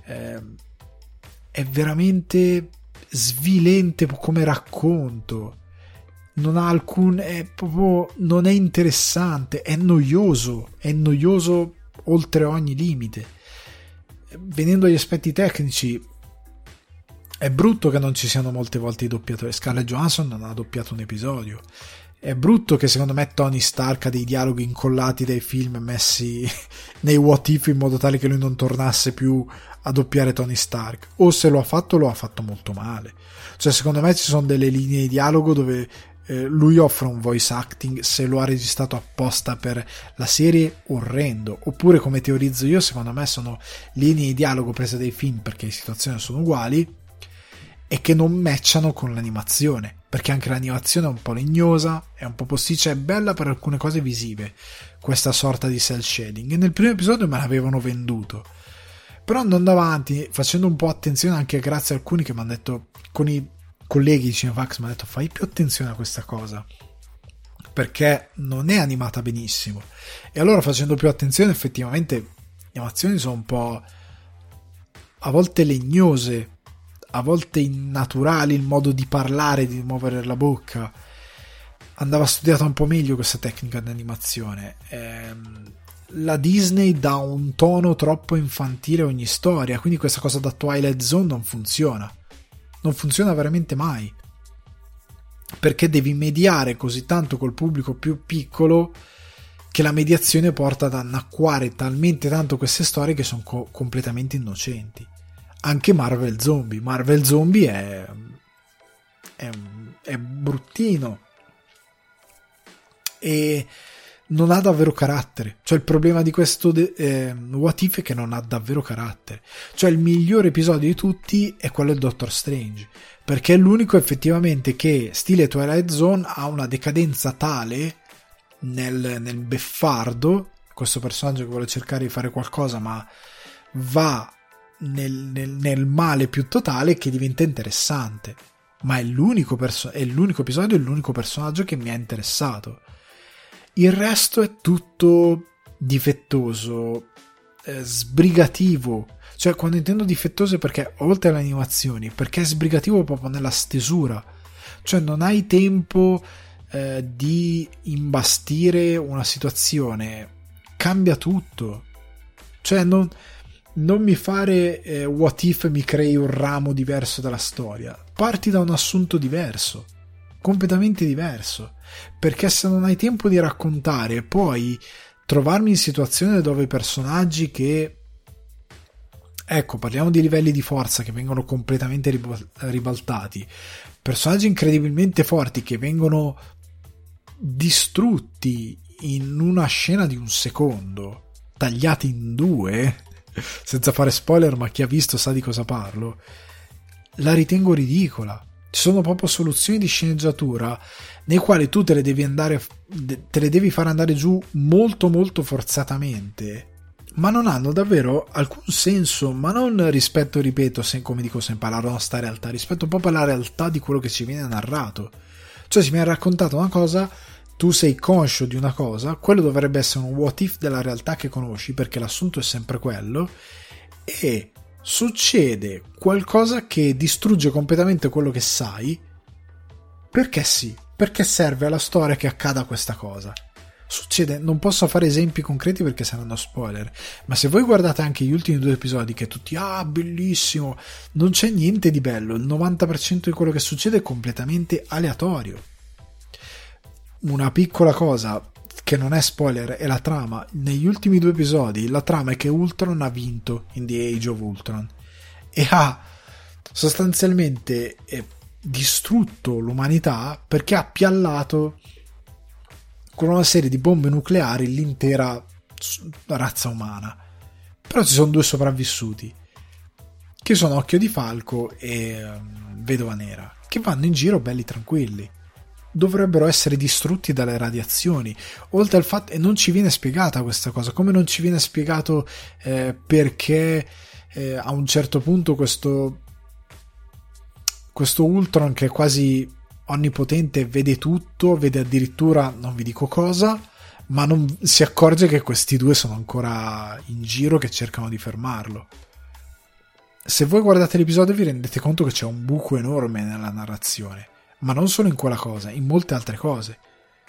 è veramente svilente come racconto, non ha non è interessante, è noioso oltre ogni limite. Venendo agli aspetti tecnici, è brutto che non ci siano molte volte i doppiatori. Scarlett Johansson non ha doppiato un episodio. È brutto che secondo me Tony Stark ha dei dialoghi incollati dai film messi nei What If in modo tale che lui non tornasse più a doppiare Tony Stark, o se lo ha fatto molto male. Cioè secondo me ci sono delle linee di dialogo dove lui offre un voice acting, se lo ha registrato apposta per la serie, orrendo, oppure, come teorizzo io, secondo me sono linee di dialogo prese dai film perché le situazioni sono uguali e che non matchano con l'animazione, perché anche l'animazione è un po' legnosa, è un po' posticcia, è bella per alcune cose visive, questa sorta di cel shading, e nel primo episodio me l'avevano venduto, però andando avanti, facendo un po' attenzione, anche grazie a alcuni che mi hanno detto, con i colleghi di Cinefax mi hanno detto fai più attenzione a questa cosa perché non è animata benissimo, e allora facendo più attenzione effettivamente le animazioni sono un po' a volte legnose, a volte innaturali, il modo di parlare, di muovere la bocca. Andava studiata un po' meglio questa tecnica di animazione. La Disney dà un tono troppo infantile a ogni storia, quindi questa cosa da Twilight Zone non funziona veramente mai, perché devi mediare così tanto col pubblico più piccolo che la mediazione porta ad annacquare talmente tanto queste storie che sono completamente innocenti. Anche Marvel Zombie è bruttino, e non ha davvero carattere. Cioè il problema di questo What If è che non ha davvero carattere. Cioè il migliore episodio di tutti è quello del Doctor Strange, perché è l'unico effettivamente che, stile Twilight Zone, ha una decadenza tale nel beffardo, questo personaggio che vuole cercare di fare qualcosa ma va nel male più totale, che diventa interessante. Ma è l'unico episodio, è l'unico personaggio che mi ha interessato. Il resto è tutto difettoso, sbrigativo. Cioè, quando intendo difettoso è perché, oltre alle animazioni, perché è sbrigativo proprio nella stesura. Cioè, non hai tempo di imbastire una situazione. Cambia tutto. Cioè, non mi fare What If mi crei un ramo diverso della storia. Parti da un assunto diverso, completamente diverso, perché se non hai tempo di raccontare, poi trovarmi in situazioni dove i personaggi che, ecco, parliamo di livelli di forza che vengono completamente ribaltati, personaggi incredibilmente forti che vengono distrutti in una scena di un secondo, tagliati in due, senza fare spoiler, ma chi ha visto sa di cosa parlo, la ritengo ridicola. Ci sono proprio soluzioni di sceneggiatura nei quali tu te le devi far andare giù molto molto forzatamente, ma non hanno davvero alcun senso, ma non rispetto, ripeto, come dico sempre, alla nostra realtà, rispetto proprio alla realtà di quello che ci viene narrato. Cioè ci viene raccontata una cosa, tu sei conscio di una cosa, quello dovrebbe essere un what if della realtà che conosci, perché l'assunto è sempre quello, e succede qualcosa che distrugge completamente quello che sai, perché sì, perché serve alla storia che accada questa cosa. Succede, non posso fare esempi concreti perché saranno spoiler, ma se voi guardate anche gli ultimi 2 episodi, che tutti, bellissimo, non c'è niente di bello, il 90% di quello che succede è completamente aleatorio. Una piccola cosa che non è spoiler è la trama. Negli ultimi 2 episodi la trama è che Ultron ha vinto in The Age of Ultron e ha sostanzialmente distrutto l'umanità perché ha piallato con una serie di bombe nucleari l'intera razza umana. Però ci sono 2 sopravvissuti che sono Occhio di Falco e Vedova Nera, che vanno in giro belli tranquilli. Dovrebbero essere distrutti dalle radiazioni, oltre al fatto, e non ci viene spiegata questa cosa, come non ci viene spiegato perché a un certo punto questo Ultron, che è quasi onnipotente, vede tutto, vede addirittura non vi dico cosa, ma non si accorge che questi 2 sono ancora in giro che cercano di fermarlo. Se voi guardate l'episodio vi rendete conto che c'è un buco enorme nella narrazione, ma non solo in quella cosa, in molte altre cose.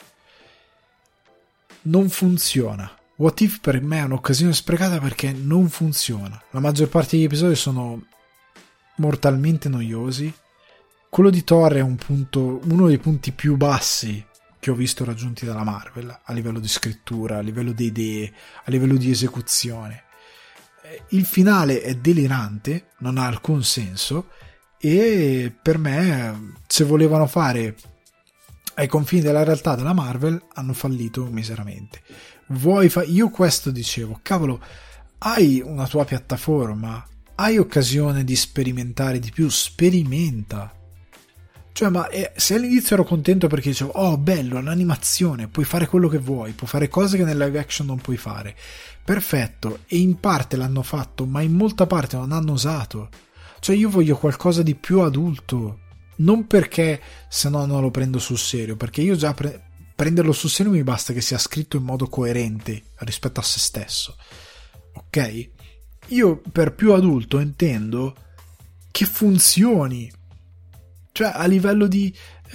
Non funziona. What If per me è un'occasione sprecata perché non funziona. La maggior parte degli episodi sono mortalmente noiosi. Quello di Thor è uno dei punti più bassi che ho visto raggiunti dalla Marvel, a livello di scrittura, a livello di idee, a livello di esecuzione. Il finale è delirante, non ha alcun senso, e per me, se volevano fare ai confini della realtà della Marvel, hanno fallito miseramente. Io questo dicevo, cavolo, hai una tua piattaforma, hai occasione di sperimentare di più, sperimenta. Cioè, ma se all'inizio ero contento perché dicevo, oh bello, l'animazione, puoi fare quello che vuoi, puoi fare cose che nel live action non puoi fare, perfetto, e in parte l'hanno fatto, ma in molta parte non hanno osato. Cioè io voglio qualcosa di più adulto, non perché se no non lo prendo sul serio, perché io già prenderlo sul serio mi basta che sia scritto in modo coerente rispetto a se stesso, ok? Io per più adulto intendo che funzioni, cioè a livello di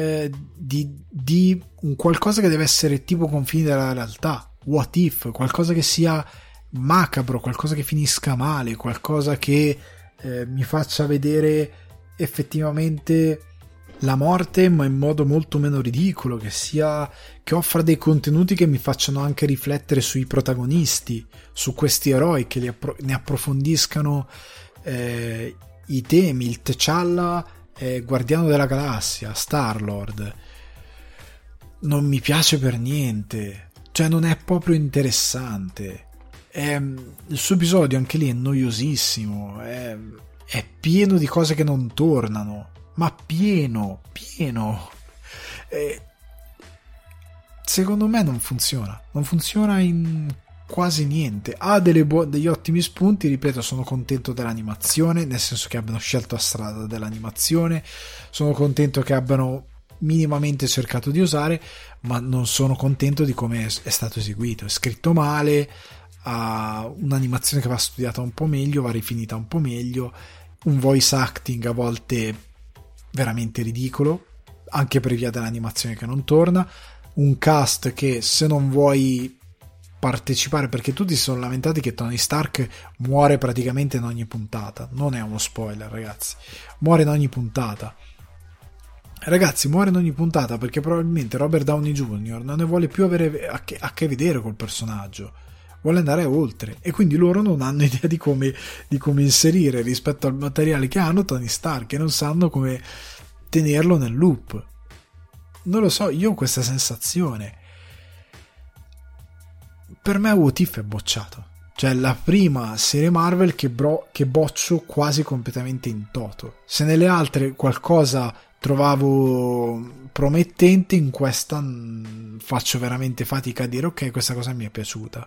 un qualcosa che deve essere tipo confini della realtà, what if, qualcosa che sia macabro, qualcosa che finisca male, qualcosa che mi faccia vedere effettivamente la morte ma in modo molto meno ridicolo, che offra dei contenuti che mi facciano anche riflettere sui protagonisti, su questi eroi, che ne approfondiscano i temi, il T'Challa Guardiano della Galassia, Star-Lord. non mi piace per niente, cioè non è proprio interessante. Il suo episodio anche lì è noiosissimo, è pieno di cose che non tornano, ma pieno. Secondo me non funziona in quasi niente. Ha degli ottimi spunti, ripeto, sono contento dell'animazione, nel senso che abbiano scelto la strada dell'animazione, sono contento che abbiano minimamente cercato di usare, ma non sono contento di come è stato eseguito. È scritto male, ha un'animazione che va studiata un po' meglio, va rifinita un po' meglio, un voice acting a volte veramente ridicolo, anche per via dell'animazione che non torna, un cast che, se non vuoi partecipare, perché tutti si sono lamentati che Tony Stark muore praticamente in ogni puntata, non è uno spoiler ragazzi, muore in ogni puntata perché probabilmente Robert Downey Jr. non ne vuole più avere a che vedere col personaggio, vuole andare oltre, e quindi loro non hanno idea di come inserire rispetto al materiale che hanno Tony Stark, e non sanno come tenerlo nel loop. Non lo so, io ho questa sensazione. Per me What If è bocciato, cioè la prima serie Marvel che boccio quasi completamente in toto. Se nelle altre qualcosa trovavo promettente, in questa faccio veramente fatica a dire ok, questa cosa mi è piaciuta.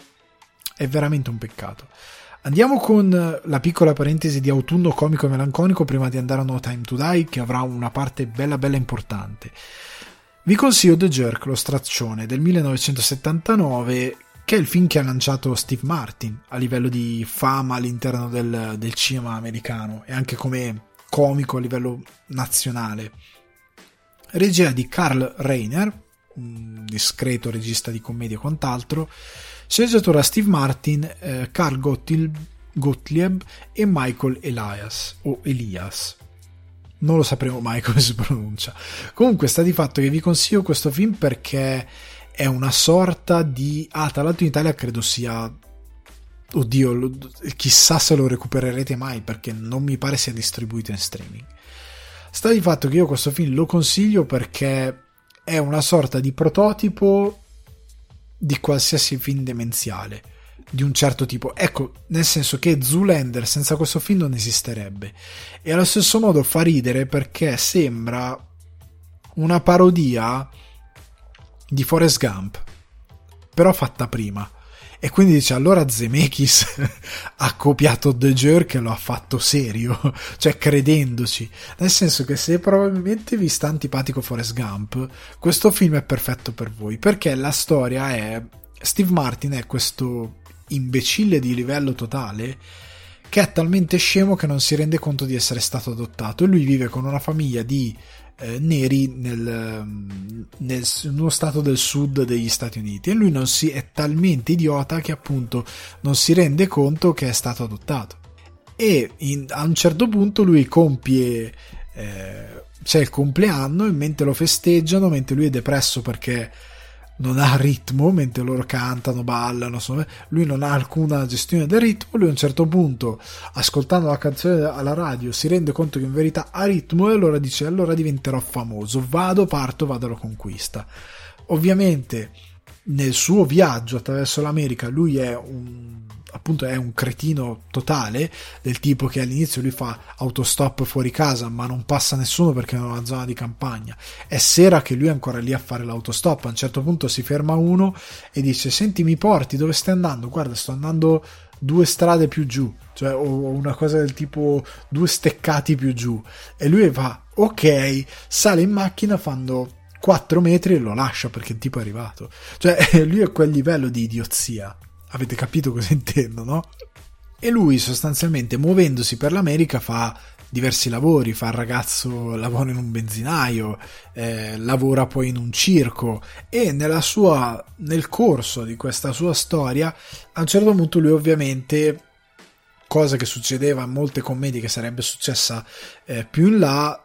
È veramente un peccato. Andiamo con la piccola parentesi di autunno comico e melanconico prima di andare a No Time to Die, che avrà una parte bella importante. Vi consiglio The Jerk, lo straccione del 1979, che è il film che ha lanciato Steve Martin a livello di fama all'interno del cinema americano e anche come comico a livello nazionale. Regia di Carl Reiner, un discreto regista di commedia e quant'altro, sceneggiatura Steve Martin, Carl Gottlieb e Michael Elias o Elias. Non lo sapremo mai come si pronuncia. Comunque sta di fatto che vi consiglio questo film perché è una sorta di... tra l'altro in Italia credo sia... Oddio, chissà se lo recupererete mai, perché non mi pare sia distribuito in streaming. Sta di fatto che io questo film lo consiglio perché è una sorta di prototipo di qualsiasi film demenziale di un certo tipo, ecco, nel senso che Zoolander senza questo film non esisterebbe, e allo stesso modo fa ridere perché sembra una parodia di Forrest Gump però fatta prima, e quindi dice allora Zemeckis ha copiato The Jerk e lo ha fatto serio, cioè credendoci, nel senso che se probabilmente vi sta antipatico Forrest Gump, questo film è perfetto per voi, perché la storia è Steve Martin è questo imbecille di livello totale che è talmente scemo che non si rende conto di essere stato adottato, e lui vive con una famiglia di neri in uno stato del sud degli Stati Uniti, e lui è talmente idiota che appunto non si rende conto che è stato adottato, e a un certo punto lui compie c'è il compleanno, e mentre lo festeggiano, mentre lui è depresso perché non ha ritmo, mentre loro cantano, ballano, lui non ha alcuna gestione del ritmo, lui a un certo punto, ascoltando la canzone alla radio, si rende conto che in verità ha ritmo, e allora dice allora diventerò famoso, vado alla conquista. Ovviamente nel suo viaggio attraverso l'America lui è un cretino totale, del tipo che all'inizio lui fa autostop fuori casa ma non passa nessuno perché è in una zona di campagna, è sera che lui è ancora lì a fare l'autostop, a un certo punto si ferma uno e dice senti, mi porti, dove stai andando? Guarda, sto andando 2 strade più giù, cioè o una cosa del tipo 2 steccati più giù, e lui va ok, sale in macchina, fanno 4 metri e lo lascia perché il tipo è arrivato, cioè lui è quel livello di idiozia. Avete capito cosa intendo, no? E lui sostanzialmente, muovendosi per l'America, fa diversi lavori, fa il ragazzo, lavora in un benzinaio, lavora poi in un circo, e nel corso di questa sua storia, a un certo punto lui ovviamente, cosa che succedeva in molte commedie che sarebbe successa più in là,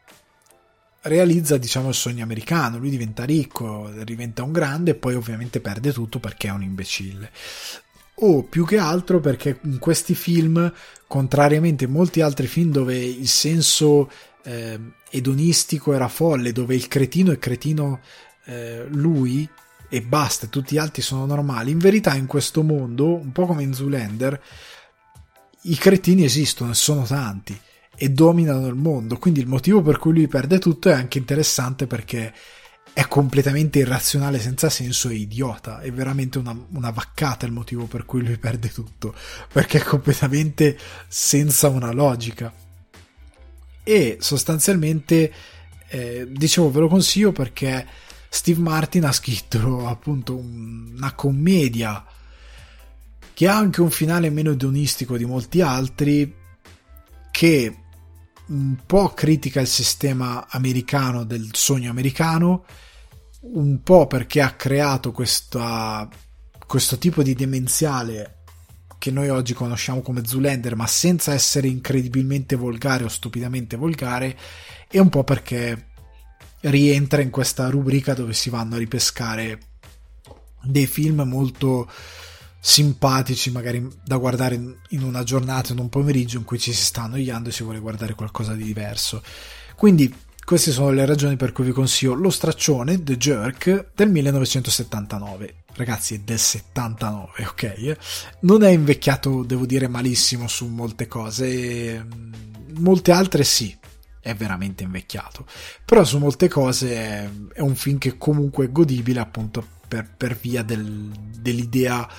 realizza il sogno americano, lui diventa ricco, diventa un grande, e poi ovviamente perde tutto perché è un imbecille, o più che altro perché in questi film, contrariamente a molti altri film dove il senso edonistico era folle, dove il cretino è cretino lui e basta, tutti gli altri sono normali. In verità in questo mondo, un po' come in Zoolander, i cretini esistono e sono tanti e dominano il mondo, quindi il motivo per cui lui perde tutto è anche interessante, perché è completamente irrazionale, senza senso e idiota. È veramente una vaccata il motivo per cui lui perde tutto, perché è completamente senza una logica. E sostanzialmente dicevo, ve lo consiglio perché Steve Martin ha scritto appunto una commedia che ha anche un finale meno edonistico di molti altri, che un po' critica il sistema americano del sogno americano, un po' perché ha creato questo tipo di demenziale che noi oggi conosciamo come Zoolander, ma senza essere incredibilmente volgare o stupidamente volgare, e un po' perché rientra in questa rubrica dove si vanno a ripescare dei film molto simpatici, magari da guardare in una giornata, in un pomeriggio in cui ci si sta annoiando e si vuole guardare qualcosa di diverso. Quindi queste sono le ragioni per cui vi consiglio lo straccione The Jerk del 1979. Ragazzi, è del 79, ok? Non è invecchiato, devo dire, malissimo su molte cose, molte altre sì, è veramente invecchiato, però su molte cose è un film che comunque è godibile, appunto per via dell'idea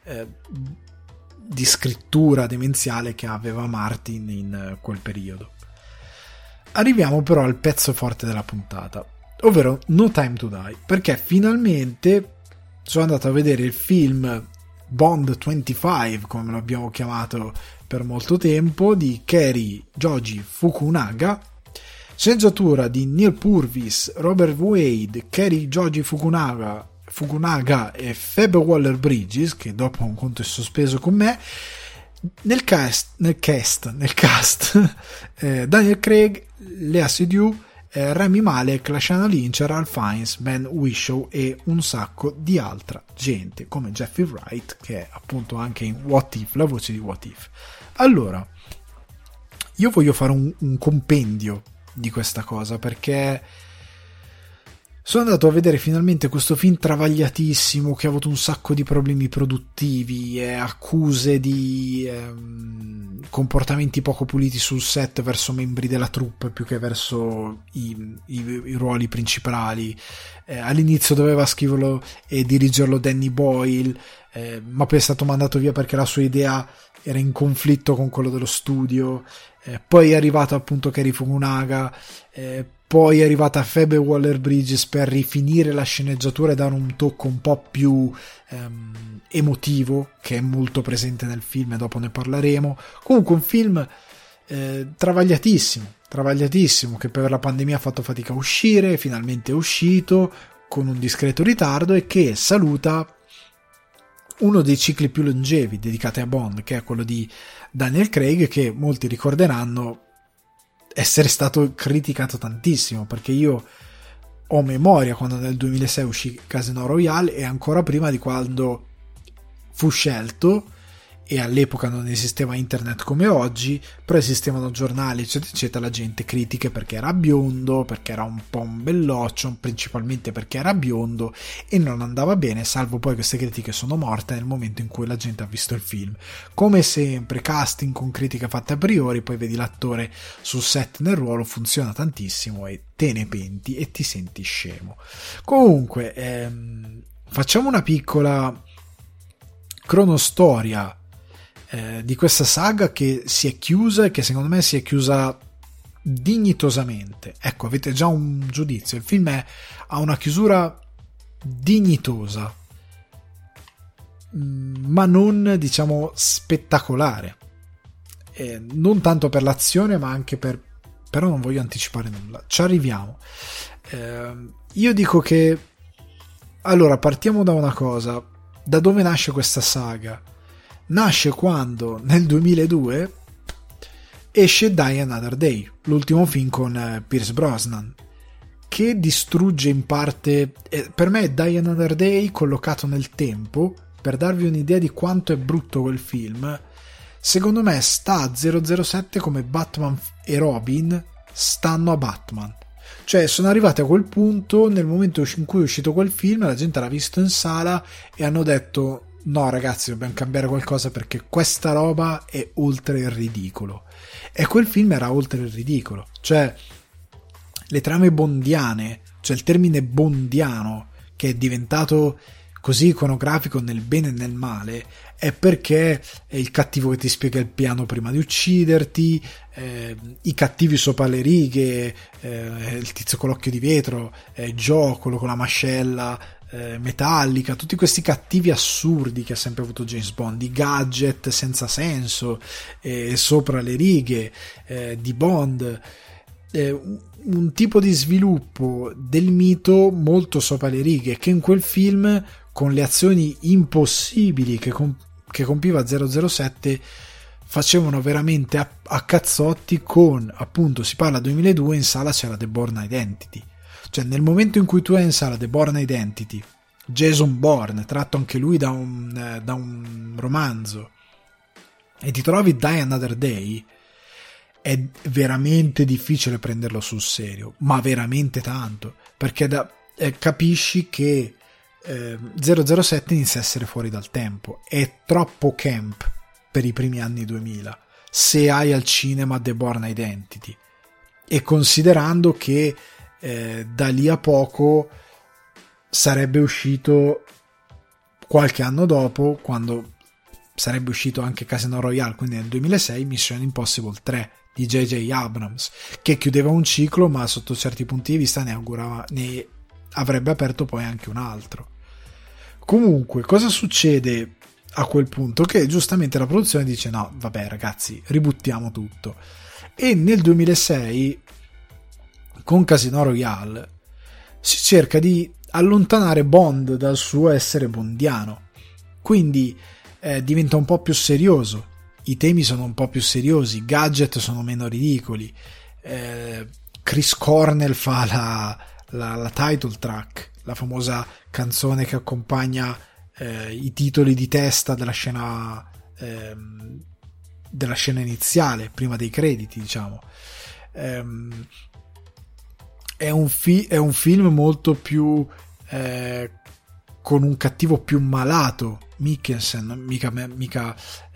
di scrittura demenziale che aveva Martin in quel periodo. Arriviamo però al pezzo forte della puntata, ovvero No Time to Die, perché finalmente sono andato a vedere il film Bond 25, come lo abbiamo chiamato per molto tempo, di Cary Joji Fukunaga, sceneggiatura di Neil Purvis, Robert Wade, Cary Joji Fukunaga e Phoebe Waller-Bridges, che dopo un conto è sospeso con me. Nel cast Daniel Craig, Lea Seydoux, Rami Malek, Lashana Lynch, Ralph Fiennes, Ben Whishaw e un sacco di altra gente, come Jeffrey Wright, che è appunto anche in What If, la voce di What If. Allora, io voglio fare un compendio di questa cosa, perché sono andato a vedere finalmente questo film travagliatissimo, che ha avuto un sacco di problemi produttivi e accuse di comportamenti poco puliti sul set verso membri della troupe più che verso i ruoli principali. All'inizio doveva scriverlo e dirigerlo Danny Boyle, ma poi è stato mandato via perché la sua idea era in conflitto con quello dello studio. Poi è arrivato appunto Cary Fukunaga, poi è arrivata Phoebe Waller-Bridges per rifinire la sceneggiatura e dare un tocco un po' più emotivo, che è molto presente nel film e dopo ne parleremo. Comunque un film travagliatissimo, che per la pandemia ha fatto fatica a uscire, finalmente è uscito con un discreto ritardo, e che saluta uno dei cicli più longevi dedicati a Bond, che è quello di Daniel Craig, che molti ricorderanno essere stato criticato tantissimo, perché io ho memoria quando nel 2006 uscì Casino Royale, e ancora prima di quando fu scelto, e all'epoca non esisteva internet come oggi, però esistevano giornali eccetera eccetera, la gente critiche perché era biondo, perché era un po' un belloccio, principalmente perché era biondo, e non andava bene, salvo poi queste critiche sono morte nel momento in cui la gente ha visto il film. Come sempre, casting con critiche fatte a priori, poi vedi l'attore sul set nel ruolo, funziona tantissimo e te ne penti e ti senti scemo. Comunque facciamo una piccola cronostoria di questa saga che si è chiusa, e che secondo me si è chiusa dignitosamente. Ecco, avete già un giudizio. Il film ha una chiusura dignitosa, ma non, diciamo, spettacolare, non tanto per l'azione ma anche però non voglio anticipare nulla, ci arriviamo. Io dico che, allora, partiamo da una cosa: da dove nasce questa saga? Nasce quando nel 2002 esce Die Another Day, l'ultimo film con Pierce Brosnan, che distrugge in parte, per me Die Another Day collocato nel tempo, per darvi un'idea di quanto è brutto quel film. Secondo me sta a 007 come Batman e Robin stanno a Batman, Cioè sono arrivati a quel punto nel momento in cui è uscito quel film, la gente l'ha visto in sala e hanno detto no ragazzi, dobbiamo cambiare qualcosa perché questa roba è oltre il ridicolo. E quel film era oltre il ridicolo, cioè le trame bondiane, cioè il termine bondiano che è diventato così iconografico nel bene e nel male, è perché è il cattivo che ti spiega il piano prima di ucciderti, i cattivi sopra le righe, il tizio con l'occhio di vetro, Joe, quello con la mascella metallica, tutti questi cattivi assurdi che ha sempre avuto James Bond, i gadget senza senso, sopra le righe di Bond, un tipo di sviluppo del mito molto sopra le righe che in quel film, con le azioni impossibili che compiva 007, facevano veramente a cazzotti. Con, appunto, si parla 2002, in sala c'era The Bourne Identity, cioè nel momento in cui tu hai in sala The Bourne Identity, Jason Bourne, tratto anche lui da un romanzo, e ti trovi Die Another Day, è veramente difficile prenderlo sul serio, ma veramente tanto, perché capisci che 007 inizia a essere fuori dal tempo, è troppo camp per i primi anni 2000 se hai al cinema The Bourne Identity, e considerando che da lì a poco sarebbe uscito qualche anno dopo, quando sarebbe uscito anche Casino Royale, quindi nel 2006, Mission Impossible 3 di J.J. Abrams, che chiudeva un ciclo, ma sotto certi punti di vista ne avrebbe aperto poi anche un altro. Comunque, cosa succede a quel punto? Che giustamente la produzione dice no, vabbè ragazzi, ributtiamo tutto, e nel 2006 con Casino Royale si cerca di allontanare Bond dal suo essere bondiano, quindi diventa un po' più serioso, i temi sono un po' più seriosi, i gadget sono meno ridicoli, Chris Cornell fa la title track, la famosa canzone che accompagna i titoli di testa della scena iniziale, prima dei crediti, diciamo. È un film molto più con un cattivo più malato, Mikkelsen, mica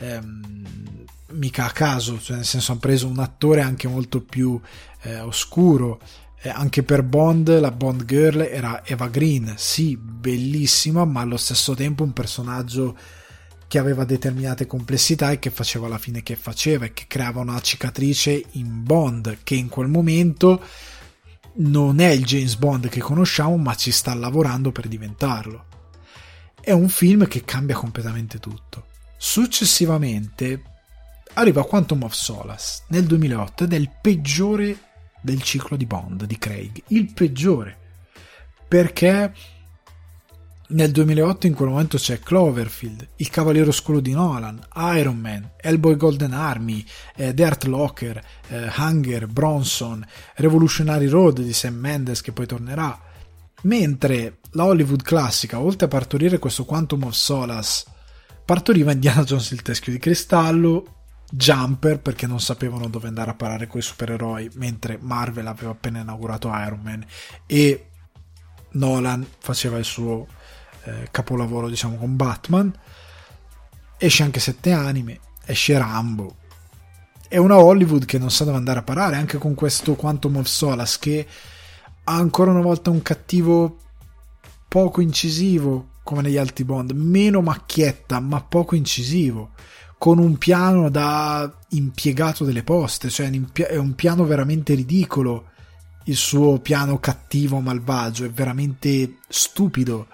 a caso, cioè nel senso hanno preso un attore anche molto più oscuro. Anche per Bond, la Bond Girl era Eva Green, sì, bellissima, ma allo stesso tempo un personaggio che aveva determinate complessità e che faceva la fine che faceva, e che creava una cicatrice in Bond, che in quel momento non è il James Bond che conosciamo, ma ci sta lavorando per diventarlo. È un film che cambia completamente tutto. Successivamente arriva Quantum of Solace nel 2008 ed è il peggiore del ciclo di Bond di Craig, il peggiore, perché nel 2008 in quel momento c'è Cloverfield, Il Cavaliere Oscuro di Nolan, Iron Man, Hellboy Golden Army, The Hurt Locker, Hunger, Bronson, Revolutionary Road di Sam Mendes, che poi tornerà, mentre la Hollywood classica, oltre a partorire questo Quantum of Solace, partoriva Indiana Jones il Teschio di Cristallo, Jumper, perché non sapevano dove andare a parare coi supereroi, mentre Marvel aveva appena inaugurato Iron Man e Nolan faceva il suo capolavoro, diciamo, con Batman. Esce anche 7 anime, esce Rambo. È una Hollywood che non sa dove andare a parare, anche con questo Quantum of Solace, che ha ancora una volta un cattivo poco incisivo come negli altri Bond, meno macchietta ma poco incisivo, con un piano da impiegato delle poste, cioè è un piano veramente ridicolo, il suo piano cattivo malvagio è veramente stupido,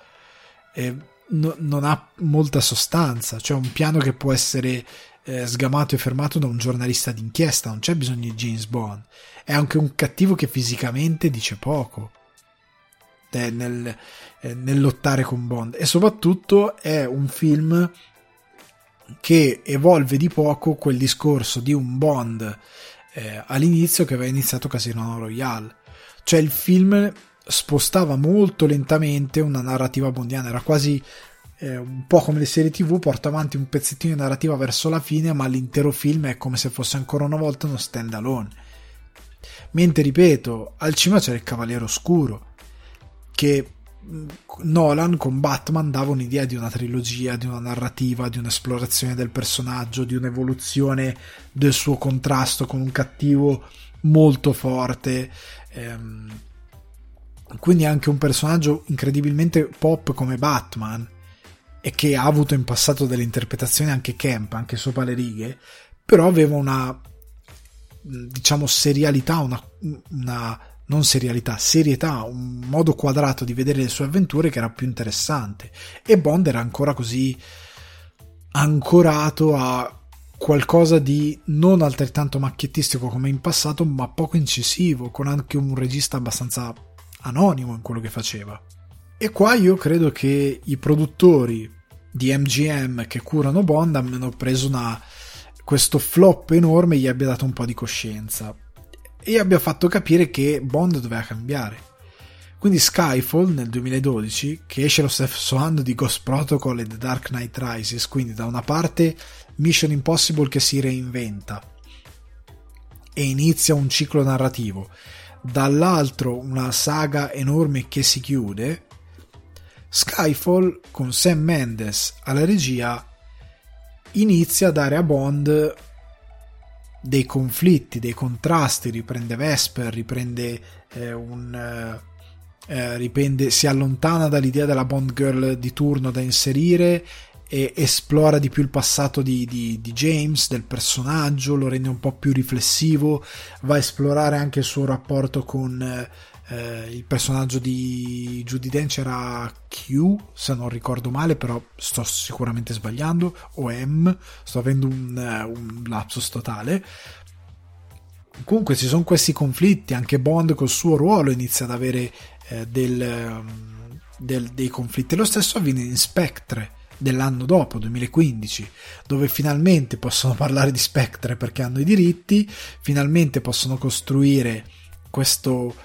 non ha molta sostanza, cioè un piano che può essere sgamato e fermato da un giornalista d'inchiesta, non c'è bisogno di James Bond. È anche un cattivo che fisicamente dice poco nel lottare con Bond, e soprattutto è un film che evolve di poco quel discorso di un Bond all'inizio che aveva iniziato Casino Royale, cioè il film spostava molto lentamente una narrativa bondiana, era quasi un po' come le serie TV, porta avanti un pezzettino di narrativa verso la fine, ma l'intero film è come se fosse ancora una volta uno stand alone. Mentre, ripeto, al cinema c'era il Cavaliere Oscuro, che Nolan con Batman dava un'idea di una trilogia, di una narrativa, di un'esplorazione del personaggio, di un'evoluzione del suo contrasto con un cattivo molto forte, quindi anche un personaggio incredibilmente pop come Batman, e che ha avuto in passato delle interpretazioni anche camp, anche sopra le righe, però aveva una, diciamo, serialità, una non serialità, serietà, un modo quadrato di vedere le sue avventure che era più interessante, e Bond era ancora così ancorato a qualcosa di non altrettanto macchiettistico come in passato, ma poco incisivo, con anche un regista abbastanza anonimo in quello che faceva. E qua io credo che i produttori di MGM che curano Bond abbiano preso questo flop enorme, gli abbia dato un po' di coscienza e abbia fatto capire che Bond doveva cambiare. Quindi Skyfall nel 2012, che esce lo stesso anno di Ghost Protocol e The Dark Knight Rises, quindi da una parte Mission Impossible che si reinventa e inizia un ciclo narrativo, dall'altro una saga enorme che si chiude, Skyfall con Sam Mendes alla regia inizia a dare a Bond dei conflitti, dei contrasti, riprende Vesper, si allontana dall'idea della Bond girl di turno da inserire e esplora di più il passato di James, del personaggio, lo rende un po' più riflessivo, va a esplorare anche il suo rapporto con il personaggio di Judi Dench, era Q se non ricordo male, però sto sicuramente sbagliando, o M, sto avendo un lapsus totale. Comunque ci sono questi conflitti, anche Bond col suo ruolo inizia ad avere dei conflitti. Lo stesso avviene in Spectre dell'anno dopo, 2015, dove finalmente possono parlare di Spectre perché hanno i diritti, finalmente possono costruire questo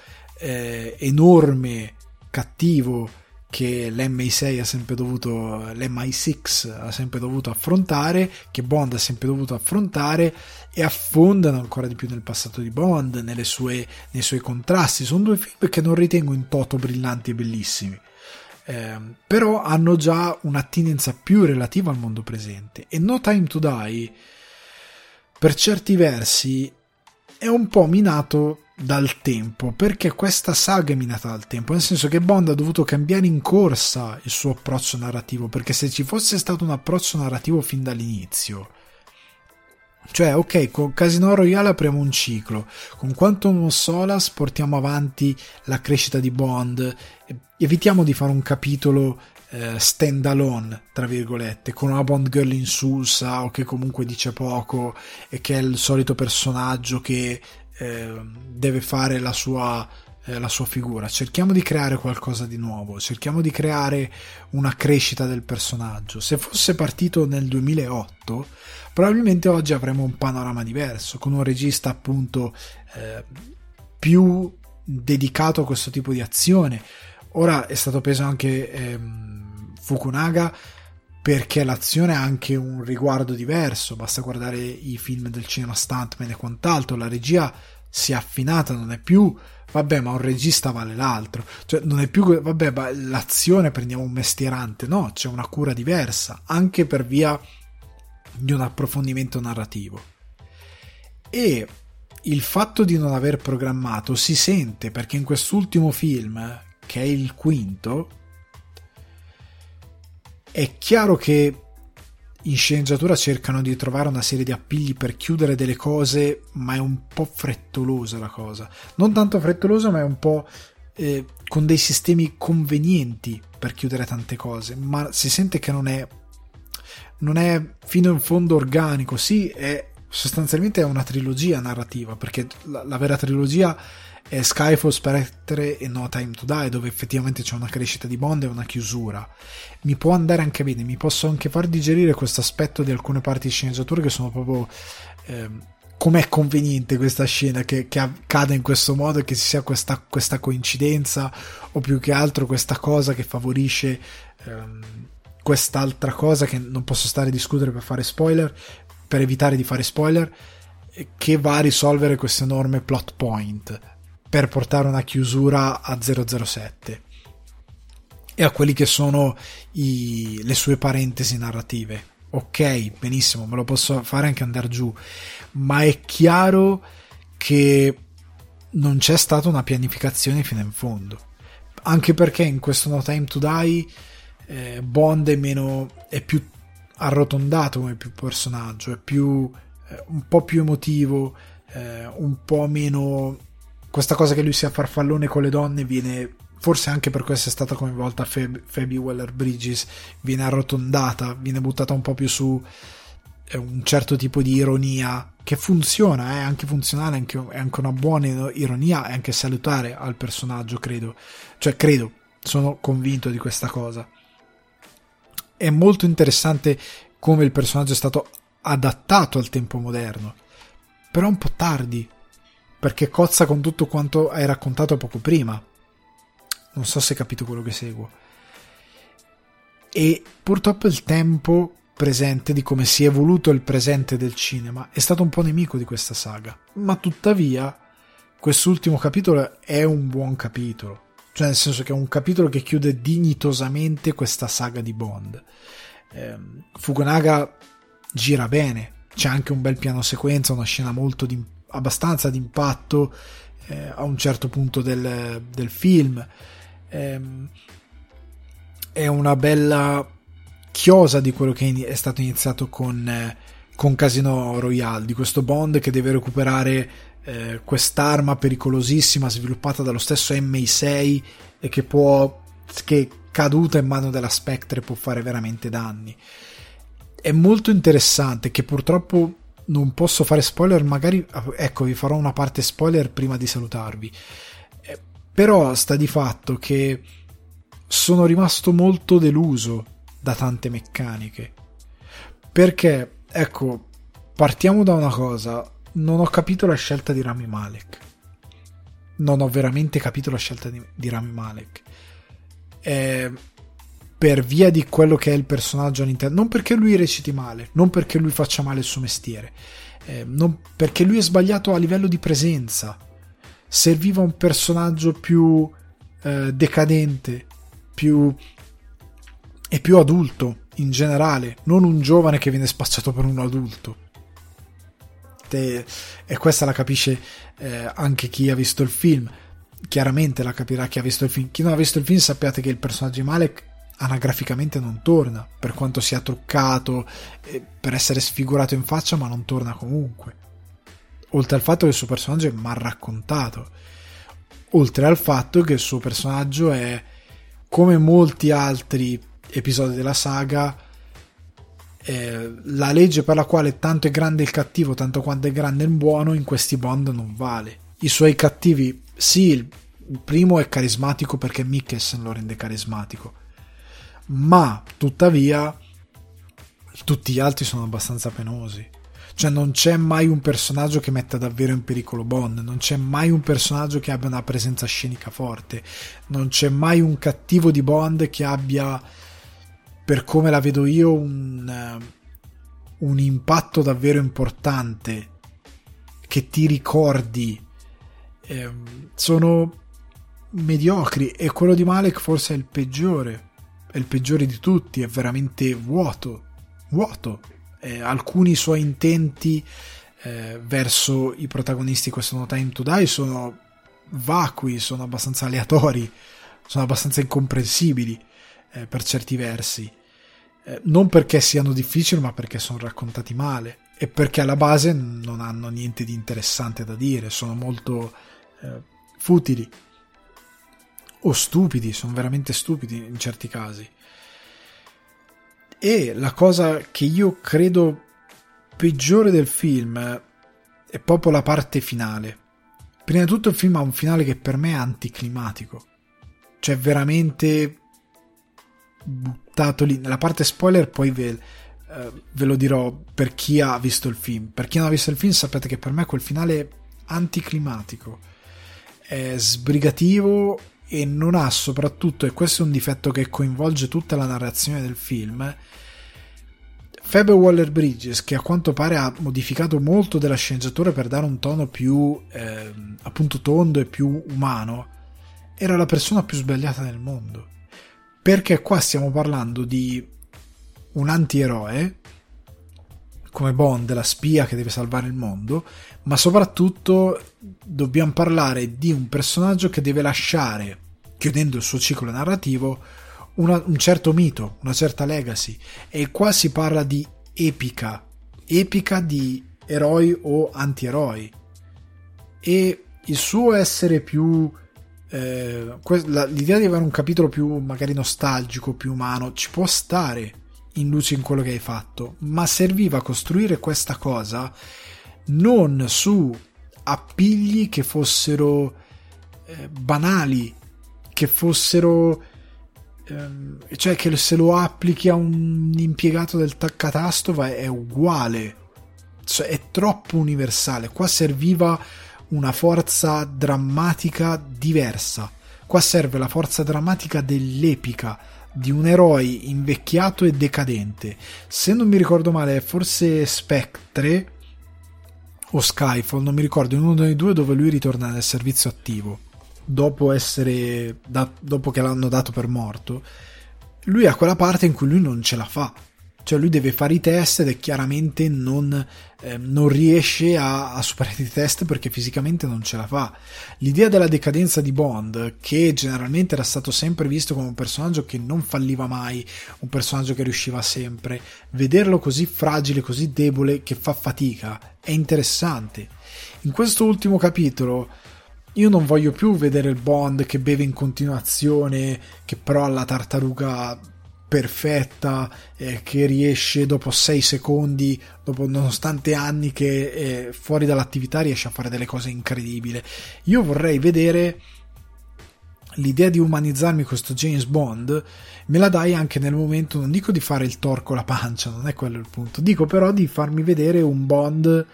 enorme cattivo che l'MI6 ha sempre dovuto, l'MI6 ha sempre dovuto affrontare, che Bond ha sempre dovuto affrontare, e affondano ancora di più nel passato di Bond, nei suoi contrasti. Sono due film che non ritengo in toto brillanti e bellissimi, però hanno già un'attinenza più relativa al mondo presente. E No Time to Die per certi versi è un po' minato dal tempo, perché questa saga è minata dal tempo, nel senso che Bond ha dovuto cambiare in corsa il suo approccio narrativo, perché se ci fosse stato un approccio narrativo fin dall'inizio, cioè ok, con Casino Royale apriamo un ciclo, con Quantum of Solace portiamo avanti la crescita di Bond, evitiamo di fare un capitolo stand alone tra virgolette, con una Bond girl insulsa o che comunque dice poco e che è il solito personaggio che deve fare la sua figura. Cerchiamo di creare qualcosa di nuovo, cerchiamo di creare una crescita del personaggio. Se fosse partito nel 2008 probabilmente oggi avremmo un panorama diverso, con un regista appunto più dedicato a questo tipo di azione. Ora è stato preso anche Fukunaga perché l'azione ha anche un riguardo diverso, basta guardare i film del cinema stuntman e quant'altro, la regia si è affinata, non è più vabbè ma un regista vale l'altro, cioè non è più vabbè ma l'azione prendiamo un mestierante, no, c'è una cura diversa anche per via di un approfondimento narrativo. E il fatto di non aver programmato si sente, perché in quest'ultimo film, che è il quinto, è chiaro che in sceneggiatura cercano di trovare una serie di appigli per chiudere delle cose, ma è un po' frettolosa la cosa. Non tanto frettolosa, ma è un po' con dei sistemi convenienti per chiudere tante cose, ma si sente che non è fino in fondo organico. Sì, sostanzialmente è una trilogia narrativa, perché la vera trilogia è Skyfall, Spectre e No Time to Die, dove effettivamente c'è una crescita di Bond e una chiusura. Mi può andare anche bene, mi posso anche far digerire questo aspetto di alcune parti di sceneggiatura che sono proprio com'è conveniente questa scena che accada in questo modo e che ci sia questa coincidenza, o più che altro questa cosa che favorisce quest'altra cosa che non posso stare a discutere per evitare di fare spoiler. che va a risolvere questo enorme plot point per portare una chiusura a 007 e a quelli che sono le sue parentesi narrative. Ok, benissimo, me lo posso fare anche andare giù, ma è chiaro che non c'è stata una pianificazione fino in fondo, anche perché in questo No Time to Die Bond è più arrotondato come più personaggio, è più un po' più emotivo, un po' meno questa cosa che lui sia farfallone con le donne viene, forse anche per questo è stata coinvolta Phoebe Waller-Bridges, viene arrotondata, viene buttata un po' più su un certo tipo di ironia che funziona, è anche funzionale, è anche una buona ironia, è anche salutare al personaggio, credo, sono convinto di questa cosa. È molto interessante come il personaggio è stato adattato al tempo moderno, però un po' tardi, perché cozza con tutto quanto hai raccontato poco prima. Non so se hai capito quello che seguo. E purtroppo il tempo presente di come si è evoluto il presente del cinema è stato un po' nemico di questa saga, ma tuttavia quest'ultimo capitolo è un buon capitolo, cioè nel senso che è un capitolo che chiude dignitosamente questa saga di Bond. Fukunaga gira bene, c'è anche un bel piano sequenza, una scena abbastanza d'impatto a un certo punto del film, è una bella chiosa di quello che è stato iniziato con Casino Royale, di questo Bond che deve recuperare quest'arma pericolosissima sviluppata dallo stesso MI6 e che caduta in mano della Spectre può fare veramente danni. È molto interessante, che purtroppo non posso fare spoiler, magari ecco vi farò una parte spoiler prima di salutarvi, però sta di fatto che sono rimasto molto deluso da tante meccaniche, perché ecco, partiamo da una cosa: non ho capito la scelta di Rami Malek, non ho veramente capito la scelta di Rami Malek, per via di quello che è il personaggio all'interno, non perché lui reciti male, non perché lui faccia male il suo mestiere, non perché lui è sbagliato a livello di presenza. Serviva un personaggio più decadente, più adulto in generale, non un giovane che viene spacciato per un adulto. E questa la capisce anche chi ha visto il film, chiaramente la capirà chi ha visto il film. Chi non ha visto il film, sappiate che il personaggio di Malek anagraficamente non torna, per quanto sia truccato per essere sfigurato in faccia, ma non torna comunque, oltre al fatto che il suo personaggio è mal raccontato, oltre al fatto che il suo personaggio è, come molti altri episodi della saga, la legge per la quale tanto è grande il cattivo tanto quanto è grande il buono in questi Bond non vale. I suoi cattivi, sì, il primo è carismatico perché Mikkelsen lo rende carismatico, ma tuttavia tutti gli altri sono abbastanza penosi. Cioè non c'è mai un personaggio che metta davvero in pericolo Bond, non c'è mai un personaggio che abbia una presenza scenica forte, non c'è mai un cattivo di Bond che abbia, per come la vedo io, un impatto davvero importante, che ti ricordi. Sono mediocri, e quello di Malek forse è il peggiore di tutti, è veramente vuoto. Alcuni suoi intenti verso i protagonisti di questo No Time to Die sono vacui, sono abbastanza aleatori, sono abbastanza incomprensibili per certi versi, non perché siano difficili, ma perché sono raccontati male e perché alla base non hanno niente di interessante da dire, sono molto futili o stupidi, sono veramente stupidi in certi casi. E la cosa che io credo peggiore del film è proprio la parte finale. Prima di tutto il film ha un finale che per me è anticlimatico, cioè veramente buttato lì. Nella parte spoiler poi ve lo dirò per chi ha visto il film. Per chi non ha visto il film, sapete che per me quel finale è anticlimatico, è sbrigativo e non ha, soprattutto, e questo è un difetto che coinvolge tutta la narrazione del film, Phoebe Waller-Bridges, che a quanto pare ha modificato molto della sceneggiatura per dare un tono più appunto tondo e più umano, era la persona più sbagliata del mondo, perché qua stiamo parlando di un antieroe come Bond, la spia che deve salvare il mondo, ma soprattutto dobbiamo parlare di un personaggio che deve lasciare, chiudendo il suo ciclo narrativo, un certo mito, una certa legacy. E qua si parla di epica di eroi o antieroi, e il suo essere più l'idea di avere un capitolo più magari nostalgico, più umano, ci può stare in luce in quello che hai fatto, ma serviva a costruire questa cosa non su appigli che fossero banali, che fossero cioè che se lo applichi a un impiegato del taccatasto è uguale, cioè è troppo universale. Qua serviva una forza drammatica diversa, qua serve la forza drammatica dell'epica di un eroe invecchiato e decadente. Se non mi ricordo male, forse Spectre o Skyfall, non mi ricordo, in uno dei due, dove lui ritorna nel servizio attivo dopo che l'hanno dato per morto. Lui ha quella parte in cui lui non ce la fa, cioè lui deve fare i test ed è chiaramente non riesce a superare i test perché fisicamente non ce la fa. L'idea della decadenza di Bond, che generalmente era stato sempre visto come un personaggio che non falliva mai, un personaggio che riusciva sempre, vederlo così fragile, così debole, che fa fatica, è interessante. In questo ultimo capitolo io non voglio più vedere il Bond che beve in continuazione, che però ha la tartaruga perfetta, che riesce dopo 6 secondi, nonostante anni che è fuori dall'attività, riesce a fare delle cose incredibili. Io vorrei vedere l'idea di umanizzarmi questo James Bond, me la dai anche nel momento, non dico di fare il Thor con la pancia, non è quello il punto, dico però di farmi vedere un Bond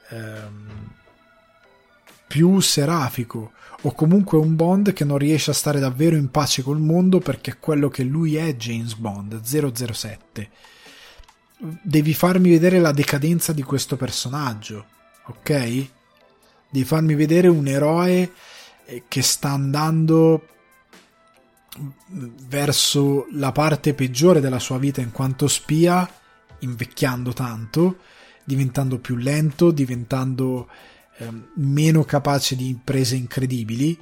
più serafico, o comunque un Bond che non riesce a stare davvero in pace col mondo, perché quello che lui è James Bond 007. Devi farmi vedere la decadenza di questo personaggio, ok? Devi farmi vedere un eroe che sta andando verso la parte peggiore della sua vita in quanto spia, invecchiando tanto, diventando più lento, diventando meno capace di imprese incredibili,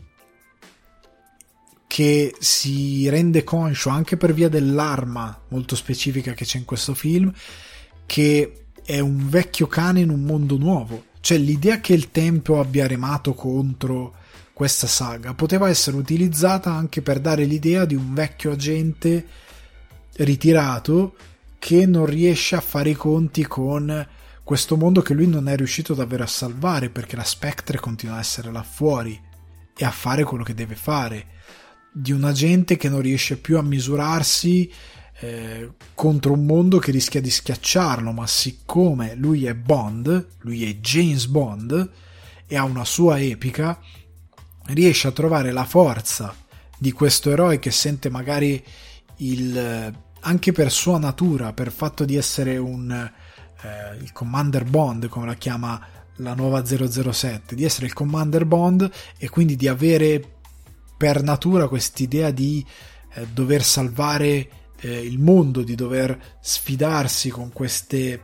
che si rende conscio, anche per via dell'arma molto specifica che c'è in questo film, che è un vecchio cane in un mondo nuovo. Cioè l'idea che il tempo abbia remato contro questa saga poteva essere utilizzata anche per dare l'idea di un vecchio agente ritirato che non riesce a fare i conti con questo mondo che lui non è riuscito davvero a salvare, perché la Spectre continua a essere là fuori e a fare quello che deve fare, di un agente che non riesce più a misurarsi contro un mondo che rischia di schiacciarlo, ma siccome lui è Bond, lui è James Bond e ha una sua epica, riesce a trovare la forza di questo eroe che sente magari anche per sua natura, per fatto di essere il Commander Bond, come la chiama la nuova 007, di essere il Commander Bond e quindi di avere per natura quest'idea di dover salvare il mondo, di dover sfidarsi con queste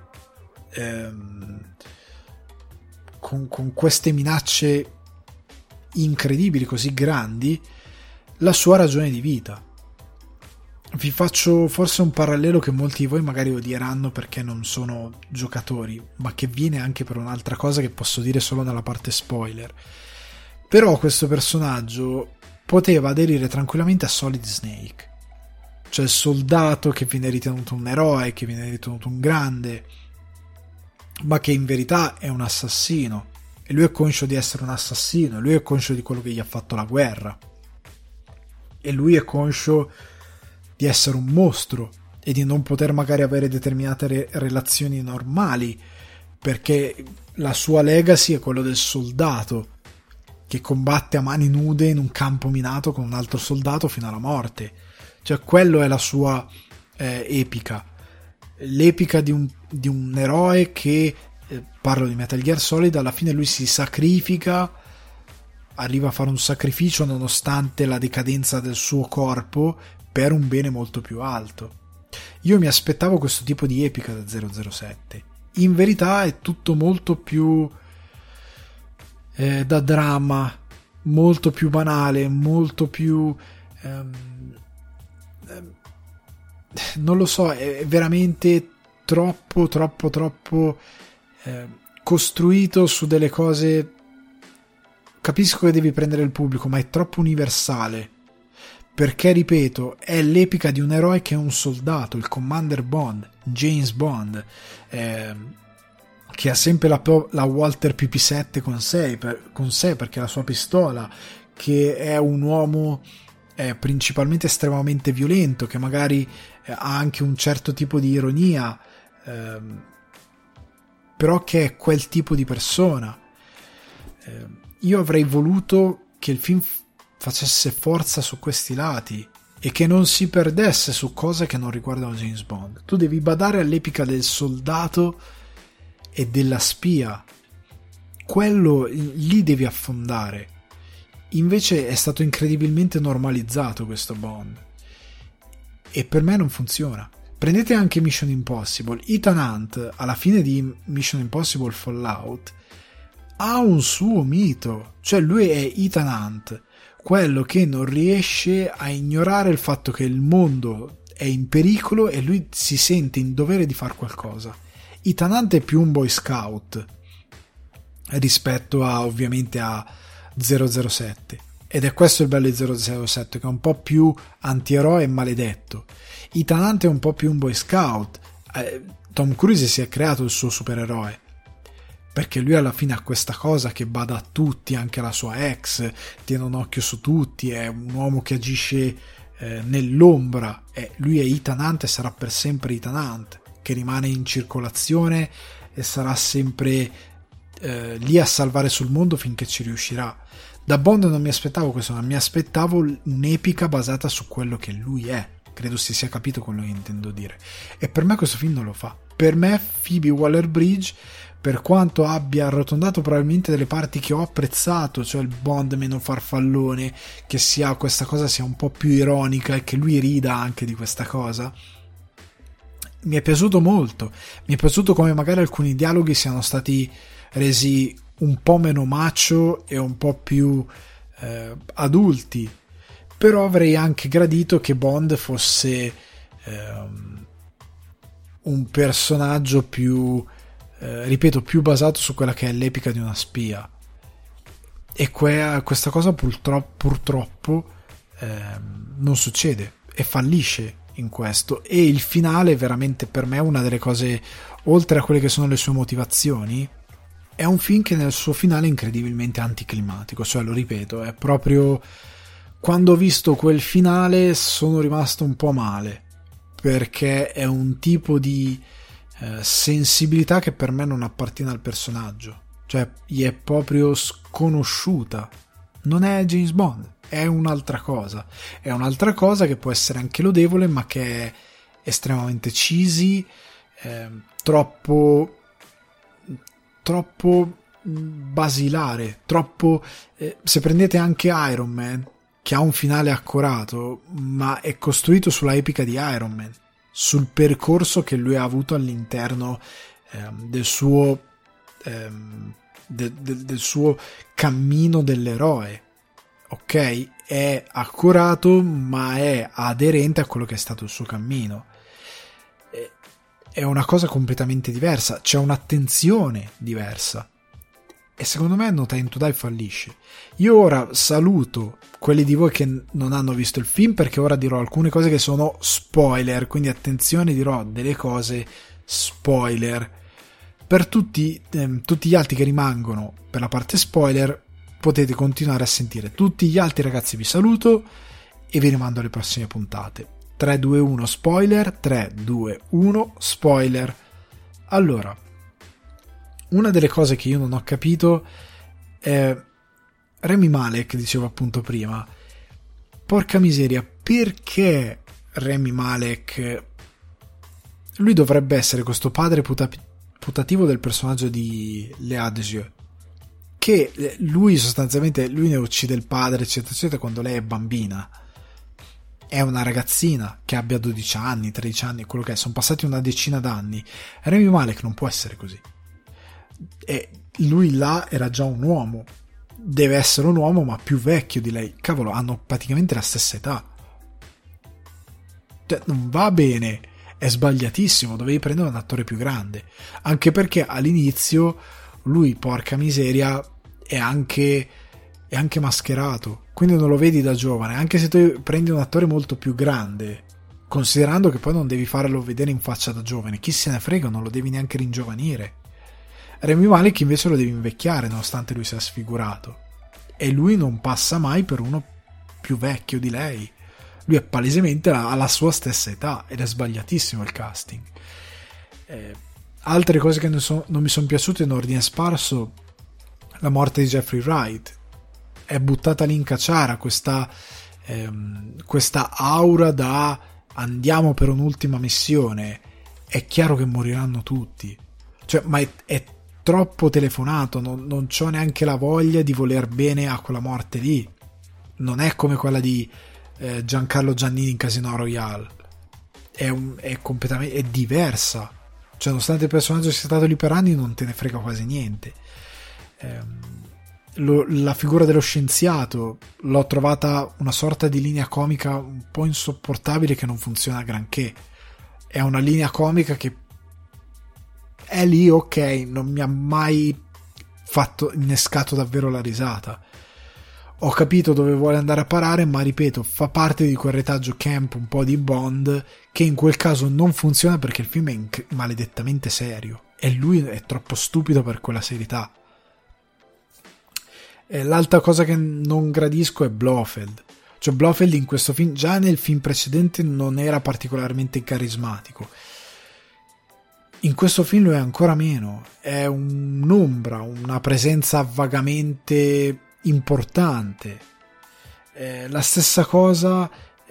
con queste minacce incredibili, così grandi, la sua ragione di vita. Vi faccio forse un parallelo che molti di voi magari odieranno perché non sono giocatori, ma che viene anche per un'altra cosa che posso dire solo nella parte spoiler. Però questo personaggio poteva aderire tranquillamente a Solid Snake, cioè il soldato che viene ritenuto un eroe, che viene ritenuto un grande, ma che in verità è un assassino, e lui è conscio di essere un assassino, e lui è conscio di quello che gli ha fatto la guerra, e lui è conscio di essere un mostro e di non poter magari avere determinate relazioni normali, perché la sua legacy è quello del soldato che combatte a mani nude in un campo minato con un altro soldato fino alla morte. Cioè quello è la sua epica, l'epica di un di un eroe che, parlo di Metal Gear Solid, alla fine lui si sacrifica, arriva a fare un sacrificio nonostante la decadenza del suo corpo per un bene molto più alto. Io mi aspettavo questo tipo di epica da 007. In verità è tutto molto più da dramma, molto più banale, molto più non lo so, è veramente troppo costruito su delle cose. Capisco che devi prendere il pubblico, ma è troppo universale, perché ripeto, è l'epica di un eroe che è un soldato, il Commander Bond, James Bond, che ha sempre la Walter PP7 con sé perché è la sua pistola, che è un uomo principalmente estremamente violento, che magari ha anche un certo tipo di ironia, però che è quel tipo di persona. Io avrei voluto che il film facesse forza su questi lati e che non si perdesse su cose che non riguardano James Bond. Tu devi badare all'epica del soldato e della spia, quello lì devi affondare. Invece è stato incredibilmente normalizzato questo Bond e per me non funziona. Prendete anche Mission Impossible. Ethan Hunt alla fine di Mission Impossible Fallout ha un suo mito, cioè lui è Ethan Hunt, quello che non riesce a ignorare il fatto che il mondo è in pericolo e lui si sente in dovere di fare qualcosa. Ethan Hunt è più un boy scout rispetto a, ovviamente, a 007, ed è questo il bello di 007, che è un po' più antieroe e maledetto. Ethan Hunt è un po' più un boy scout. Tom Cruise si è creato il suo supereroe perché lui alla fine ha questa cosa che bada a tutti, anche alla sua ex, tiene un occhio su tutti, è un uomo che agisce nell'ombra. Lui è Ethan Hunt e sarà per sempre Ethan Hunt, che rimane in circolazione e sarà sempre lì a salvare sul mondo finché ci riuscirà. Da Bond non mi aspettavo questo, ma mi aspettavo un'epica basata su quello che lui è. Credo si sia capito quello che intendo dire, e per me questo film non lo fa. Per me Phoebe Waller-Bridge, per quanto abbia arrotondato probabilmente delle parti che ho apprezzato, cioè il Bond meno farfallone, che sia questa cosa sia un po' più ironica e che lui rida anche di questa cosa, mi è piaciuto molto. Mi è piaciuto come magari alcuni dialoghi siano stati resi un po' meno macho e un po' più adulti, però avrei anche gradito che Bond fosse un personaggio più ripeto, più basato su quella che è l'epica di una spia, e questa cosa purtroppo non succede e fallisce in questo. E il finale è veramente per me una delle cose, oltre a quelle che sono le sue motivazioni, è un film che nel suo finale è incredibilmente anticlimatico. Cioè, lo ripeto, è proprio, quando ho visto quel finale sono rimasto un po' male, perché è un tipo di sensibilità che per me non appartiene al personaggio, cioè gli è proprio sconosciuta. Non è James Bond, è un'altra cosa che può essere anche lodevole, ma che è estremamente cheesy, troppo basilare, troppo se prendete anche Iron Man, che ha un finale accurato, ma è costruito sulla epica di Iron Man, sul percorso che lui ha avuto all'interno del suo del suo cammino dell'eroe. Ok, è accurato, ma è aderente a quello che è stato il suo cammino. È una cosa completamente diversa, c'è un'attenzione diversa, e secondo me No Time to Die fallisce. Io ora saluto quelli di voi che non hanno visto il film, perché ora dirò alcune cose che sono spoiler, quindi attenzione, dirò delle cose spoiler. Per tutti gli altri che rimangono per la parte spoiler potete continuare a sentire. Tutti gli altri ragazzi vi saluto e vi rimando alle prossime puntate. 3, 2, 1 spoiler, 3, 2, 1 spoiler. Allora, una delle cose che io non ho capito è Rami Malek, dicevo appunto prima. Porca miseria, perché Rami Malek lui dovrebbe essere questo padre putativo del personaggio di Léa Desieux, che lui sostanzialmente lui ne uccide il padre eccetera eccetera quando lei è bambina, è una ragazzina che abbia 12 anni 13 anni, quello che è, sono passati una decina d'anni. Rami Malek non può essere così, e lui là era già un uomo, deve essere un uomo ma più vecchio di lei. Cavolo, hanno praticamente la stessa età, cioè, non va bene, è sbagliatissimo, dovevi prendere un attore più grande, anche perché all'inizio lui, porca miseria, è anche mascherato, quindi non lo vedi da giovane, anche se tu prendi un attore molto più grande, considerando che poi non devi farlo vedere in faccia da giovane, chi se ne frega, non lo devi neanche ringiovanire. Rami Malek invece lo devi invecchiare nonostante lui sia sfigurato, e lui non passa mai per uno più vecchio di lei, lui è palesemente alla sua stessa età, ed è sbagliatissimo il casting. Altre cose che non mi sono piaciute in ordine sparso: la morte di Jeffrey Wright è buttata lì in cacciara, questa aura da andiamo per un'ultima missione, è chiaro che moriranno tutti, cioè, ma è troppo telefonato, non c'ho neanche la voglia di voler bene a quella morte lì, non è come quella di Giancarlo Giannini in Casino Royale, è completamente, è diversa, cioè nonostante il personaggio sia stato lì per anni non te ne frega quasi niente. La figura dello scienziato l'ho trovata una sorta di linea comica un po' insopportabile che non funziona granché, è una linea comica che è lì, ok, non mi ha mai innescato davvero la risata. Ho capito dove vuole andare a parare, ma ripeto, fa parte di quel retaggio camp un po' di Bond che in quel caso non funziona perché il film è maledettamente serio e lui è troppo stupido per quella serietà. L'altra cosa che non gradisco è Blofeld. Cioè Blofeld in questo film, già nel film precedente non era particolarmente carismatico, in questo film lo è ancora meno, è un'ombra, una presenza vagamente importante. La stessa cosa,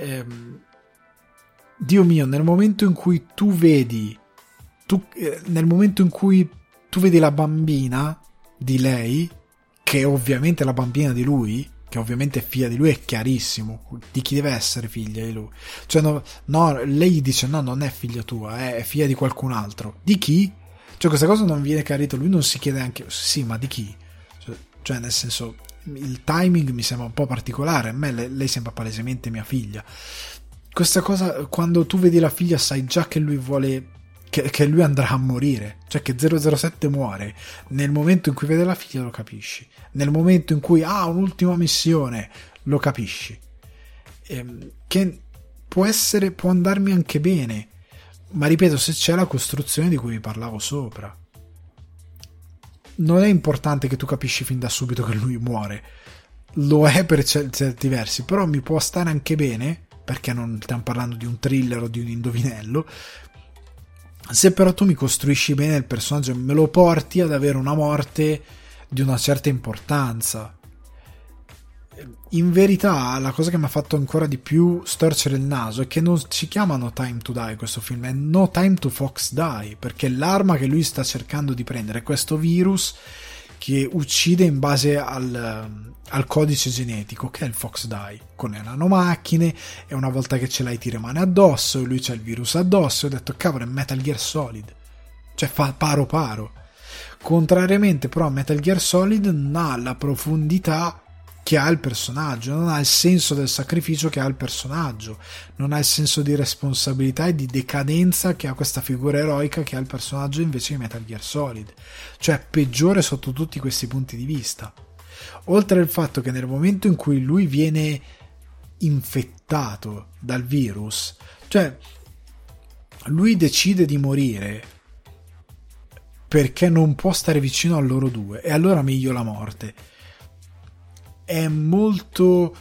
Dio mio, nel momento in cui tu vedi la bambina di lei, che è ovviamente la bambina di lui, che ovviamente è figlia di lui, è chiarissimo di chi deve essere figlia di lui, cioè no, lei dice no, non è figlia tua, è figlia di qualcun altro. Di chi? Cioè questa cosa non viene chiarito, lui non si chiede anche sì, ma di chi? Cioè nel senso, il timing mi sembra un po' particolare, a me lei sembra palesemente mia figlia. Questa cosa, quando tu vedi la figlia sai già che lui vuole che lui andrà a morire, cioè che 007 muore. Nel momento in cui vede la figlia lo capisci, nel momento in cui ha un'ultima missione lo capisci, che può andarmi anche bene, ma ripeto, se c'è la costruzione di cui vi parlavo sopra, non è importante che tu capisci fin da subito che lui muore, lo è per certi versi, però mi può stare anche bene, perché non stiamo parlando di un thriller o di un indovinello, se però tu mi costruisci bene il personaggio e me lo porti ad avere una morte di una certa importanza. In verità la cosa che mi ha fatto ancora di più storcere il naso è che non si chiama No Time to Die questo film, è No Time to Fox Die, perché l'arma che lui sta cercando di prendere è questo virus che uccide in base al codice genetico, che è il Fox Die, con le nanomacchine, e una volta che ce l'hai ti rimane addosso, e lui c'ha il virus addosso, e ho detto cavolo, è Metal Gear Solid, cioè fa paro. Contrariamente però a Metal Gear Solid non ha la profondità che ha il personaggio, non ha il senso del sacrificio che ha il personaggio, non ha il senso di responsabilità e di decadenza che ha questa figura eroica che ha il personaggio invece di Metal Gear Solid, cioè peggiore sotto tutti questi punti di vista. Oltre al fatto che nel momento in cui lui viene infettato dal virus, cioè lui decide di morire perché non può stare vicino a loro due, e allora meglio la morte. È molto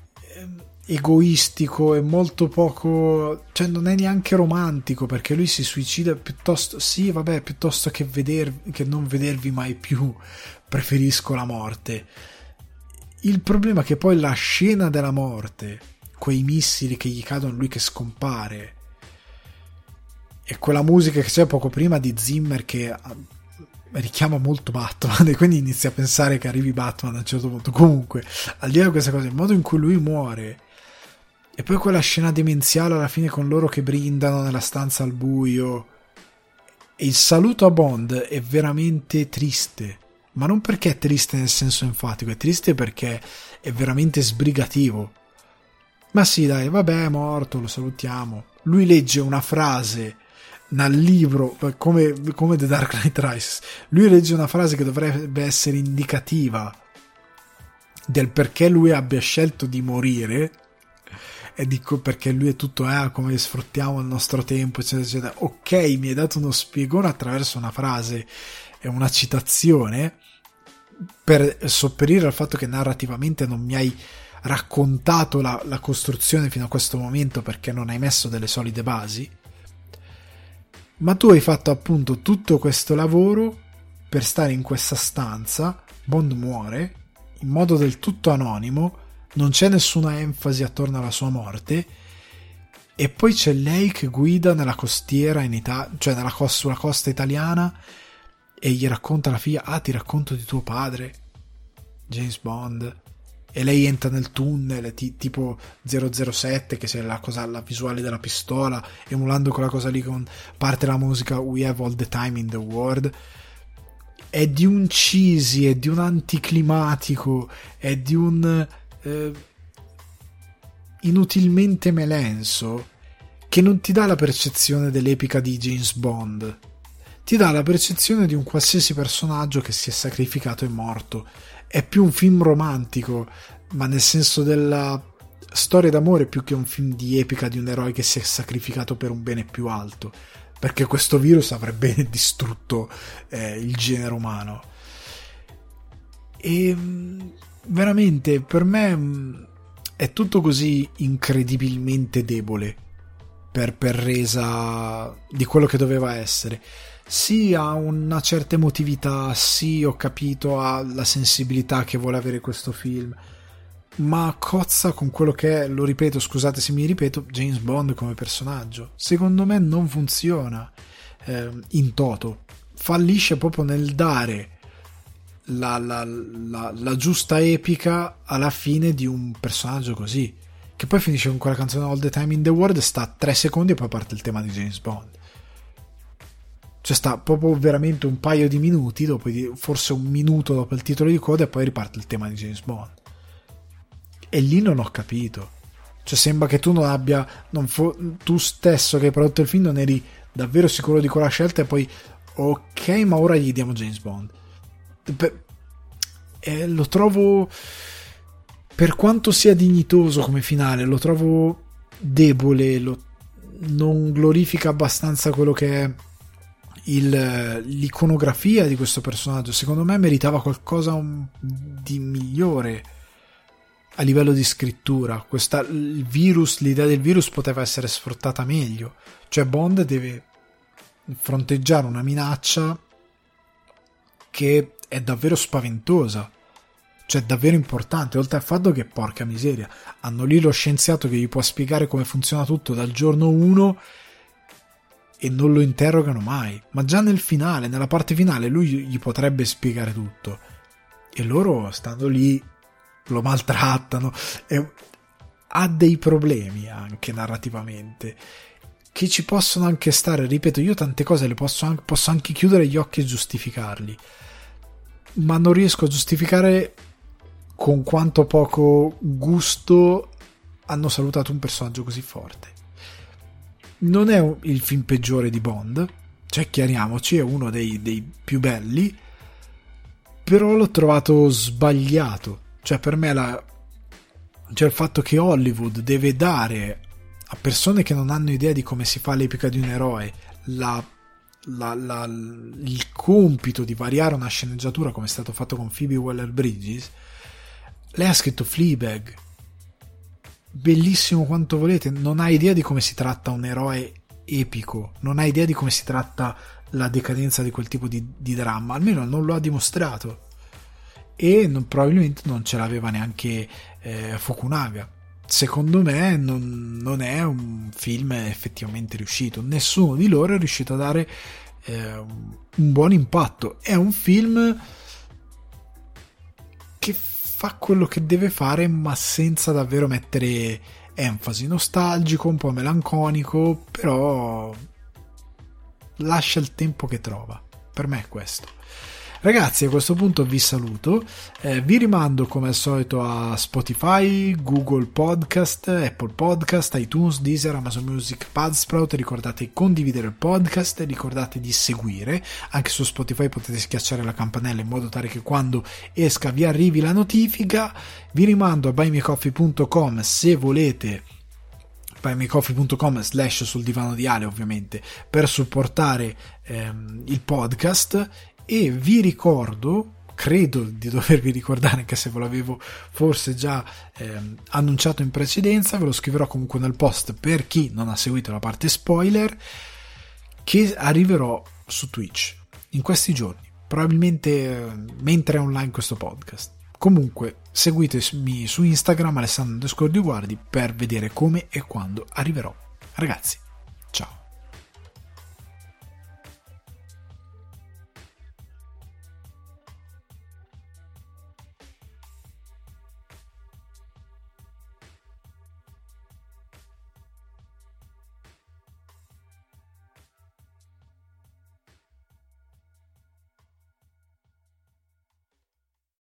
egoistico, è molto poco, cioè non è neanche romantico, perché lui si suicida piuttosto, sì vabbè, piuttosto che non vedervi mai più, preferisco la morte. Il problema è che poi la scena della morte, quei missili che gli cadono, lui che scompare, e quella musica che c'è poco prima di Zimmer che richiama molto Batman e quindi inizia a pensare che arrivi Batman a un certo punto. Comunque, al di là di questa cosa, il modo in cui lui muore e poi quella scena demenziale alla fine con loro che brindano nella stanza al buio e il saluto a Bond è veramente triste, ma non perché è triste nel senso enfatico, è triste perché è veramente sbrigativo. Ma sì, dai, vabbè, è morto, lo salutiamo. Lui legge una frase nel libro, come The Dark Knight Rises, lui legge una frase che dovrebbe essere indicativa del perché lui abbia scelto di morire, e dico perché lui è tutto come sfruttiamo il nostro tempo, eccetera eccetera. Ok, mi hai dato uno spiegone attraverso una frase e una citazione per sopperire al fatto che narrativamente non mi hai raccontato la costruzione fino a questo momento perché non hai messo delle solide basi, ma tu hai fatto appunto tutto questo lavoro per stare in questa stanza. Bond muore in modo del tutto anonimo, non c'è nessuna enfasi attorno alla sua morte, e poi c'è lei che guida nella costiera cioè sulla costa italiana, e gli racconta la figlia: ti racconto di tuo padre James Bond, e lei entra nel tunnel tipo 007 che c'è la visuale della pistola, emulando quella cosa lì, con parte la musica We Have All the Time in the World. È di un cheesy, è di un anticlimatico, è di un inutilmente melenso che non ti dà la percezione dell'epica di James Bond, ti dà la percezione di un qualsiasi personaggio che si è sacrificato e morto. È più un film romantico, ma nel senso della storia d'amore, più che un film di epica di un eroe che si è sacrificato per un bene più alto, perché questo virus avrebbe distrutto il genere umano. E veramente per me è tutto così incredibilmente debole per resa di quello che doveva essere. Sì, ha una certa emotività, sì, ho capito, ha la sensibilità che vuole avere questo film, ma cozza con quello che è, lo ripeto, scusate se mi ripeto, James Bond come personaggio. Secondo me non funziona in toto, fallisce proprio nel dare la giusta epica alla fine di un personaggio così, che poi finisce con quella canzone All the Time in the World, sta 3 secondi e poi parte il tema di James Bond. Cioè sta proprio veramente un paio di minuti dopo, forse un minuto dopo il titolo di coda, e poi riparte il tema di James Bond. E lì non ho capito. Cioè sembra che tu non abbia, tu stesso che hai prodotto il film non eri davvero sicuro di quella scelta, e poi ok, ma ora gli diamo James Bond. Lo trovo, per quanto sia dignitoso come finale, lo trovo debole, non glorifica abbastanza quello che è l'iconografia di questo personaggio. Secondo me meritava qualcosa di migliore a livello di scrittura. L'idea del virus poteva essere sfruttata meglio. Cioè Bond deve fronteggiare una minaccia che è davvero spaventosa, cioè davvero importante, oltre al fatto che, porca miseria, hanno lì lo scienziato che gli può spiegare come funziona tutto dal giorno 1 e non lo interrogano mai, ma già nel finale, nella parte finale, lui gli potrebbe spiegare tutto, e loro stando lì lo maltrattano, e ha dei problemi anche narrativamente che ci possono anche stare. Ripeto, io tante cose le posso anche chiudere gli occhi e giustificarli, ma non riesco a giustificare con quanto poco gusto hanno salutato un personaggio così forte. Non è il film peggiore di Bond, cioè chiariamoci, è uno dei più belli, però l'ho trovato sbagliato. Cioè per me cioè il fatto che Hollywood deve dare a persone che non hanno idea di come si fa l'epica di un eroe il compito di variare una sceneggiatura, come è stato fatto con Phoebe Waller-Bridges. Lei ha scritto Fleabag, bellissimo quanto volete, non ha idea di come si tratta un eroe epico, non ha idea di come si tratta la decadenza di quel tipo di dramma, almeno non lo ha dimostrato, e probabilmente non ce l'aveva neanche Fukunaga. secondo me non è un film effettivamente riuscito. Nessuno di loro è riuscito a dare un buon impatto. È un film che fa quello che deve fare, ma senza davvero mettere enfasi. Nostalgico, un po' melanconico, però lascia il tempo che trova. Per me è questo. Ragazzi, a questo punto vi saluto, vi rimando come al solito a Spotify, Google Podcast, Apple Podcast, iTunes, Deezer, Amazon Music, Buzzsprout. Ricordate di condividere il podcast, ricordate di seguire, anche su Spotify potete schiacciare la campanella in modo tale che quando esca vi arrivi la notifica. Vi rimando a buymecoffee.com se volete, buymecoffee.com/sul divano di Ale, ovviamente, per supportare il podcast. E vi ricordo, credo di dovervi ricordare, anche se ve l'avevo forse già annunciato in precedenza, ve lo scriverò comunque nel post per chi non ha seguito la parte spoiler, che arriverò su Twitch in questi giorni, probabilmente mentre è online questo podcast. Comunque seguitemi su Instagram, Alessandro_Guardi, per vedere come e quando arriverò. Ragazzi,